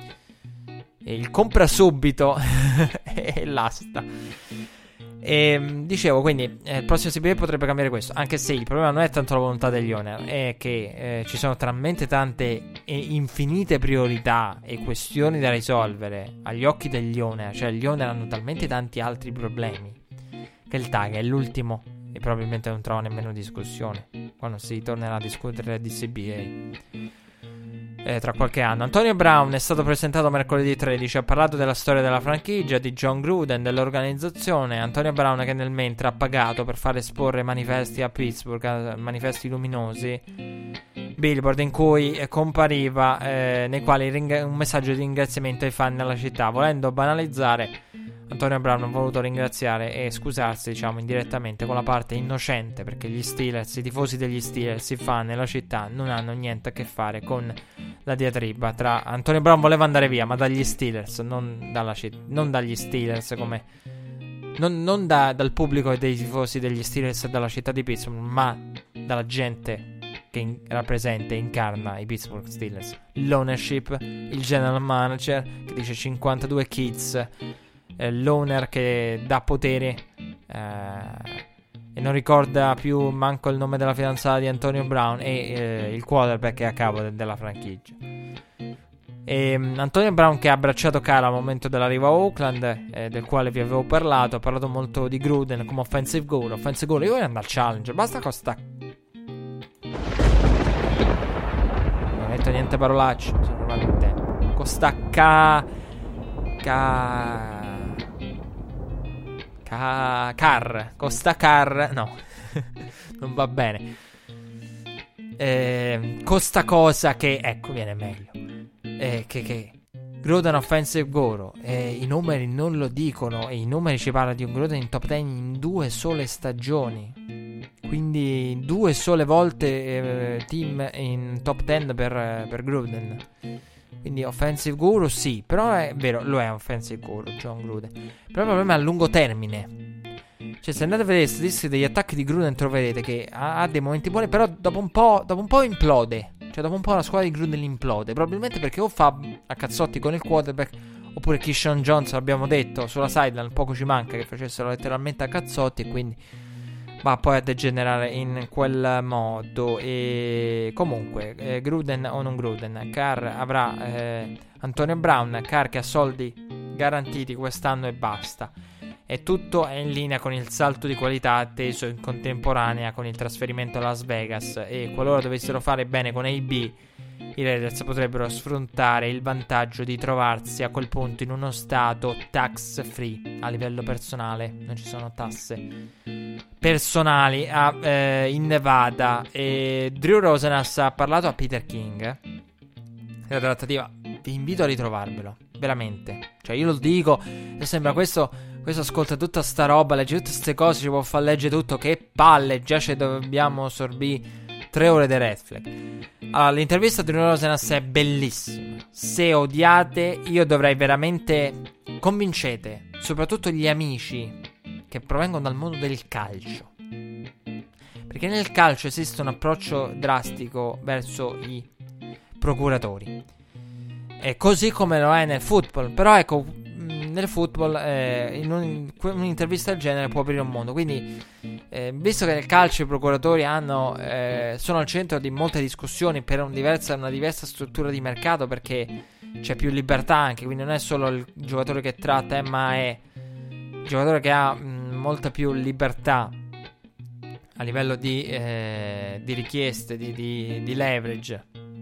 Il compra subito e l'asta. E dicevo, quindi eh, il prossimo C B A potrebbe cambiare questo, anche se il problema non è tanto la volontà degli owner, è che eh, ci sono talmente tante e infinite priorità e questioni da risolvere agli occhi degli owner. Cioè gli owner hanno talmente tanti altri problemi che il tag è l'ultimo e probabilmente non trova nemmeno discussione quando si tornerà a discutere di C B A. Eh, tra qualche anno. Antonio Brown è stato presentato mercoledì tredici, ha parlato della storia della franchigia, di John Gruden, dell'organizzazione. Antonio Brown, che nel mentre ha pagato per far esporre manifesti a Pittsburgh, manifesti luminosi, billboard in cui eh, compariva eh, nei quali ring- un messaggio di ringraziamento ai fan della città. Volendo banalizzare, Antonio Brown ha voluto ringraziare e scusarsi, diciamo, indirettamente con la parte innocente, perché gli Steelers, i tifosi degli Steelers, i fan nella città non hanno niente a che fare con la diatriba tra Antonio Brown voleva andare via, ma dagli Steelers, non, dalla citt- non dagli Steelers come non, non da, dal pubblico e dei tifosi degli Steelers dalla città di Pittsburgh, ma dalla gente che in- rappresenta e incarna i Pittsburgh Steelers, l'ownership, il general manager che dice cinquantadue kids, eh, l'owner che dà potere eh, e non ricorda più manco il nome della fidanzata di Antonio Brown, e eh, il quarterback che è a capo de- della franchigia. E, um, Antonio Brown, che ha abbracciato Cara al momento dell'arrivo a Oakland, eh, del quale vi avevo parlato, ha parlato molto di Gruden come offensive goal. Offensive goal, io voglio andare al Challenger, basta con sta... non ho detto niente parolacce, sono arrivato in tempo. Con sta ca... ca... Ca- car Costa Car no non va bene. eh, Costa cosa che ecco viene meglio. eh, che, che Gruden offensive guru, eh, i numeri non lo dicono, e i numeri ci parlano di un Gruden in top dieci in due sole stagioni, quindi due sole volte eh, team in top dieci per, per Gruden. Quindi offensive guru sì, però è vero, lo è offensive guru John Gruden, però il problema è a lungo termine. Cioè, se andate a vedere le statistiche degli attacchi di Gruden, troverete che ha, ha dei momenti buoni, però dopo un po', dopo un po' implode. Cioè, dopo un po' la squadra di Gruden implode. Probabilmente perché o fa a cazzotti con il quarterback, oppure Keyshawn Johnson, abbiamo detto, sulla sideline poco ci manca che facessero letteralmente a cazzotti, e quindi va poi a degenerare in quel modo. E comunque, eh, Gruden o non Gruden, Carr avrà eh, Antonio Brown, Carr che ha soldi garantiti quest'anno e basta. E tutto è in linea con il salto di qualità atteso in contemporanea con il trasferimento a Las Vegas, e qualora dovessero fare bene con A B, i Raiders potrebbero sfruttare il vantaggio di trovarsi a quel punto in uno stato tax free a livello personale. Non ci sono tasse personali a, eh, in Nevada. E Drew Rosenhaus ha parlato a Peter King della trattativa. Vi invito a ritrovarvelo, veramente. Cioè, io lo dico, sembra questo Questo ascolta tutta sta roba, legge tutte queste cose, ci può far leggere tutto. Che palle, già ci dobbiamo sorbire tre ore di red flag. Allora, l'intervista di Rosenhaus è bellissima. Se odiate, io dovrei veramente... Convincete, soprattutto gli amici che provengono dal mondo del calcio. Perché nel calcio esiste un approccio drastico verso i procuratori. E così come lo è nel football. Però ecco... nel football eh, in, un, in un'intervista del genere può aprire un mondo. Quindi eh, visto che nel calcio i procuratori hanno eh, sono al centro di molte discussioni per un diversa, una diversa struttura di mercato, perché c'è più libertà anche, quindi non è solo il giocatore che tratta, eh, ma è il giocatore che ha mh, molta più libertà a livello di, eh, di richieste, di, di, di leverage.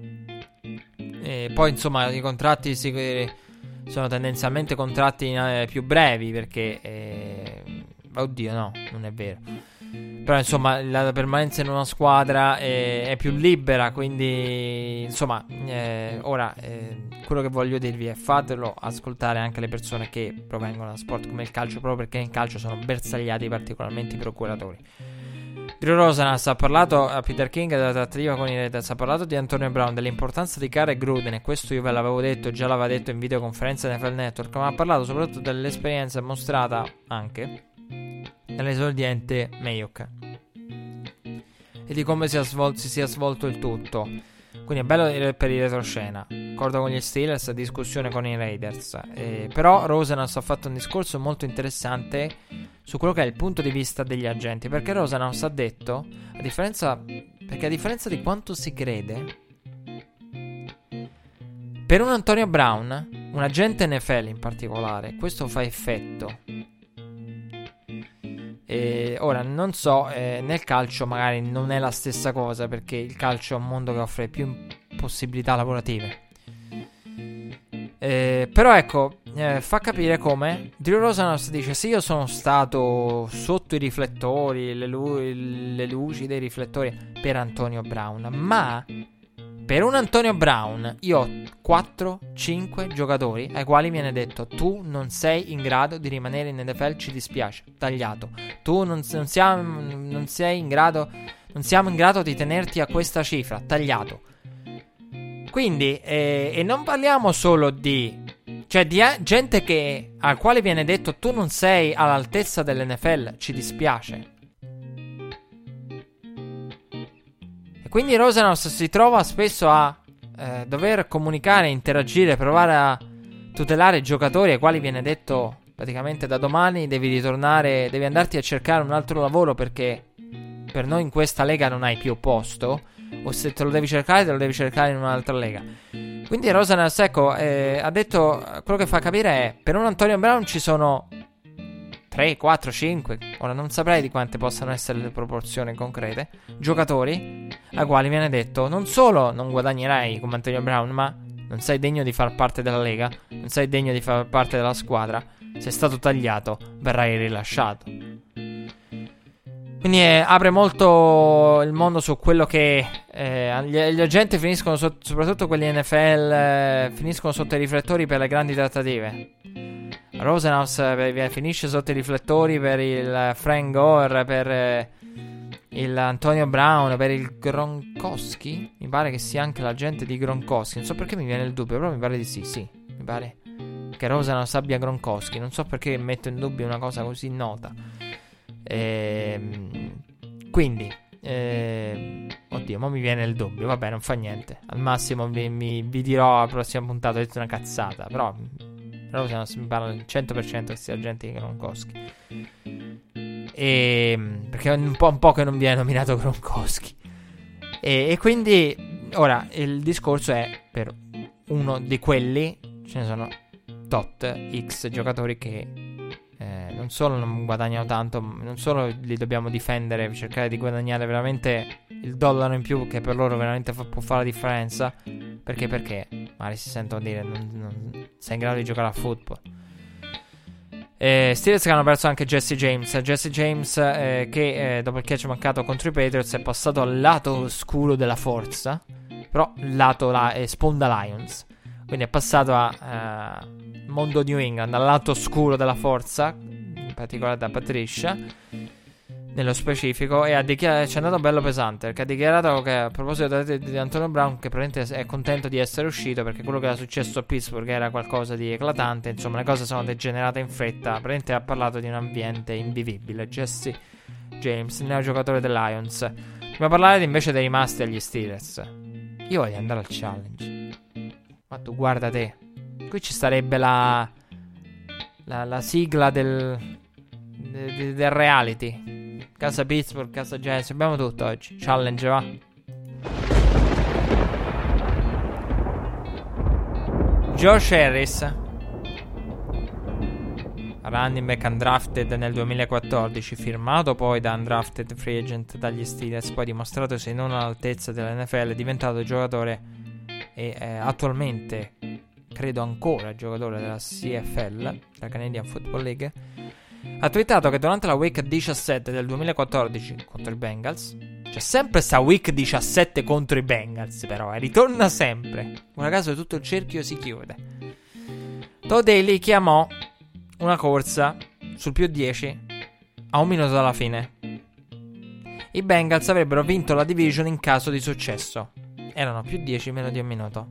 E poi insomma i contratti si sono tendenzialmente contratti eh, più brevi, perché eh, oddio no, non è vero, però insomma la permanenza in una squadra è, è più libera, quindi insomma eh, ora eh, quello che voglio dirvi è: fatelo ascoltare anche le persone che provengono da sport come il calcio, proprio perché in calcio sono bersagliati particolarmente i procuratori. Drew Rosenhaus ha parlato a Peter King della trattativa con i Raiders, ha parlato di Antonio Brown, dell'importanza di Carr e Gruden, e questo io ve l'avevo detto, già l'aveva detto in videoconferenza N F L Network, ma ha parlato soprattutto dell'esperienza mostrata anche dall'esordiente Mayock e di come si, svol- si sia svolto il tutto. Quindi è bello per il retroscena, accordo con gli Steelers, discussione con i Raiders, eh, però Rosenhaus ha fatto un discorso molto interessante su quello che è il punto di vista degli agenti, perché Rosenhaus ha detto, a differenza, perché a differenza di quanto si crede, per un Antonio Brown, un agente N F L in particolare, questo fa effetto. E ora non so, eh, nel calcio magari non è la stessa cosa, perché il calcio è un mondo che offre più possibilità lavorative. Eh, però ecco, eh, fa capire come Drew Rosenhaus dice: sì, io sono stato sotto i riflettori, le, lu- le luci dei riflettori per Antonio Brown, ma per un Antonio Brown io ho quattro cinque giocatori ai quali viene detto: tu non sei in grado di rimanere in N F L, ci dispiace, tagliato. Tu non, non, siamo, non sei in grado, non siamo in grado di tenerti a questa cifra, tagliato. Quindi, eh, e non parliamo solo di, cioè di a- gente che, al quale viene detto: tu non sei all'altezza dell'N F L, ci dispiace. E quindi Rosenhaus si trova spesso a eh, dover comunicare, interagire, provare a tutelare giocatori ai quali viene detto praticamente: da domani devi ritornare, devi andarti a cercare un altro lavoro, perché per noi in questa lega non hai più posto, o se te lo devi cercare te lo devi cercare in un'altra lega. Quindi Rosenhaus, ecco, eh, ha detto, quello che fa capire è: per un Antonio Brown ci sono tre, quattro, cinque, ora non saprei di quante possano essere le proporzioni concrete, giocatori ai quali viene detto: non solo non guadagnerai come Antonio Brown, ma non sei degno di far parte della lega, non sei degno di far parte della squadra, sei stato tagliato, verrai rilasciato. Quindi eh, apre molto il mondo su quello che eh, gli, gli agenti finiscono, so, soprattutto quelli N F L, eh, finiscono sotto i riflettori per le grandi trattative. Rosenhaus eh, finisce sotto i riflettori per il Frank Gore, per eh, il Antonio Brown, per il Gronkowski. Mi pare che sia anche l'agente di Gronkowski. Non so perché mi viene il dubbio, però mi pare di sì, sì. Mi pare che Rosenhaus abbia Gronkowski. Non so perché metto in dubbio una cosa così nota. Ehm, quindi eh, oddio, mo mi viene il dubbio. Vabbè, non fa niente. Al massimo vi, mi, vi dirò alla prossima puntata. Ho detto una cazzata, però Rosenhaus mi parla al cento per cento che sia agente di Gronkowski. E, perché è un po', un po' che non viene nominato Gronkowski. E, e quindi ora il discorso è per uno di quelli. Ce ne sono tot X giocatori che eh, non solo non guadagnano tanto, non solo li dobbiamo difendere, cercare di guadagnare veramente il dollaro in più che per loro veramente fa, può fare la differenza. Perché perché magari si sentono dire non, non sei in grado di giocare a football. eh, Steelers che hanno perso anche Jesse James. Jesse James eh, che eh, dopo il catch mancato contro i Patriots è passato al lato oscuro della forza, però lato la, eh, sponda Lions. Quindi è passato a uh, mondo New England, al lato oscuro della forza, in particolare da Patricia, nello specifico, e ha dichiarato, ci è andato bello pesante, perché ha dichiarato che, a proposito di, di Antonio Brown, che probabilmente è contento di essere uscito, perché quello che era successo a Pittsburgh era qualcosa di eclatante, insomma le cose sono degenerate in fretta. Probabilmente ha parlato di un ambiente invivibile. Jesse James, il neogiocatore dei Lions. Dobbiamo parlare invece dei rimasti agli Steelers. Io voglio andare al challenge. Ma tu guarda te, qui ci starebbe la la, la sigla del de, del reality. Casa Pittsburgh, casa Giants, abbiamo tutto oggi. Challenge, va. Josh Harris, running back undrafted nel duemilaquattordici, firmato poi da undrafted free agent dagli Steelers, poi dimostratosi non all'altezza dell'N F L, è diventato giocatore e eh, attualmente credo ancora giocatore della C F L, la Canadian Football League. Ha twittato che durante la week diciassette del duemilaquattordici contro i Bengals, c'è sempre sta week diciassette contro i Bengals, però eh, ritorna sempre, guarda caso tutto il cerchio si chiude. Todd Haley chiamò una corsa sul più dieci a un minuto dalla fine. I Bengals avrebbero vinto la division in caso di successo. Erano più dieci meno di un minuto.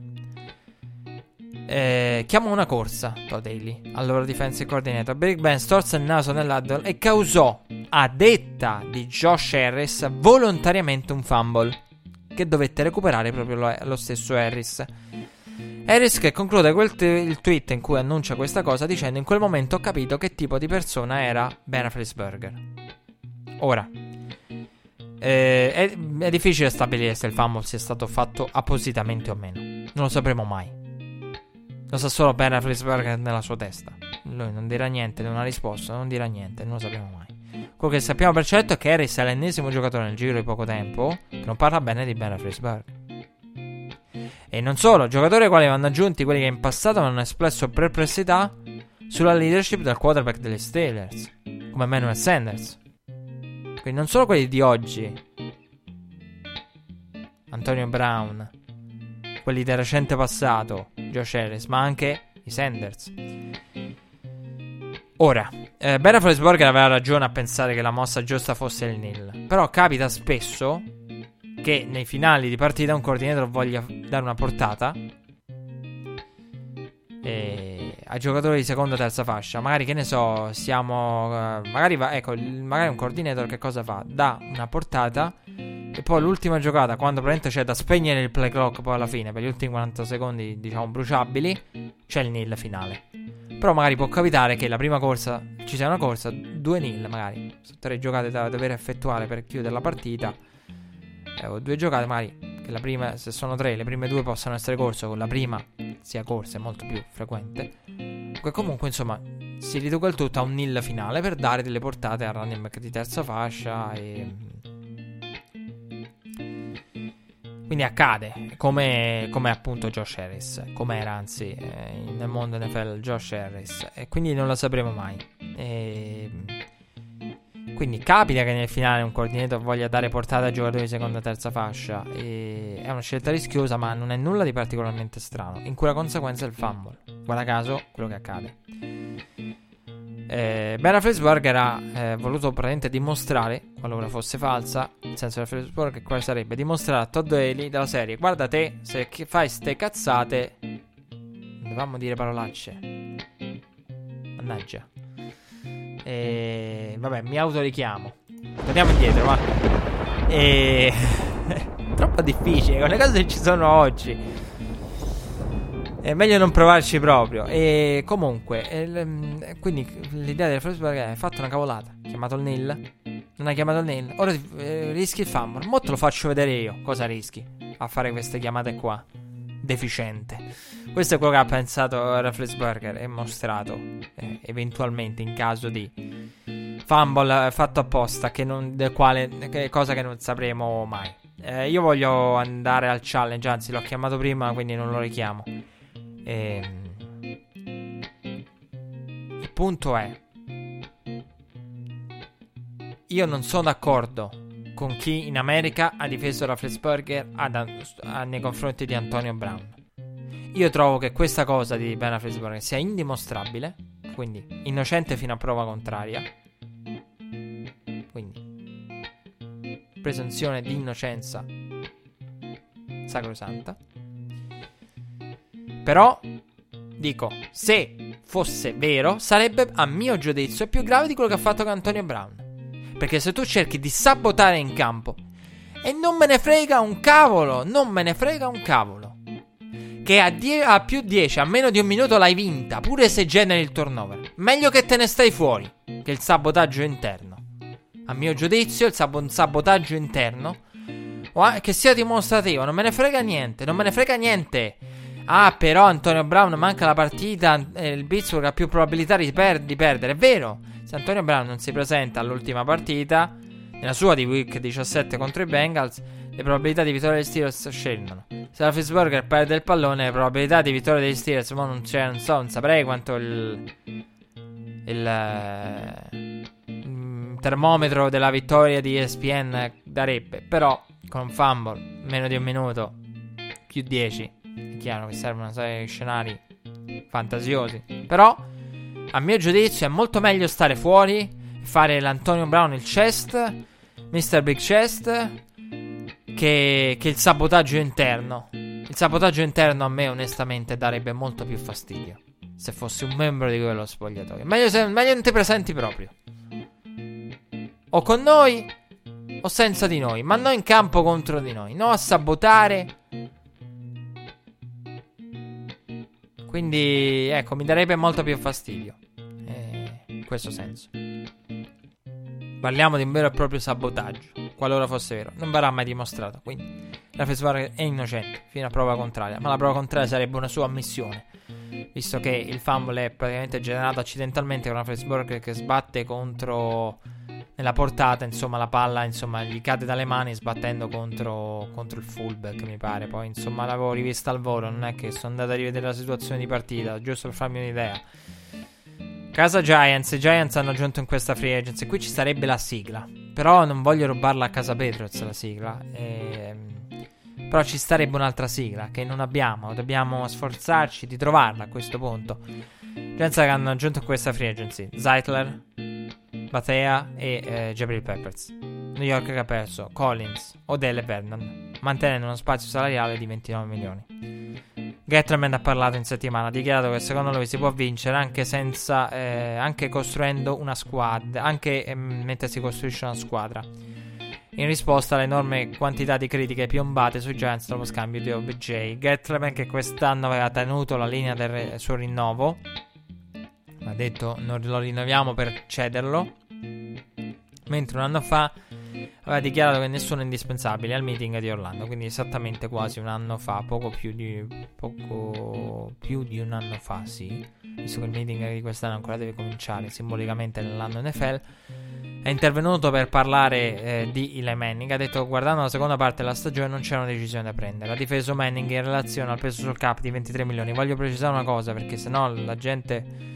Eh, chiamò una corsa Todd Haley, allora defensive coordinator. Big Ben storse il naso nell'huddle e causò, a detta di Josh Harris, volontariamente un fumble che dovette recuperare proprio lo, lo stesso Harris. Harris che conclude quel t- il tweet in cui annuncia questa cosa dicendo: in quel momento ho capito che tipo di persona era Ben Roethlisberger. Ora eh, è, è difficile stabilire se il fumble sia stato fatto appositamente o meno. Non lo sapremo mai. Lo sa solo Ben Roethlisberger nella sua testa. Lui non dirà niente, non ha risposto, non dirà niente, non lo sappiamo mai. Quello che sappiamo per certo è che Harris è l'ennesimo giocatore nel giro di poco tempo che non parla bene di Ben Roethlisberger. E non solo, giocatori ai quali vanno aggiunti quelli che in passato hanno espresso perplessità sulla leadership del quarterback degli Steelers, come Emmanuel Sanders. Quindi non solo quelli di oggi, Antonio Brown, quelli del recente passato, Josh Harris, ma anche i Sanders. Ora, eh, Ben Roethlisberger aveva ragione a pensare che la mossa giusta fosse il nil, però capita spesso che nei finali di partita un coordinatore voglia dare una portata e a giocatori di seconda o terza fascia. Magari, che ne so, siamo uh, magari va, ecco, magari un coordinatore che cosa fa? Dà una portata e poi l'ultima giocata, quando praticamente c'è da spegnere il play clock, poi alla fine per gli ultimi quaranta secondi, diciamo, bruciabili, c'è il nil finale. Però magari può capitare che la prima corsa ci sia una corsa, due nil magari, su tre giocate da dover effettuare per chiudere la partita, eh, o due giocate magari che la prima, se sono tre, le prime due possono essere corse, con la prima sia corsa, è molto più frequente. Che comunque, insomma, si riduca il tutto a un nil finale per dare delle portate al running back di terza fascia e quindi accade, come, come appunto Josh Harris, come era anzi eh, nel mondo N F L Josh Harris, e quindi non lo sapremo mai. E Quindi capita che nel finale un coordinator voglia dare portata a giocatori di seconda e terza fascia, e è una scelta rischiosa, ma non è nulla di particolarmente strano, in cui la conseguenza è il fumble. Guarda caso quello che accade. eh, Ben Roethlisberger ha eh, voluto praticamente dimostrare, qualora fosse falsa, il senso di Roethlisberger quale sarebbe dimostrare a Todd Haley della serie: guarda te, se fai ste cazzate, dovevamo dire parolacce, mannaggia. E vabbè, mi autorichiamo. Torniamo indietro, va. E troppo difficile con le cose che ci sono oggi. È meglio non provarci proprio. E comunque, e, quindi l'idea del Roethlisberger è: hai fatto una cavolata, hai chiamato il nil, non hai chiamato il nil, ora eh, rischi il fumble. Mo te lo faccio vedere io cosa rischi a fare queste chiamate qua. Deficiente. Questo è quello che ha pensato Roethlisberger e mostrato eh, eventualmente in caso di fumble fatto apposta, che non, del quale che cosa che non sapremo mai. Eh, io voglio andare al challenge, anzi l'ho chiamato prima, quindi non lo richiamo. E, il punto è: io non sono d'accordo con chi in America ha difeso Roethlisberger nei confronti di Antonio Brown. Io trovo che questa cosa di Ben Roethlisberger sia indimostrabile, quindi innocente fino a prova contraria. Quindi presunzione di innocenza sacrosanta. Però dico, se fosse vero, sarebbe a mio giudizio più grave di quello che ha fatto con Antonio Brown. Perché se tu cerchi di sabotare in campo, e non me ne frega un cavolo, non me ne frega un cavolo, che a, die- a più dieci, a meno di un minuto l'hai vinta, pure se generi il turnover, meglio che te ne stai fuori che il sabotaggio interno. A mio giudizio il sab- sabotaggio interno, o a- che sia dimostrativo, non me ne frega niente, non me ne frega niente. Ah, però Antonio Brown manca la partita, eh, il Pittsburgh ha più probabilità di, per- di perdere, è vero. Se Antonio Brown non si presenta all'ultima partita, nella sua di week diciassette contro i Bengals, le probabilità di vittoria degli Steelers scendono. Se la Roethlisberger perde il pallone, le probabilità di vittoria degli Steelers, ma non c'è, non so, non saprei quanto il il, eh, il termometro della vittoria di E S P N darebbe. Però con un fumble, meno di un minuto, più dieci, è chiaro che servono una serie di scenari fantasiosi. Però a mio giudizio è molto meglio stare fuori e fare l'Antonio Brown il chest, mister Big Chest, che, che il sabotaggio interno. Il sabotaggio interno a me onestamente darebbe molto più fastidio se fossi un membro di quello spogliatoio. Meglio, se, meglio non ti presenti proprio, o con noi o senza di noi, ma non in campo contro di noi, no a sabotare. Quindi ecco, mi darebbe molto più fastidio eh, in questo senso. Parliamo di un vero e proprio sabotaggio, qualora fosse vero. Non verrà mai dimostrato, quindi Roethlisberger è innocente fino a prova contraria. Ma la prova contraria sarebbe una sua ammissione, visto che il fumble è praticamente generato accidentalmente con Roethlisberger che sbatte contro, nella portata, insomma la palla insomma gli cade dalle mani sbattendo contro, contro il fullback, mi pare. Poi insomma l'avevo rivista al volo, non è che sono andato a rivedere la situazione di partita, giusto per farmi un'idea. Casa Giants, i Giants hanno aggiunto in questa free agency, qui ci sarebbe la sigla, però non voglio rubarla a casa Patriots la sigla, ehm, però ci starebbe un'altra sigla che non abbiamo, dobbiamo sforzarci di trovarla a questo punto. Giants che hanno aggiunto in questa free agency Zeitler, Batea e eh, Jabril Peppers. New York che ha perso Collins, Odell e Vernon, mantenendo uno spazio salariale di ventinove milioni. Gettleman ha parlato in settimana, ha dichiarato che secondo lui si può vincere anche senza eh, anche costruendo una squadra, anche eh, mentre si costruisce una squadra, in risposta all'enorme quantità di critiche piombate sui Giants dopo scambio di O B J. Gettleman, che quest'anno aveva tenuto la linea del re- suo rinnovo, ha detto non lo rinnoviamo per cederlo, mentre un anno fa aveva dichiarato che nessuno è indispensabile al meeting di Orlando, quindi esattamente quasi un anno fa, poco più di poco più di un anno fa, sì, visto che il meeting di quest'anno ancora deve cominciare simbolicamente nell'anno N F L. È intervenuto per parlare eh, di Eli Manning. Ha detto: guardando la seconda parte della stagione non c'era una decisione da prendere. Ha difeso Manning in relazione al peso sul cap di ventitré milioni. Voglio precisare una cosa, perché sennò la gente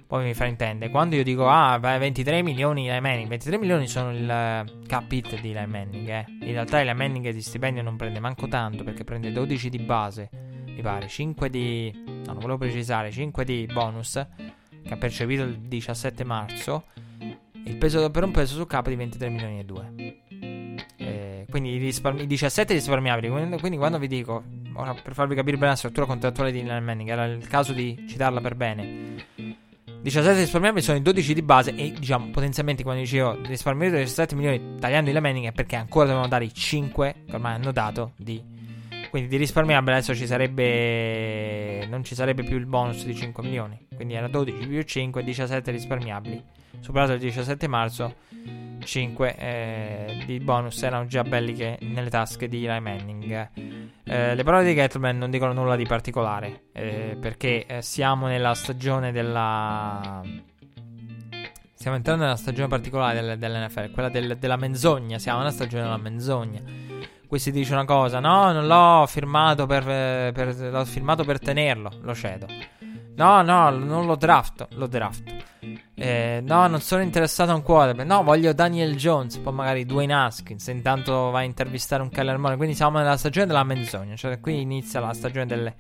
poi mi fraintende. Quando io dico ah ventitré milioni Eli Manning, ventitré milioni sono il uh, cap hit di Eli Manning, eh. In realtà Eli Manning di stipendio non prende manco tanto, perché prende dodici di base, mi pare, cinque di no, non volevo precisare, cinque di bonus che ha percepito il diciassette marzo. Il peso per un peso sul capo di ventitré milioni e due. Eh, quindi i, risparmi- i diciassette risparmiabili. Quindi, quindi quando vi dico, ora per farvi capire bene la struttura contrattuale di Eli Manning, era il caso di citarla per bene. diciassette risparmiabili sono i dodici di base. E diciamo potenzialmente quando dicevo risparmiato diciassette milioni tagliando Eli Manning è perché ancora devono dare i cinque che ormai hanno dato di. Quindi di risparmiabile adesso ci sarebbe, non ci sarebbe più il bonus di cinque milioni. Quindi era dodici più cinque, diciassette risparmiabili. Superato il diciassette marzo, cinque eh, di bonus erano già belli che nelle tasche di Eli Manning. Eh, le parole di Gettleman non dicono nulla di particolare, eh, perché eh, siamo nella stagione della... Stiamo entrando nella stagione particolare del, dell'N F L, quella del, della menzogna. Siamo nella stagione della menzogna. Qui si dice una cosa, no, non l'ho firmato per, per l'ho firmato per tenerlo, lo cedo. No, no, non lo drafto, lo drafto. Eh, no, non sono interessato a un quarterback. No, voglio Daniel Jones, poi magari Dwayne Haskins. Intanto va a intervistare un Kyler Murray. Quindi siamo nella stagione della menzogna. Cioè qui inizia la stagione delle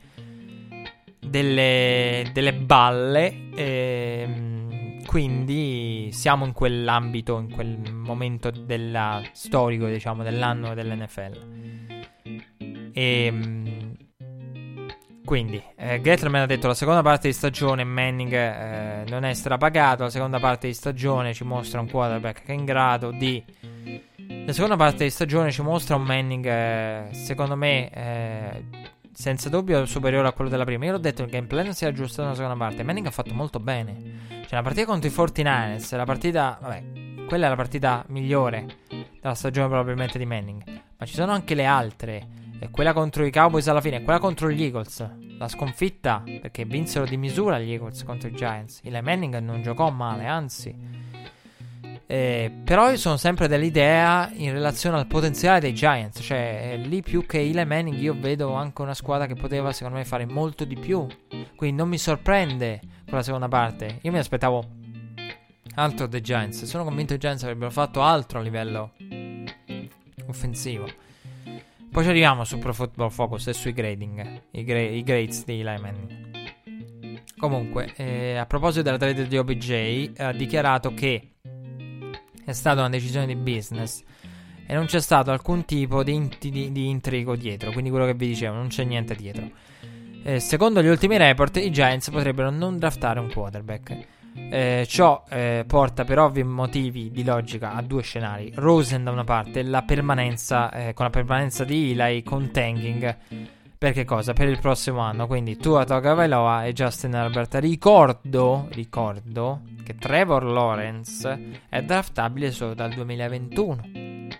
Delle, delle balle. E, quindi siamo in quell'ambito, in quel momento della, storico, diciamo, dell'anno dell'N F L. E quindi eh, Gettleman ha detto la seconda parte di stagione Manning eh, non è strapagato. La seconda parte di stagione ci mostra un quarterback che è in grado di La seconda parte di stagione ci mostra un Manning eh, secondo me eh, senza dubbio superiore a quello della prima. Io l'ho detto, il game plan si è aggiustato nella seconda parte. Manning ha fatto molto bene. Cioè la partita contro i quarantanovers, la partita, vabbè, quella è la partita migliore della stagione probabilmente di Manning. Ma ci sono anche le altre. E quella contro i Cowboys alla fine, quella contro gli Eagles, la sconfitta, perché vinsero di misura gli Eagles contro i Giants. Eli Manning non giocò male, anzi. Eh, però io sono sempre dell'idea in relazione al potenziale dei Giants. Cioè, eh, lì più che Eli Manning io vedo anche una squadra che poteva secondo me fare molto di più. Quindi non mi sorprende con la seconda parte. Io mi aspettavo altro dai Giants. Sono convinto che i Giants avrebbero fatto altro a livello offensivo. Poi ci arriviamo su Pro Football Focus e sui grading, i, gra- i grades di Eli Manning. Comunque, eh, a proposito della trade di O B J, ha dichiarato che è stata una decisione di business e non c'è stato alcun tipo di, in- di-, di intrigo dietro. Quindi quello che vi dicevo, non c'è niente dietro. Eh, secondo gli ultimi report, i Giants potrebbero non draftare un quarterback. Eh, ciò eh, porta per ovvi motivi di logica a due scenari. Rosen da una parte, la permanenza eh, con la permanenza di Eli con tanking. Per che cosa? Per il prossimo anno. Quindi Tua Tagovailoa e Justin Herbert. Ricordo Ricordo che Trevor Lawrence è draftabile solo dal duemilaventuno,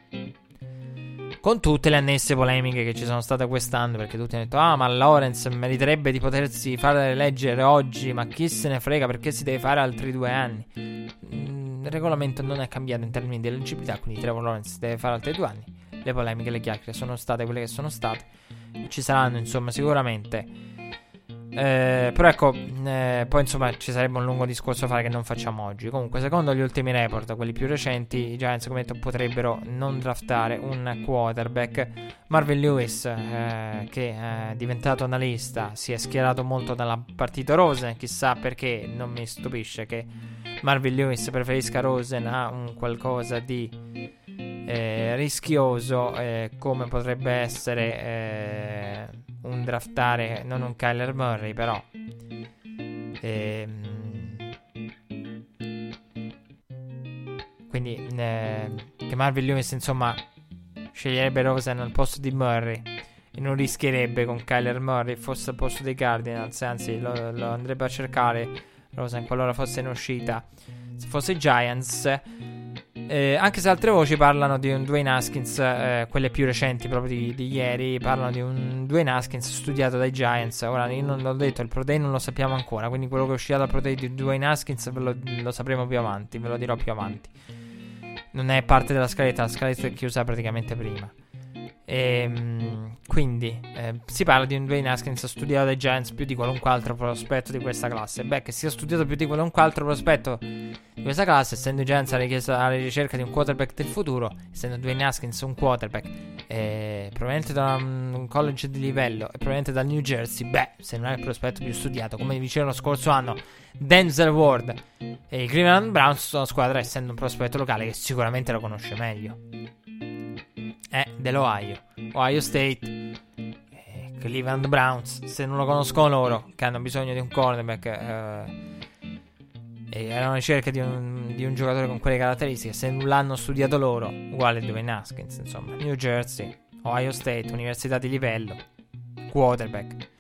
con tutte le annesse polemiche che ci sono state quest'anno, perché tutti hanno detto ah ma Lawrence meriterebbe di potersi fare leggere oggi, ma chi se ne frega, perché si deve fare altri due anni. mm, Il regolamento non è cambiato in termini di eleggibilità, quindi Trevor Lawrence si deve fare altri due anni. Le polemiche, le chiacchiere sono state quelle che sono state, ci saranno insomma sicuramente. Eh, però ecco, eh, poi insomma ci sarebbe un lungo discorso da fare che non facciamo oggi. Comunque, secondo gli ultimi report, quelli più recenti, i Giants, come detto, potrebbero non draftare un quarterback. Marvin Lewis, eh, che è diventato analista, si è schierato molto dalla partita Rosen. Chissà perché, non mi stupisce che Marvin Lewis preferisca Rosen a un qualcosa di eh, rischioso, eh, come potrebbe essere eh, un draftare, non un Kyler Murray, però ehm, quindi eh, che Marvin Lewis insomma sceglierebbe Rosen al posto di Murray e non rischierebbe con Kyler Murray fosse al posto dei Cardinals, anzi lo, lo andrebbe a cercare Rosen qualora fosse in uscita se fosse i Giants. Eh, anche se altre voci parlano di un Dwayne Haskins, eh, quelle più recenti proprio di, di ieri, parlano di un Dwayne Haskins studiato dai Giants. Ora io non l'ho detto, il Pro Day non lo sappiamo ancora, quindi quello che uscirà dal Pro Day di Dwayne Haskins ve lo, lo sapremo più avanti, ve lo dirò più avanti. Non è parte della scaletta, la scaletta è chiusa praticamente prima. E, quindi eh, si parla di un Dwayne Haskins studiato dai Giants più di qualunque altro prospetto di questa classe. Beh, che sia studiato più di qualunque altro prospetto di questa classe, essendo i Giants alla, richiesta, alla ricerca di un quarterback del futuro, essendo Dwayne Haskins un quarterback eh, proveniente da un, un college di livello e proveniente dal New Jersey, beh, se non è il prospetto più studiato, come dicevo lo scorso anno Denzel Ward e i Cleveland Browns, sono squadra, essendo un prospetto locale, che sicuramente lo conosce meglio. È dell'Ohio, Ohio State, eh, Cleveland Browns. Se non lo conoscono loro, che hanno bisogno di un cornerback eh, e erano alla ricerca di un, di un giocatore con quelle caratteristiche, se non l'hanno studiato loro, uguale Dwayne Haskins, insomma. New Jersey, Ohio State, università di livello, quarterback.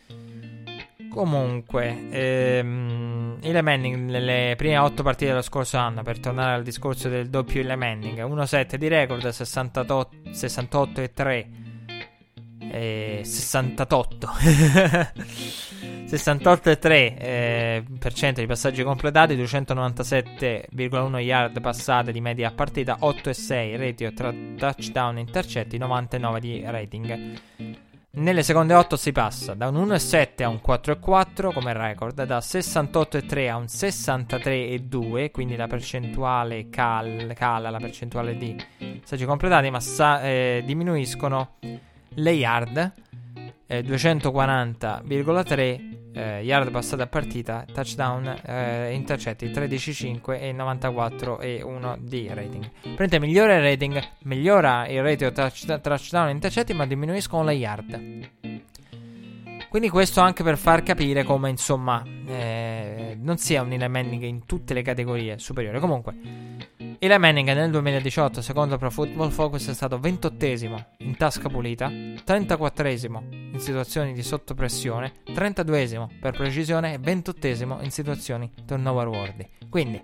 Comunque ehm, Eli Manning nelle prime otto partite dello scorso anno, per tornare al discorso del doppio Eli Manning, uno sette di record, sessantotto e tre e sessantotto sessantotto e tre eh, per cento di passaggi completati, duecentonovantasette virgola uno yard passate di media a partita, otto e sei ratio tra touchdown e intercetti, novantanove di rating. Nelle seconde otto si passa da un uno e sette a un quattro e quattro come record, da sessantotto e tre a un sessantatré e due, quindi la percentuale cal- cala la percentuale di passaggi completati, ma sa- eh, diminuiscono le yard, eh, duecentoquaranta virgola tre eh, yard passate a partita, touchdown, eh, intercetti tredici virgola cinque e novantaquattro virgola uno di rating. Prende migliore il rating, migliora il ratio touch, touchdown e intercetti, ma diminuiscono le yard. Quindi questo anche per far capire come, insomma, eh, non sia un Eli Manning in tutte le categorie superiori. Comunque, Eli Manning nel duemiladiciotto, secondo Pro Football Focus, è stato ventottesimo in tasca pulita, trentaquattresimo in situazioni di sottopressione, trentaduesimo per precisione e ventottesimo in situazioni turnover worthy. Quindi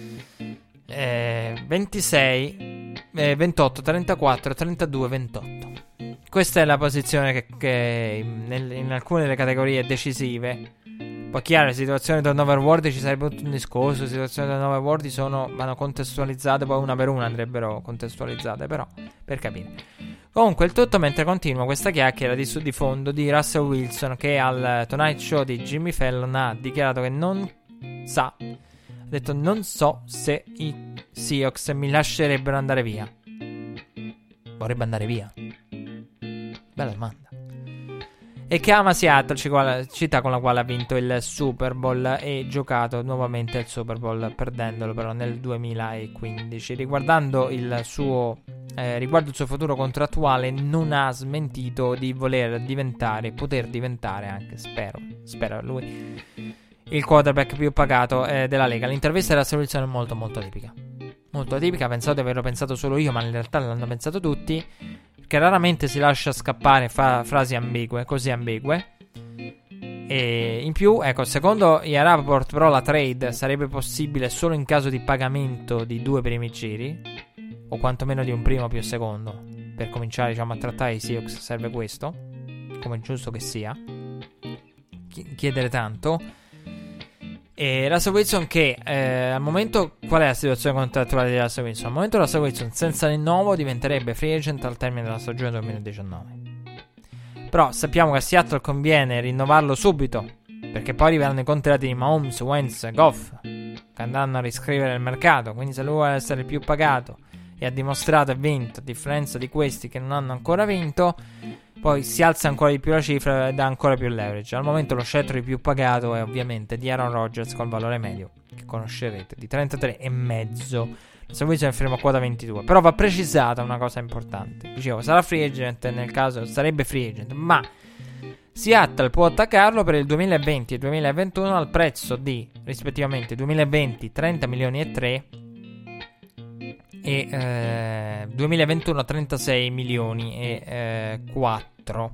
eh, ventisei, eh, ventotto, trentaquattro, trentadue, ventotto. Questa è la posizione che, che nel, in alcune delle categorie decisive. Poi chiaro, le situazioni turnover worthy ci sarebbe tutto un discorso. Le situazioni turnover worthy sono, vanno contestualizzate, poi una per una andrebbero contestualizzate, però per capire. Comunque il tutto mentre continua questa chiacchiera di, di fondo di Russell Wilson, che al Tonight Show di Jimmy Fallon ha dichiarato che non sa, ha detto non so se i Seahawks mi lascerebbero andare via. Vorrebbe andare via? Bella domanda. E che ama Seattle, città con la quale ha vinto il Super Bowl e giocato nuovamente il Super Bowl, perdendolo però nel duemilaquindici. Riguardando il suo eh, riguardo il suo futuro contrattuale, non ha smentito di voler diventare, poter diventare anche, spero, spero lui, il quarterback più pagato eh, della Lega. L'intervista della Wilson è molto molto tipica. Molto atipica, pensavo di averlo pensato solo io, ma in realtà l'hanno pensato tutti, che raramente si lascia scappare fa- frasi ambigue, così ambigue. E in più, ecco, secondo Ian Rapoport, però la trade sarebbe possibile solo in caso di pagamento di due primi giri, o quantomeno di un primo più secondo. Per cominciare, diciamo, a trattare i Seahawks serve questo, come è giusto che sia, Ch- chiedere tanto. E Russell Wilson che eh, al momento, qual è la situazione contrattuale di Russell Wilson? Al momento Russell Wilson senza rinnovo diventerebbe free agent al termine della stagione duemiladiciannove. Però sappiamo che a Seattle conviene rinnovarlo subito, perché poi arriveranno i contratti di Mahomes, Wentz, Goff, che andranno a riscrivere il mercato. Quindi se lui vuole essere il più pagato e ha dimostrato e vinto, a differenza di questi che non hanno ancora vinto, poi si alza ancora di più la cifra e dà ancora più leverage. Al momento lo scettro di più pagato è ovviamente di Aaron Rodgers, col valore medio che conoscerete di trentatré e mezzo. Se voi siamo fermo a quota ventidue. Però va precisata una cosa importante. Dicevo, sarà free agent nel caso, sarebbe free agent, ma Seattle può attaccarlo per il duemilaventi e duemilaventuno al prezzo di, rispettivamente, duemilaventi trenta milioni e tre e eh, duemilaventuno trentasei milioni e eh, quattro.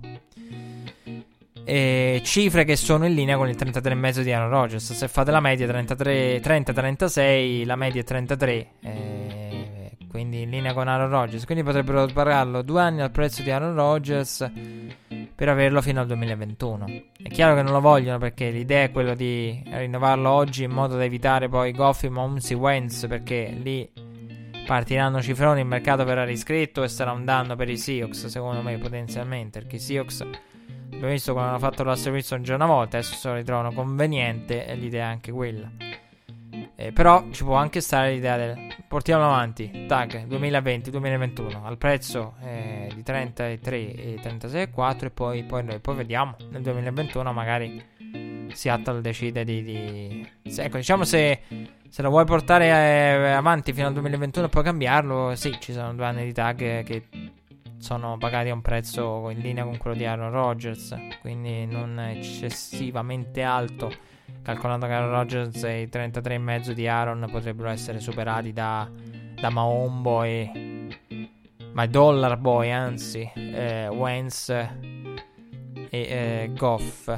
E cifre che sono in linea con il trentatré e mezzo di Aaron Rodgers. Se fate la media trentatré, trenta trentasei, la media è trentatré, eh, quindi in linea con Aaron Rodgers. Quindi potrebbero pagarlo due anni al prezzo di Aaron Rodgers per averlo fino al duemilaventuno. È chiaro che non lo vogliono, perché l'idea è quella di rinnovarlo oggi in modo da evitare poi Goff, Mahomes e Wentz, perché lì partiranno cifroni, il mercato verrà riscritto e sarà un danno per i Seahawks, secondo me, potenzialmente, perché i Seahawks abbiamo visto quando hanno fatto Russell Wilson già una volta, adesso se lo ritrovano conveniente e l'idea è anche quella. Eh, però ci può anche stare l'idea del portiamolo avanti, tag duemilaventi duemilaventuno al prezzo eh, di trentatré e trentasei e quattro, e poi, poi, noi, poi vediamo nel duemilaventuno magari Seattle decide di, di... Se, ecco, diciamo se, se lo vuoi portare eh, avanti fino al duemilaventuno e poi cambiarlo, sì, ci sono due anni di tag eh, che sono pagati a un prezzo in linea con quello di Aaron Rodgers, quindi non eccessivamente alto, calcolando che Aaron Rodgers e i trentatré e mezzo di Aaron potrebbero essere superati da, da Mahomes e My Dollar Boy, anzi eh, Wentz e eh, Goff.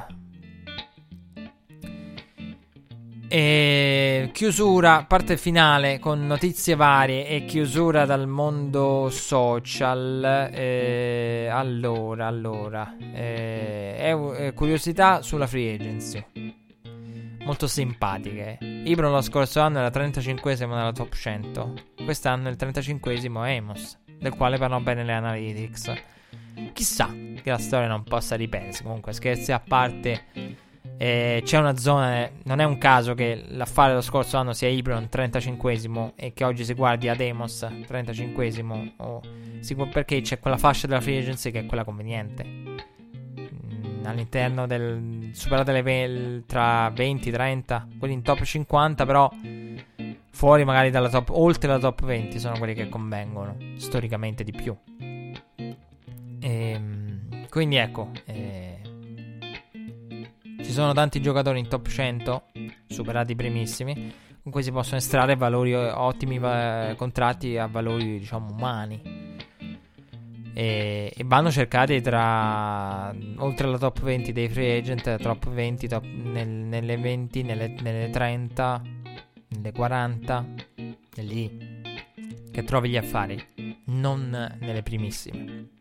E chiusura, parte finale con notizie varie e chiusura dal mondo social. Eh, allora, allora, eh, è, è curiosità sulla free agency, molto simpatiche. Ebron lo scorso anno era trentacinquesimo nella top cento, quest'anno è il trentacinquesimo Amos, del quale parlano bene le analytics. Chissà che la storia non possa ripetersi. Comunque, scherzi a parte, Eh, c'è una zona, non è un caso che l'affare dello scorso anno sia Ebron trentacinquesimo e che oggi si guardi ad Amos trentacinquesimo, o, perché c'è quella fascia della free agency che è quella conveniente, mm, all'interno del superate le ve- tra venti trenta, quelli in top cinquanta, però fuori magari dalla top, oltre la top venti sono quelli che convengono storicamente di più. E, quindi ecco, eh, ci sono tanti giocatori in top cento, superati i primissimi, con cui si possono estrarre valori ottimi, va- contratti a valori, diciamo, umani. E, e vanno cercati tra, oltre alla top venti dei free agent, top venti, top, nel, nelle venti, nelle, nelle trenta, nelle quaranta, lì che trovi gli affari, non nelle primissime.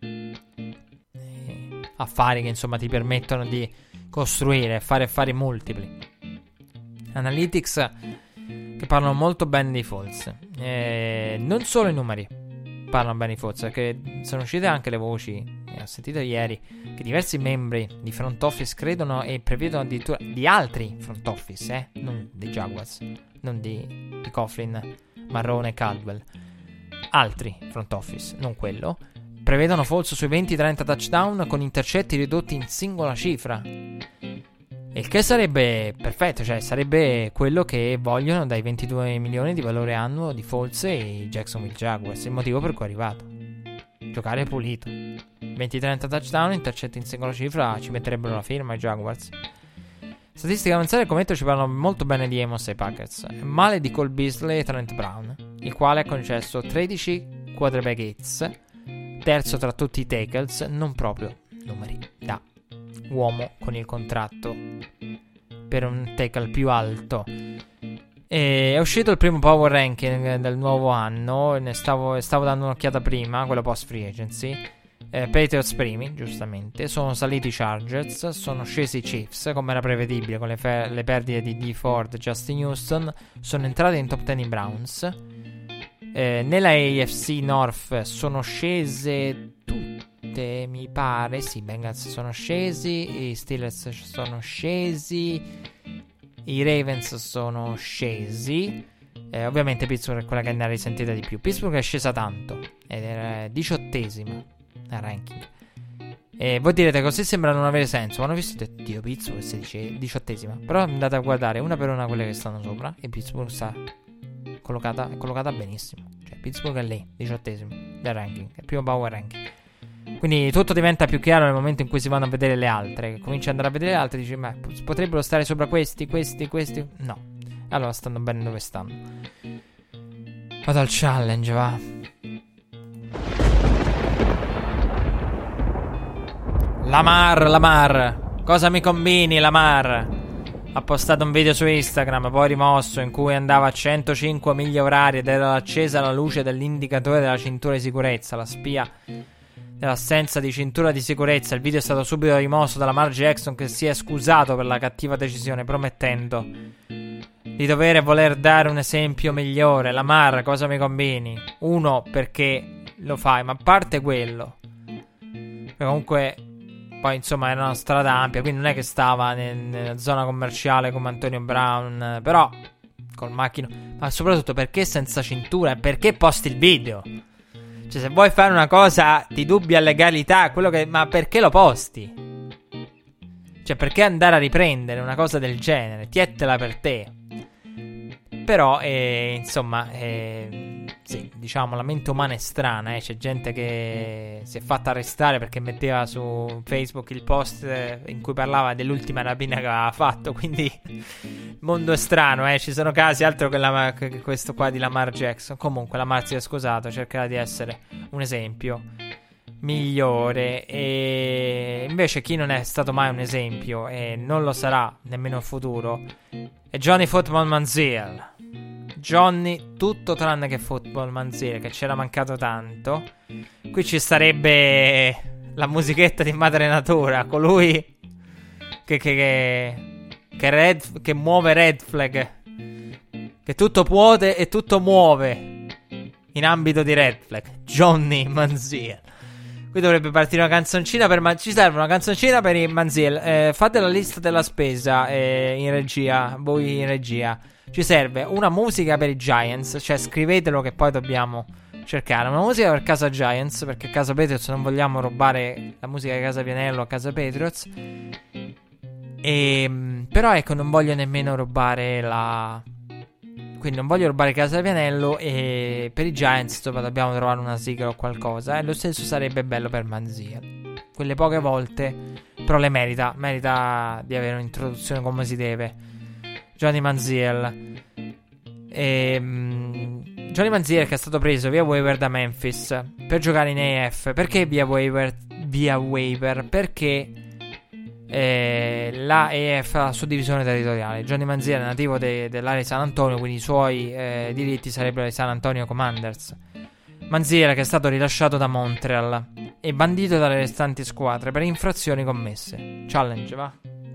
E affari che insomma ti permettono di costruire, fare affari multipli. Analytics che parlano molto bene di Foles, eh, non solo i numeri parlano bene di Foles, perché sono uscite anche le voci, eh, ho sentito ieri, che diversi membri di front office credono e prevedono addirittura di altri front office, eh, non dei Jaguars, non di, di Coughlin, Marrone e Caldwell, altri front office, non quello, prevedono Foles sui venti trenta touchdown con intercetti ridotti in singola cifra. Il che sarebbe perfetto, cioè sarebbe quello che vogliono dai ventidue milioni di valore annuo di Foles e i Jacksonville Jaguars. Il motivo per cui è arrivato: giocare pulito. venti trenta touchdown, intercetti in singola cifra, ci metterebbero la firma i Jaguars. Statistiche avanzate come detto ci parlano molto bene di Amos e Packers. Male di Cole Beasley e Trent Brown, il quale ha concesso tredici quarterback hits, terzo tra tutti i tackles, non proprio numeri da uomo con il contratto per un tackle più alto. E è uscito il primo power ranking del nuovo anno, ne stavo, stavo dando un'occhiata prima, quello post free agency. eh, Patriots primi, giustamente, sono saliti i Chargers, sono scesi i Chiefs come era prevedibile con le, fe- le perdite di Dee Ford e Justin Houston, sono entrati in top dieci i Browns. Eh, nella A F C North sono scese tutte, mi pare. Sì, Bengals sono scesi, i Steelers sono scesi, i Ravens sono scesi. Eh, ovviamente Pittsburgh è quella che ne ha risentita di più. Pittsburgh è scesa tanto ed era diciottesima al ranking. E voi direte, così sembra non avere senso. Quando ho visto, ho detto, Dio, Pittsburgh è diciottesima. Però andate a guardare una per una quelle che stanno sopra e Pittsburgh sta collocata, è collocata benissimo. Cioè Pittsburgh è lì, diciottesimo del ranking, è il primo power ranking. Quindi tutto diventa più chiaro nel momento in cui si vanno a vedere le altre. Che cominci ad andare a vedere le altre e dici, ma potrebbero stare sopra questi, questi, questi. No, allora stanno bene dove stanno. Vado al challenge, va. Lamar, Lamar, cosa mi combini, Lamar? Ha postato un video su Instagram, poi rimosso, in cui andava a centocinque miglia orarie ed era accesa la luce dell'indicatore della cintura di sicurezza, la spia dell'assenza di cintura di sicurezza. Il video è stato subito rimosso da Lamar Jackson, che si è scusato per la cattiva decisione, promettendo di dover voler dare un esempio migliore. Lamar, cosa mi combini? Uno, perché lo fai, ma a parte quello, perché comunque poi insomma era una strada ampia, quindi non è che stava nel, nella zona commerciale come Antonio Brown, però col macchino, ma soprattutto perché senza cintura e perché posti il video? Cioè, se vuoi fare una cosa di dubbia legalità, quello che, ma perché lo posti? Cioè, perché andare a riprendere una cosa del genere? Tietela per te. Però, eh, insomma, eh, sì, diciamo, la mente umana è strana, eh. C'è gente che si è fatta arrestare perché metteva su Facebook il post in cui parlava dell'ultima rapina che aveva fatto. Quindi il mondo è strano, eh. Ci sono casi, altro che, la, che questo qua di Lamar Jackson. Comunque Lamar si è scusato, cercherà di essere un esempio migliore. E invece chi non è stato mai un esempio e non lo sarà nemmeno in futuro è Johnny Football Manziel. Johnny tutto tranne che Football Manziel, che c'era mancato tanto. Qui ci starebbe la musichetta di Madre Natura, colui che che che, che, red, che muove Red Flag, che tutto può e tutto muove in ambito di Red Flag. Johnny Manziel. Qui dovrebbe partire una canzoncina per Man- ci serve una canzoncina per il Manziel. Eh, fate la lista della spesa eh, in regia, voi in regia. Ci serve una musica per i Giants, cioè scrivetelo che poi dobbiamo cercare una musica per Casa Giants, perché Casa Patriots non vogliamo rubare la musica di Casa Pianello a Casa Patriots. E, però ecco, non voglio nemmeno rubare la... Quindi non voglio rubare Casa Pianello. E per i Giants insomma dobbiamo trovare una sigla o qualcosa. E lo stesso sarebbe bello per Manziel. Quelle poche volte, però le merita. Merita di avere un'introduzione come si deve. Johnny Manziel. E, um, Johnny Manziel che è stato preso via waiver da Memphis per giocare in A F. Perché via waiver? Via waiver perché eh, la A F ha la suddivisione territoriale. Johnny Manziel è nativo de- dell'area di San Antonio, quindi i suoi eh, diritti sarebbero dei San Antonio Commanders. Manziel che è stato rilasciato da Montreal e bandito dalle restanti squadre per infrazioni commesse. Challenge, va.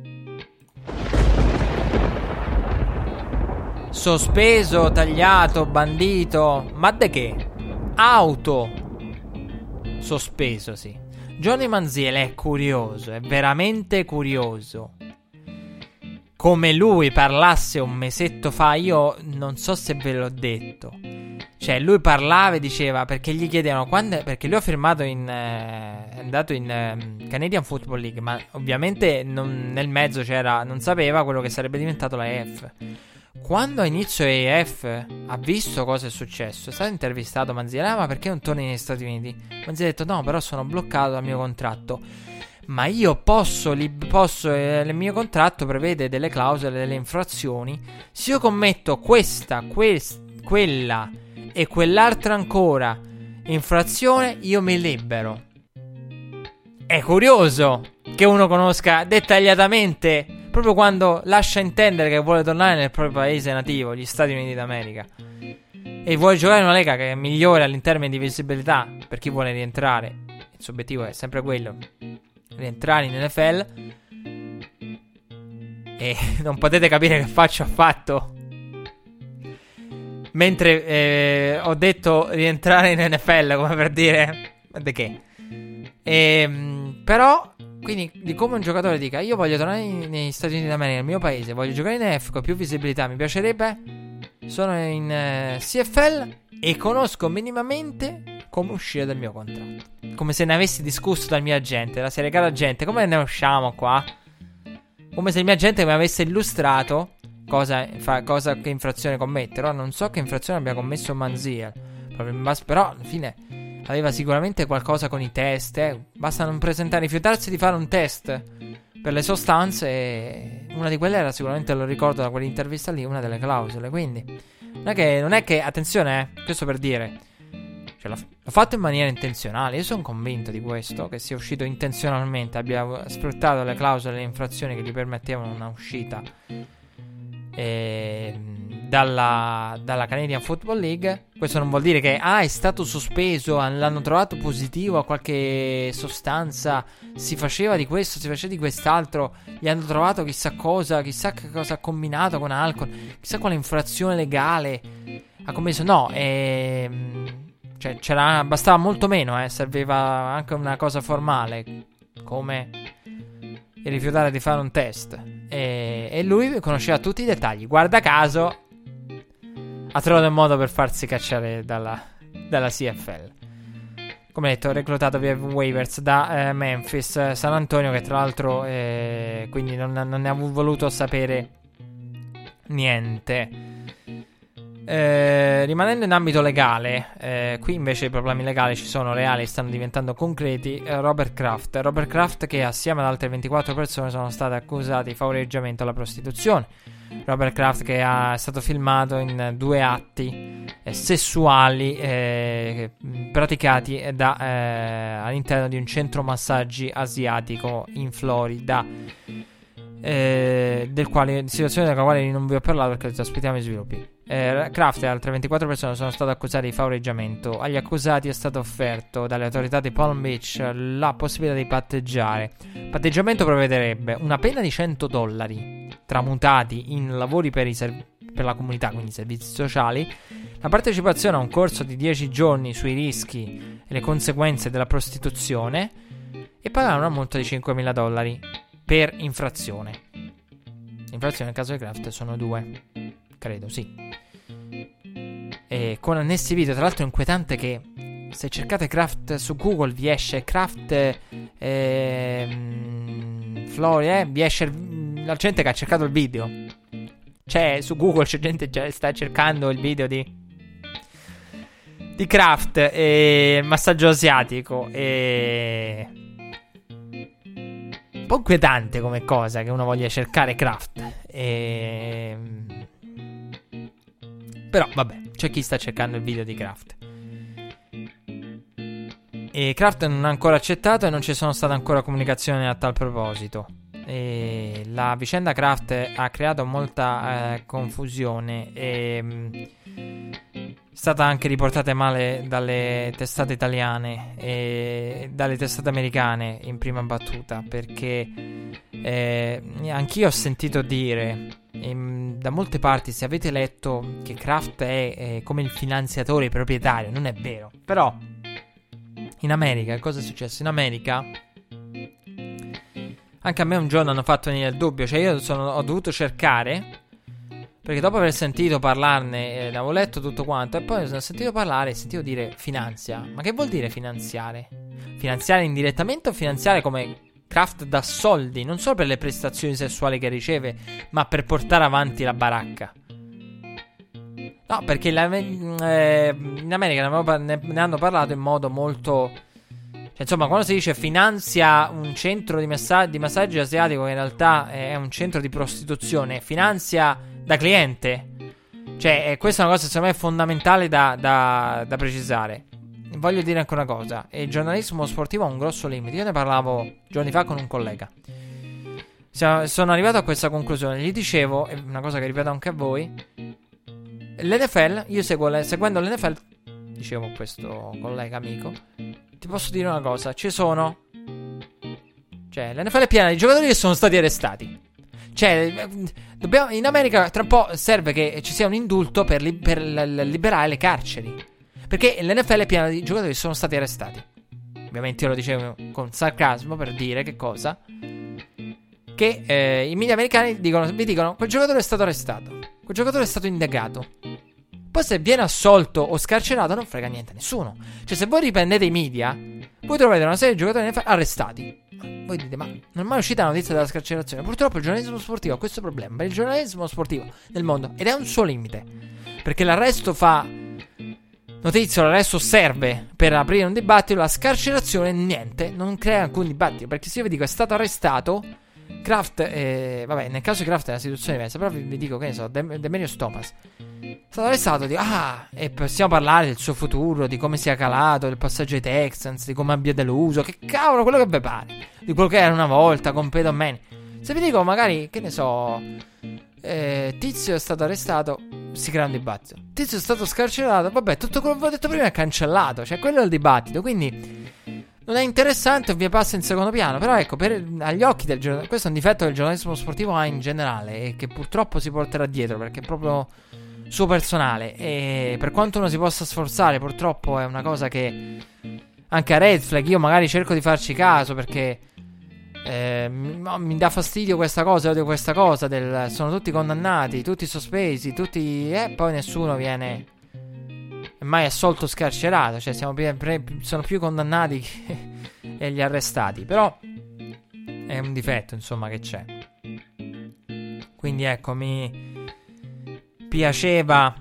Sospeso, tagliato, bandito. Ma de che? Auto sospeso, sì. Johnny Manziel è curioso, è veramente curioso. Come lui parlasse un mesetto fa, io non so se ve l'ho detto. Cioè, lui parlava e diceva, perché gli chiedevano quando, perché lui ha firmato in eh, è andato in eh, Canadian Football League, ma ovviamente non, nel mezzo c'era, non sapeva quello che sarebbe diventato la A F. Quando a inizio A F ha visto cosa è successo, è stato intervistato Manziel. Ah, ma perché non torni negli Stati Uniti? Manziel ha detto no, però sono bloccato dal mio contratto. Ma io posso, li, posso eh, il mio contratto prevede delle clausole, delle infrazioni. Se io commetto questa, quest, quella e quell'altra ancora infrazione, io mi libero. È curioso che uno conosca dettagliatamente, proprio quando lascia intendere che vuole tornare nel proprio paese nativo, gli Stati Uniti d'America, e vuole giocare in una lega che è migliore all'interno di visibilità per chi vuole rientrare. Il suo obiettivo è sempre quello, rientrare in N F L. E non potete capire che faccia ho fatto mentre eh, ho detto rientrare in N F L, come per dire de che. E, però quindi di come un giocatore dica io voglio tornare negli Stati Uniti d'America, nel mio paese, voglio giocare in A F con più visibilità, mi piacerebbe, sono in uh, C F L e conosco minimamente come uscire dal mio contratto, come se ne avessi discusso dal mio agente, la serie cara agente, come ne usciamo qua, come se il mio agente mi avesse illustrato cosa, fa, cosa che infrazione commettere. Ora non so che infrazione abbia commesso Manziel, però alla fine aveva sicuramente qualcosa con i test, eh. Basta non presentare, rifiutarsi di fare un test per le sostanze, e una di quelle era sicuramente, lo ricordo da quell'intervista lì, una delle clausole. Quindi non è che, non è che attenzione, eh, questo per dire, cioè l'ha, l'ha fatto in maniera intenzionale. Io sono convinto di questo, che sia uscito intenzionalmente, abbia sfruttato le clausole e le infrazioni che gli permettevano una uscita eh, dalla, dalla Canadian Football League. Questo non vuol dire che ah, è stato sospeso, l'hanno trovato positivo a qualche sostanza, si faceva di questo, si faceva di quest'altro, gli hanno trovato chissà cosa, chissà che cosa ha combinato con alcol, chissà quale infrazione legale ha commesso. No, ehm, cioè c'era, bastava molto meno, eh, serviva anche una cosa formale come il rifiutare di fare un test, e, e lui conosceva tutti i dettagli. Guarda caso ha trovato un modo per farsi cacciare dalla, dalla C F L. Come detto, reclutato via waivers da eh, Memphis, San Antonio, che tra l'altro eh, quindi non, non ne ha voluto sapere niente. Eh, rimanendo in ambito legale, eh, qui invece i problemi legali ci sono reali e stanno diventando concreti. eh, Robert Kraft Robert Kraft che assieme ad altre ventiquattro persone sono state accusate di favoreggiamento alla prostituzione. Robert Kraft che è stato filmato in due atti eh, sessuali eh, praticati da, eh, all'interno di un centro massaggi asiatico in Florida, eh, del quale, situazione della quale non vi ho parlato perché aspettiamo i sviluppi. Eh, Kraft e altre ventiquattro persone sono state accusate di favoreggiamento. Agli accusati è stato offerto dalle autorità di Palm Beach la possibilità di patteggiare. Patteggiamento prevederebbe una pena di cento dollari tramutati in lavori per, i serv- per la comunità, quindi servizi sociali, la partecipazione a un corso di dieci giorni sui rischi e le conseguenze della prostituzione, e pagare una multa di cinquemila dollari per infrazione. Infrazione nel caso di Kraft sono due, credo, sì. E con annessi video. Tra l'altro è inquietante che se cercate Kraft su Google vi esce Kraft ehm, Florida, eh, vi esce la gente che ha cercato il video. Cioè su Google c'è gente che sta cercando il video di di Kraft e massaggio asiatico. E un po' inquietante come cosa che uno voglia cercare Kraft. E però vabbè, c'è chi sta cercando il video di Kraft. E Kraft non ha ancora accettato e non ci sono state ancora comunicazioni a tal proposito. E la vicenda Kraft ha creato molta eh, confusione e mh, è stata anche riportata male dalle testate italiane e dalle testate americane in prima battuta, perché eh, anch'io ho sentito dire e, da molte parti, se avete letto che Kraft è, è come il finanziatore proprietario, non è vero. Però in America, cosa è successo? In America anche a me un giorno hanno fatto venire il dubbio. Cioè io sono, ho dovuto cercare, perché dopo aver sentito parlarne, eh, avevo letto tutto quanto, e poi ho sentito parlare e sentivo dire finanzia. Ma che vuol dire finanziare? Finanziare indirettamente o finanziare come Kraft dà soldi, non solo per le prestazioni sessuali che riceve, ma per portare avanti la baracca? No, perché la, eh, in America ne, ne hanno parlato in modo molto... Cioè, insomma, quando si dice finanzia un centro di, massa- di massaggio asiatico, che in realtà è un centro di prostituzione, finanzia da cliente. Cioè, eh, questa è una cosa secondo me fondamentale da, da, da precisare. Voglio dire anche una cosa: il giornalismo sportivo ha un grosso limite. Io ne parlavo giorni fa con un collega. Sono arrivato a questa conclusione. Gli dicevo, è una cosa che ripeto anche a voi, l'N F L, io seguo, seguendo l'N F L, dicevo a questo collega amico, ti posso dire una cosa, ci sono, cioè l'N F L è piena di giocatori che sono stati arrestati. Cioè dobbiamo, in America tra un po' serve che ci sia un indulto per, li, per liberare le carceri, perché l'N F L è piena di giocatori che sono stati arrestati. Ovviamente io lo dicevo con sarcasmo per dire che cosa, che eh, i media americani dicono, vi dicono quel giocatore è stato arrestato, quel giocatore è stato indagato. Poi se viene assolto o scarcerato non frega niente a nessuno. Cioè se voi riprendete i media, voi trovate una serie di giocatori arrestati. Voi dite, ma non è mai uscita la notizia della scarcerazione? Purtroppo il giornalismo sportivo ha questo problema. Per il giornalismo sportivo nel mondo, ed è un suo limite, perché l'arresto fa notizia, l'arresto serve per aprire un dibattito, la scarcerazione niente, non crea alcun dibattito. Perché se io vi dico è stato arrestato Kraft, eh, vabbè, nel caso di Kraft è una situazione diversa, però vi, vi dico, che ne so, Dem- Demarius Thomas è stato arrestato, dico, ah, e possiamo parlare del suo futuro, di come sia calato, del passaggio ai Texans, di come abbia deluso, che cavolo, quello che vi pare, di quello che era una volta con Peyton Manning. Se vi dico magari, che ne so, eh, Tizio è stato arrestato, si crea un dibattito. Tizio è stato scarcerato, vabbè, tutto quello che ho detto prima è cancellato, cioè quello è il dibattito, quindi non è interessante o vi passa in secondo piano. Però ecco, per, agli occhi del giornalismo, questo è un difetto che il giornalismo sportivo ha in generale e che purtroppo si porterà dietro, perché è proprio suo personale, e per quanto uno si possa sforzare, purtroppo è una cosa che anche a Red Flag io magari cerco di farci caso, perché eh, mi, mi dà fastidio questa cosa, odio questa cosa del sono tutti condannati, tutti sospesi, tutti e eh, poi nessuno viene mai assolto, scarcerato, cioè siamo pre- pre- sono più condannati che gli arrestati. Però è un difetto, insomma, che c'è. Quindi ecco, mi piaceva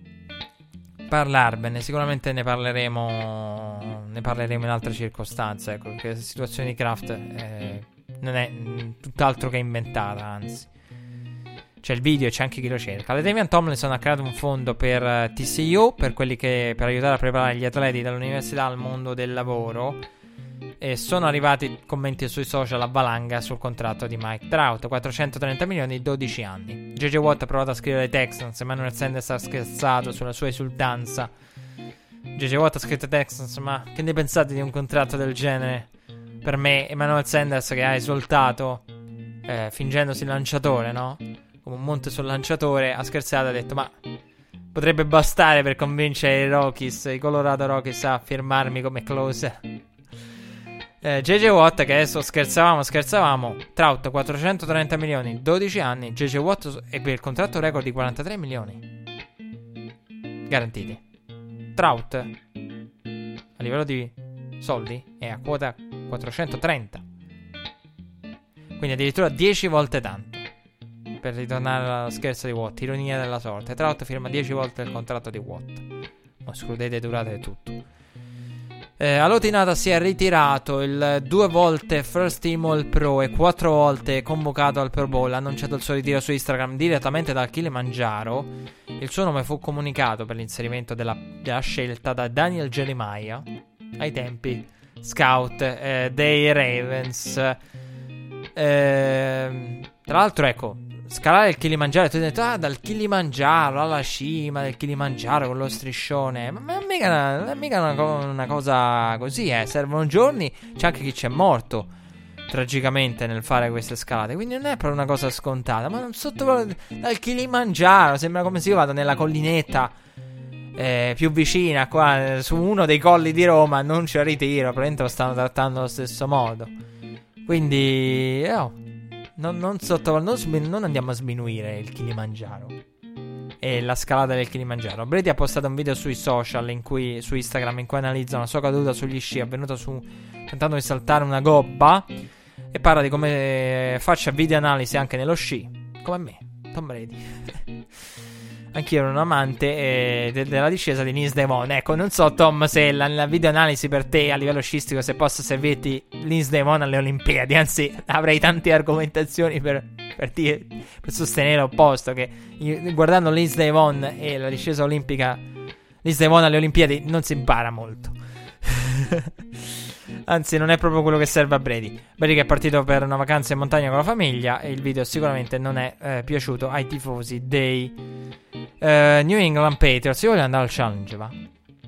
parlarvene. Sicuramente ne parleremo ne parleremo in altre circostanze, ecco, perché la situazione di Kraft eh, non è mh, tutt'altro che inventata, anzi c'è il video e c'è anche chi lo cerca. Le Davian Tomlinson ha creato un fondo per uh, T C U, per quelli che per aiutare a preparare gli atleti dall'università al mondo del lavoro, e sono arrivati commenti sui social a valanga sul contratto di Mike Trout, quattrocentotrenta milioni, dodici anni. J J Watt ha provato a scrivere ai Texans, Emmanuel Sanders ha scherzato sulla sua esultanza. J J Watt ha scritto ai Texans: ma che ne pensate di un contratto del genere per me? Emmanuel Sanders, che ha esultato eh, fingendosi lanciatore, no? Come un monte sul lanciatore, ha scherzato e ha detto: ma potrebbe bastare per convincere i Rockies, i Colorado Rockies, a firmarmi come closer. eh, J J Watt, che adesso scherzavamo scherzavamo Trout quattrocentotrenta milioni, dodici anni. J J Watt ebbe il contratto record di quarantatré milioni garantiti. Trout a livello di soldi è a quota quattrocentotrenta, quindi addirittura dieci volte tanto. Per ritornare allo scherzo di Watt, ironia della sorte, Trout firma dieci volte il contratto di Watt. Non escludete durate e tutto. eh, Allotinata si è ritirato, il due volte First Team All Pro e quattro volte convocato al Pro Bowl. Ha annunciato il suo ritiro su Instagram direttamente dal Kilimangiaro. Il suo nome fu comunicato per l'inserimento della, della scelta da Daniel Jeremiah, ai tempi scout eh, dei Ravens. eh, Tra l'altro, ecco, scalare il Kilimangiaro, tu hai detto: ah, dal Kilimangiaro alla cima del Kilimangiaro con lo striscione. Ma non è mica una, non è mica una, co- una cosa così, eh. Servono giorni. C'è anche chi c'è morto tragicamente nel fare queste scalate, quindi non è proprio una cosa scontata. Ma non sottovaluto dal Kilimangiaro, sembra come se io vado nella collinetta eh, più vicina, qua su uno dei colli di Roma, non c'è ritiro. Probabilmente lo stanno trattando allo stesso modo. Quindi oh, Non, non, sotto, non, non andiamo a sminuire il Kilimangiaro e la scalata del Kilimangiaro. Brady ha postato un video sui social, in cui, su Instagram, in cui analizza una sua caduta sugli sci avvenuta su, tentando di saltare una gobba, e parla di come faccia video analisi anche nello sci, come me, Tom Brady. Anch'io ero un amante eh, de- della discesa di Lindsey Vonn. Ecco, non so, Tom, se la, la videoanalisi per te a livello sciistico, se possa servirti Lindsey Vonn alle Olimpiadi. Anzi, avrei tante argomentazioni per, per, dire, per sostenere l'opposto, che io, guardando Lindsey Vonn e la discesa olimpica, Lindsey Vonn alle Olimpiadi non si impara molto. Anzi, non è proprio quello che serve a Brady. Brady che è partito per una vacanza in montagna con la famiglia, e il video sicuramente non è eh, piaciuto ai tifosi dei eh, New England Patriots. Io voglio andare al challenge, va.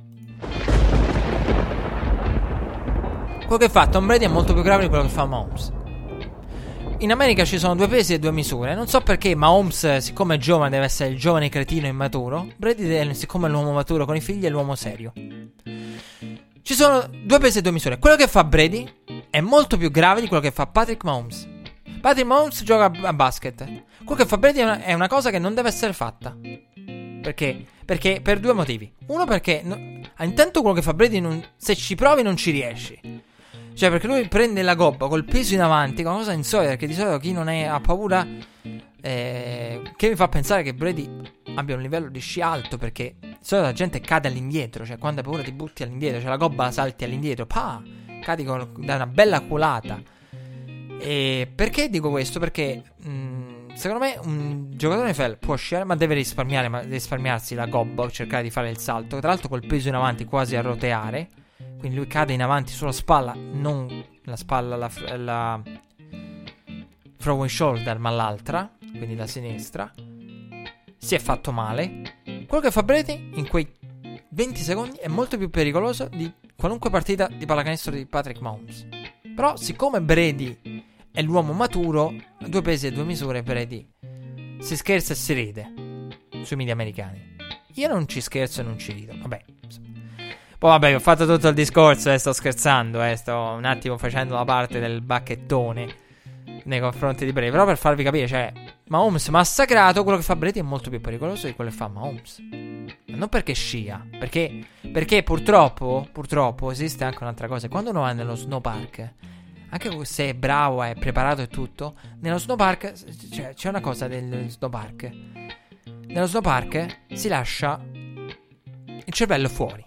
Quello che fa Tom Brady è molto più grave di quello che fa Mahomes. In America ci sono due pesi e due misure. Non so perché Mahomes, siccome è giovane, deve essere il giovane cretino immaturo. Brady, siccome è l'uomo maturo con i figli, è l'uomo serio. Ci sono due pesi e due misure. Quello che fa Brady è molto più grave di quello che fa Patrick Mahomes. Patrick Mahomes gioca a basket. Quello che fa Brady è una, è una cosa che non deve essere fatta. Perché? Perché per due motivi. Uno, perché no, intanto quello che fa Brady non, se ci provi non ci riesci. Cioè, perché lui prende la gobba col peso in avanti, una cosa insolita, perché di solito chi non è, ha paura, eh, che mi fa pensare che Brady abbia un livello di sci alto, perché di solito la gente cade all'indietro. Cioè, quando hai paura ti butti all'indietro, cioè la gobba la salti all'indietro, pa, cadi con, da una bella culata. E perché dico questo? Perché mh, secondo me un giocatore N F L può sciare, ma deve risparmiare, ma deve risparmiarsi la gobba, cercare di fare il salto, tra l'altro col peso in avanti quasi a roteare. Quindi lui cade in avanti sulla spalla, non la spalla, la, la throwing shoulder, ma l'altra, quindi la sinistra. si è fatto male. Quello che fa Brady in quei venti secondi è molto più pericoloso di qualunque partita di pallacanestro di Patrick Mahomes. Però siccome Brady è l'uomo maturo, due pesi e due misure, Brady si scherza e si ride sui media americani. Io non ci scherzo e non ci rido. Vabbè. Poi vabbè, ho fatto tutto il discorso e eh, sto scherzando, eh, sto un attimo facendo la parte del bacchettone nei confronti di Brady. Però per farvi capire, cioè, Mahomes massacrato, quello che fa Brady è molto più pericoloso di quello che fa Mahomes. Non perché scia, perché, perché purtroppo, purtroppo esiste anche un'altra cosa. Quando uno va nello snowpark, anche se è bravo, è preparato e tutto, nello snowpark, cioè, c'è una cosa del snowpark. Nello snowpark si lascia il cervello fuori.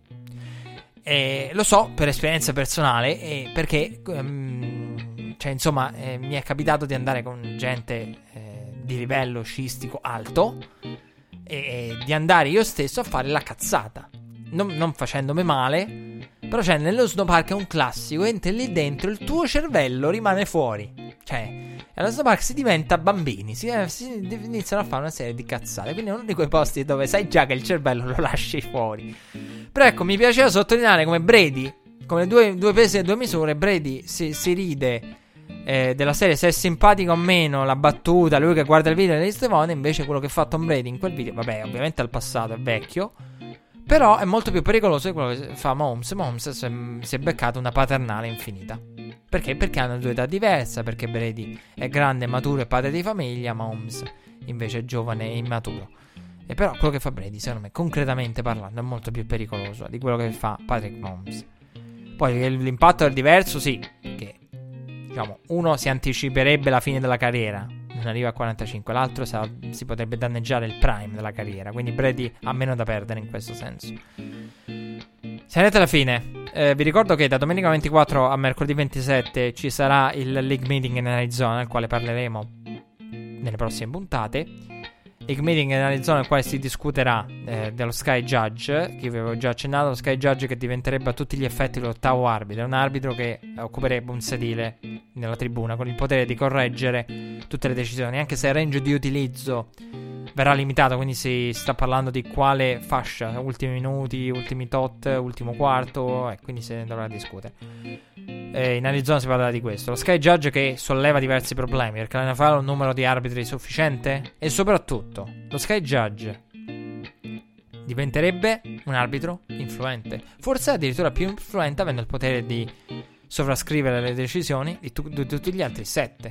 E lo so per esperienza personale, e perché um, cioè insomma eh, mi è capitato di andare con gente eh, di livello sciistico alto e, e di andare io stesso a fare la cazzata, non, non facendomi male. Però cioè nello snowpark è un classico, entri lì dentro, il tuo cervello rimane fuori. Cioè allo snowpark si diventa bambini, si, si iniziano a fare una serie di cazzate. Quindi è uno di quei posti dove sai già che il cervello lo lasci fuori. Però ecco, mi piaceva sottolineare come Brady, come due, due pesi e due misure, Brady si, si ride eh, della serie se è simpatico o meno la battuta, lui che guarda il video di Stevone. Invece quello che fa Tom Brady in quel video, vabbè, ovviamente al passato, è vecchio, però è molto più pericoloso di quello che fa Mahomes. Mahomes si è, si è beccato una paternale infinita. Perché? Perché hanno due età diverse, perché Brady è grande, maturo e padre di famiglia, Mahomes invece è giovane e immaturo. E però quello che fa Brady, secondo me, concretamente parlando, è molto più pericoloso di quello che fa Patrick Mahomes. Poi l'impatto è diverso, sì, perché diciamo, uno si anticiperebbe la fine della carriera, non arriva a quarantacinque, l'altro sa, si potrebbe danneggiare il prime della carriera, quindi Brady ha meno da perdere in questo senso. Siamo arrivati alla fine. Eh, vi ricordo che da domenica ventiquattro a mercoledì ventisette ci sarà il League Meeting in Arizona, del quale parleremo nelle prossime puntate. League Meeting in Arizona, nel quale si discuterà eh, dello Sky Judge, che vi avevo già accennato. Lo Sky Judge che diventerebbe a tutti gli effetti l'ottavo arbitro, un arbitro che occuperebbe un sedile nella tribuna con il potere di correggere tutte le decisioni, anche se il range di utilizzo verrà limitato, quindi si sta parlando di quale fascia, ultimi minuti, ultimi tot, ultimo quarto, e quindi se ne dovrà discutere. E in Arizona si parlerà di questo. Lo Sky Judge che solleva diversi problemi, perché la N F L ha un numero di arbitri sufficiente, e soprattutto lo Sky Judge diventerebbe un arbitro influente, forse addirittura più influente, avendo il potere di sovrascrivere le decisioni di, tu- di tutti gli altri sette.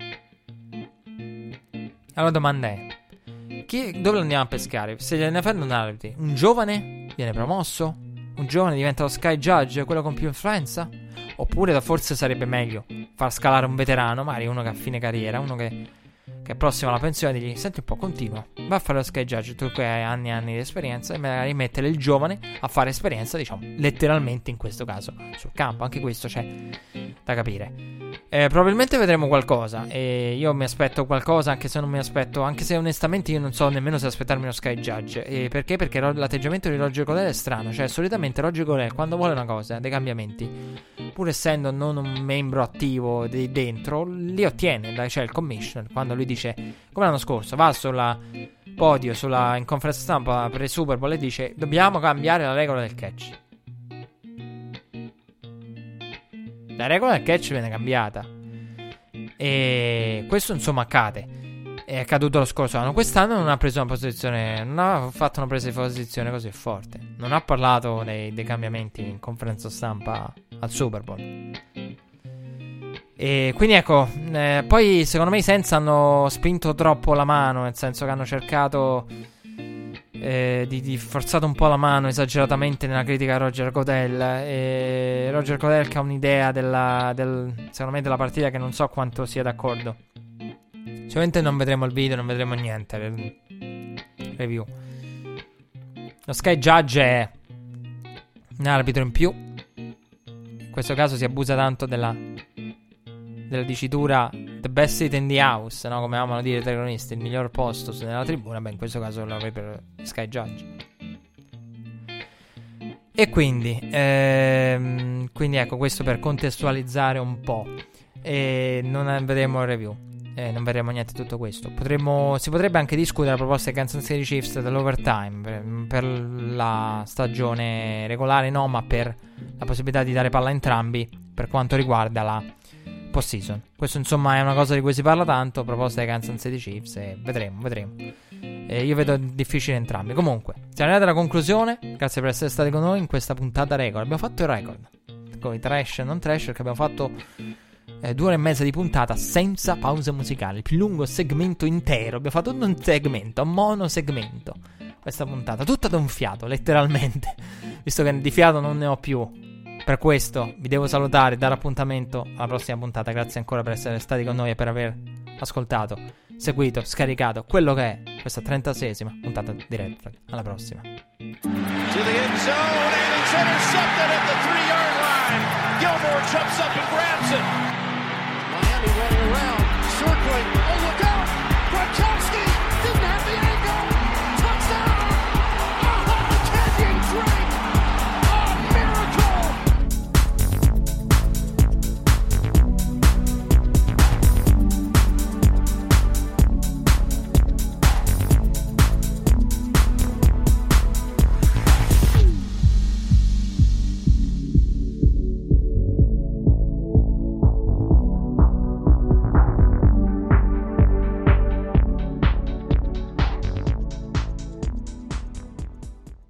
Allora la domanda è: chi, dove lo andiamo a pescare? Se gliene fanno un arbitro, un giovane viene promosso? Un giovane diventa lo Sky Judge, quello con più influenza? Oppure forse sarebbe meglio far scalare un veterano, magari uno che ha fine carriera, uno che, che è prossimo alla pensione, e dirgli: senti un po', continua, va a fare lo Sky Judge, tu che hai anni e anni di esperienza, e magari mettere il giovane a fare esperienza, diciamo, letteralmente in questo caso, sul campo. Anche questo c'è da capire. Eh, probabilmente vedremo qualcosa, e io mi aspetto qualcosa, anche se non mi aspetto, anche se onestamente io non so nemmeno se aspettarmi uno Sky Judge. E perché? Perché ro- l'atteggiamento di Roger Goodell è strano. Cioè solitamente Roger Goodell, quando vuole una cosa, dei cambiamenti, pur essendo non un membro attivo di dentro, li ottiene. Cioè il commissioner, quando lui dice, come l'anno scorso, va sulla podio, sulla, in conferenza stampa per il Super Bowl e dice: dobbiamo cambiare la regola del catch. La regola del catch viene cambiata, e questo insomma accade. È accaduto lo scorso anno. Quest'anno non ha preso una posizione, non ha fatto una presa di posizione così forte, non ha parlato dei, dei cambiamenti in conferenza stampa al Super Bowl. E quindi ecco, eh, poi secondo me i Saints hanno spinto troppo la mano, nel senso che hanno cercato Eh, di, di forzato un po' la mano esageratamente nella critica a Roger Goodell. E Roger Goodell che ha un'idea della, del, secondo me, della partita che non so quanto sia d'accordo. Sicuramente non vedremo il video, non vedremo niente review. Lo Sky Judge è un arbitro in più. In questo caso si abusa tanto della della dicitura the best seat in the house, no? Come amano dire i telecronisti, il miglior posto nella tribuna. Beh, in questo caso lo avrebbe Sky Judge. E quindi ehm, quindi ecco, questo per contestualizzare un po'. E non vedremo il review. eh, non vedremo niente di tutto questo. Potremmo, si potrebbe anche discutere la proposta di Kansas City Chiefs dell'overtime per, per la stagione regolare, no, ma per la possibilità di dare palla a entrambi per quanto riguarda la post-season. Questo insomma è una cosa di cui si parla tanto, proposta di Kansas City Chiefs, e vedremo, vedremo. Eh, io vedo difficile entrambi. Comunque, siamo arrivati alla conclusione. Grazie per essere stati con noi in questa puntata record. Abbiamo fatto il record con i trash e non trash, perché abbiamo fatto eh, due ore e mezza di puntata senza pause musicali, il più lungo segmento intero. Abbiamo fatto tutto un segmento, un monosegmento, questa puntata, tutta da un fiato, letteralmente, visto che di fiato non ne ho più. Per questo vi devo salutare e dare appuntamento alla prossima puntata. Grazie ancora per essere stati con noi e per aver ascoltato, seguito, scaricato quello che è questa trentaseiesima puntata di Red Flag. Alla prossima. To the end zone, and it's intercepted at the three-yard line. Gilmore jumps up and grabs it. Miami running around, circling. Oh, look out!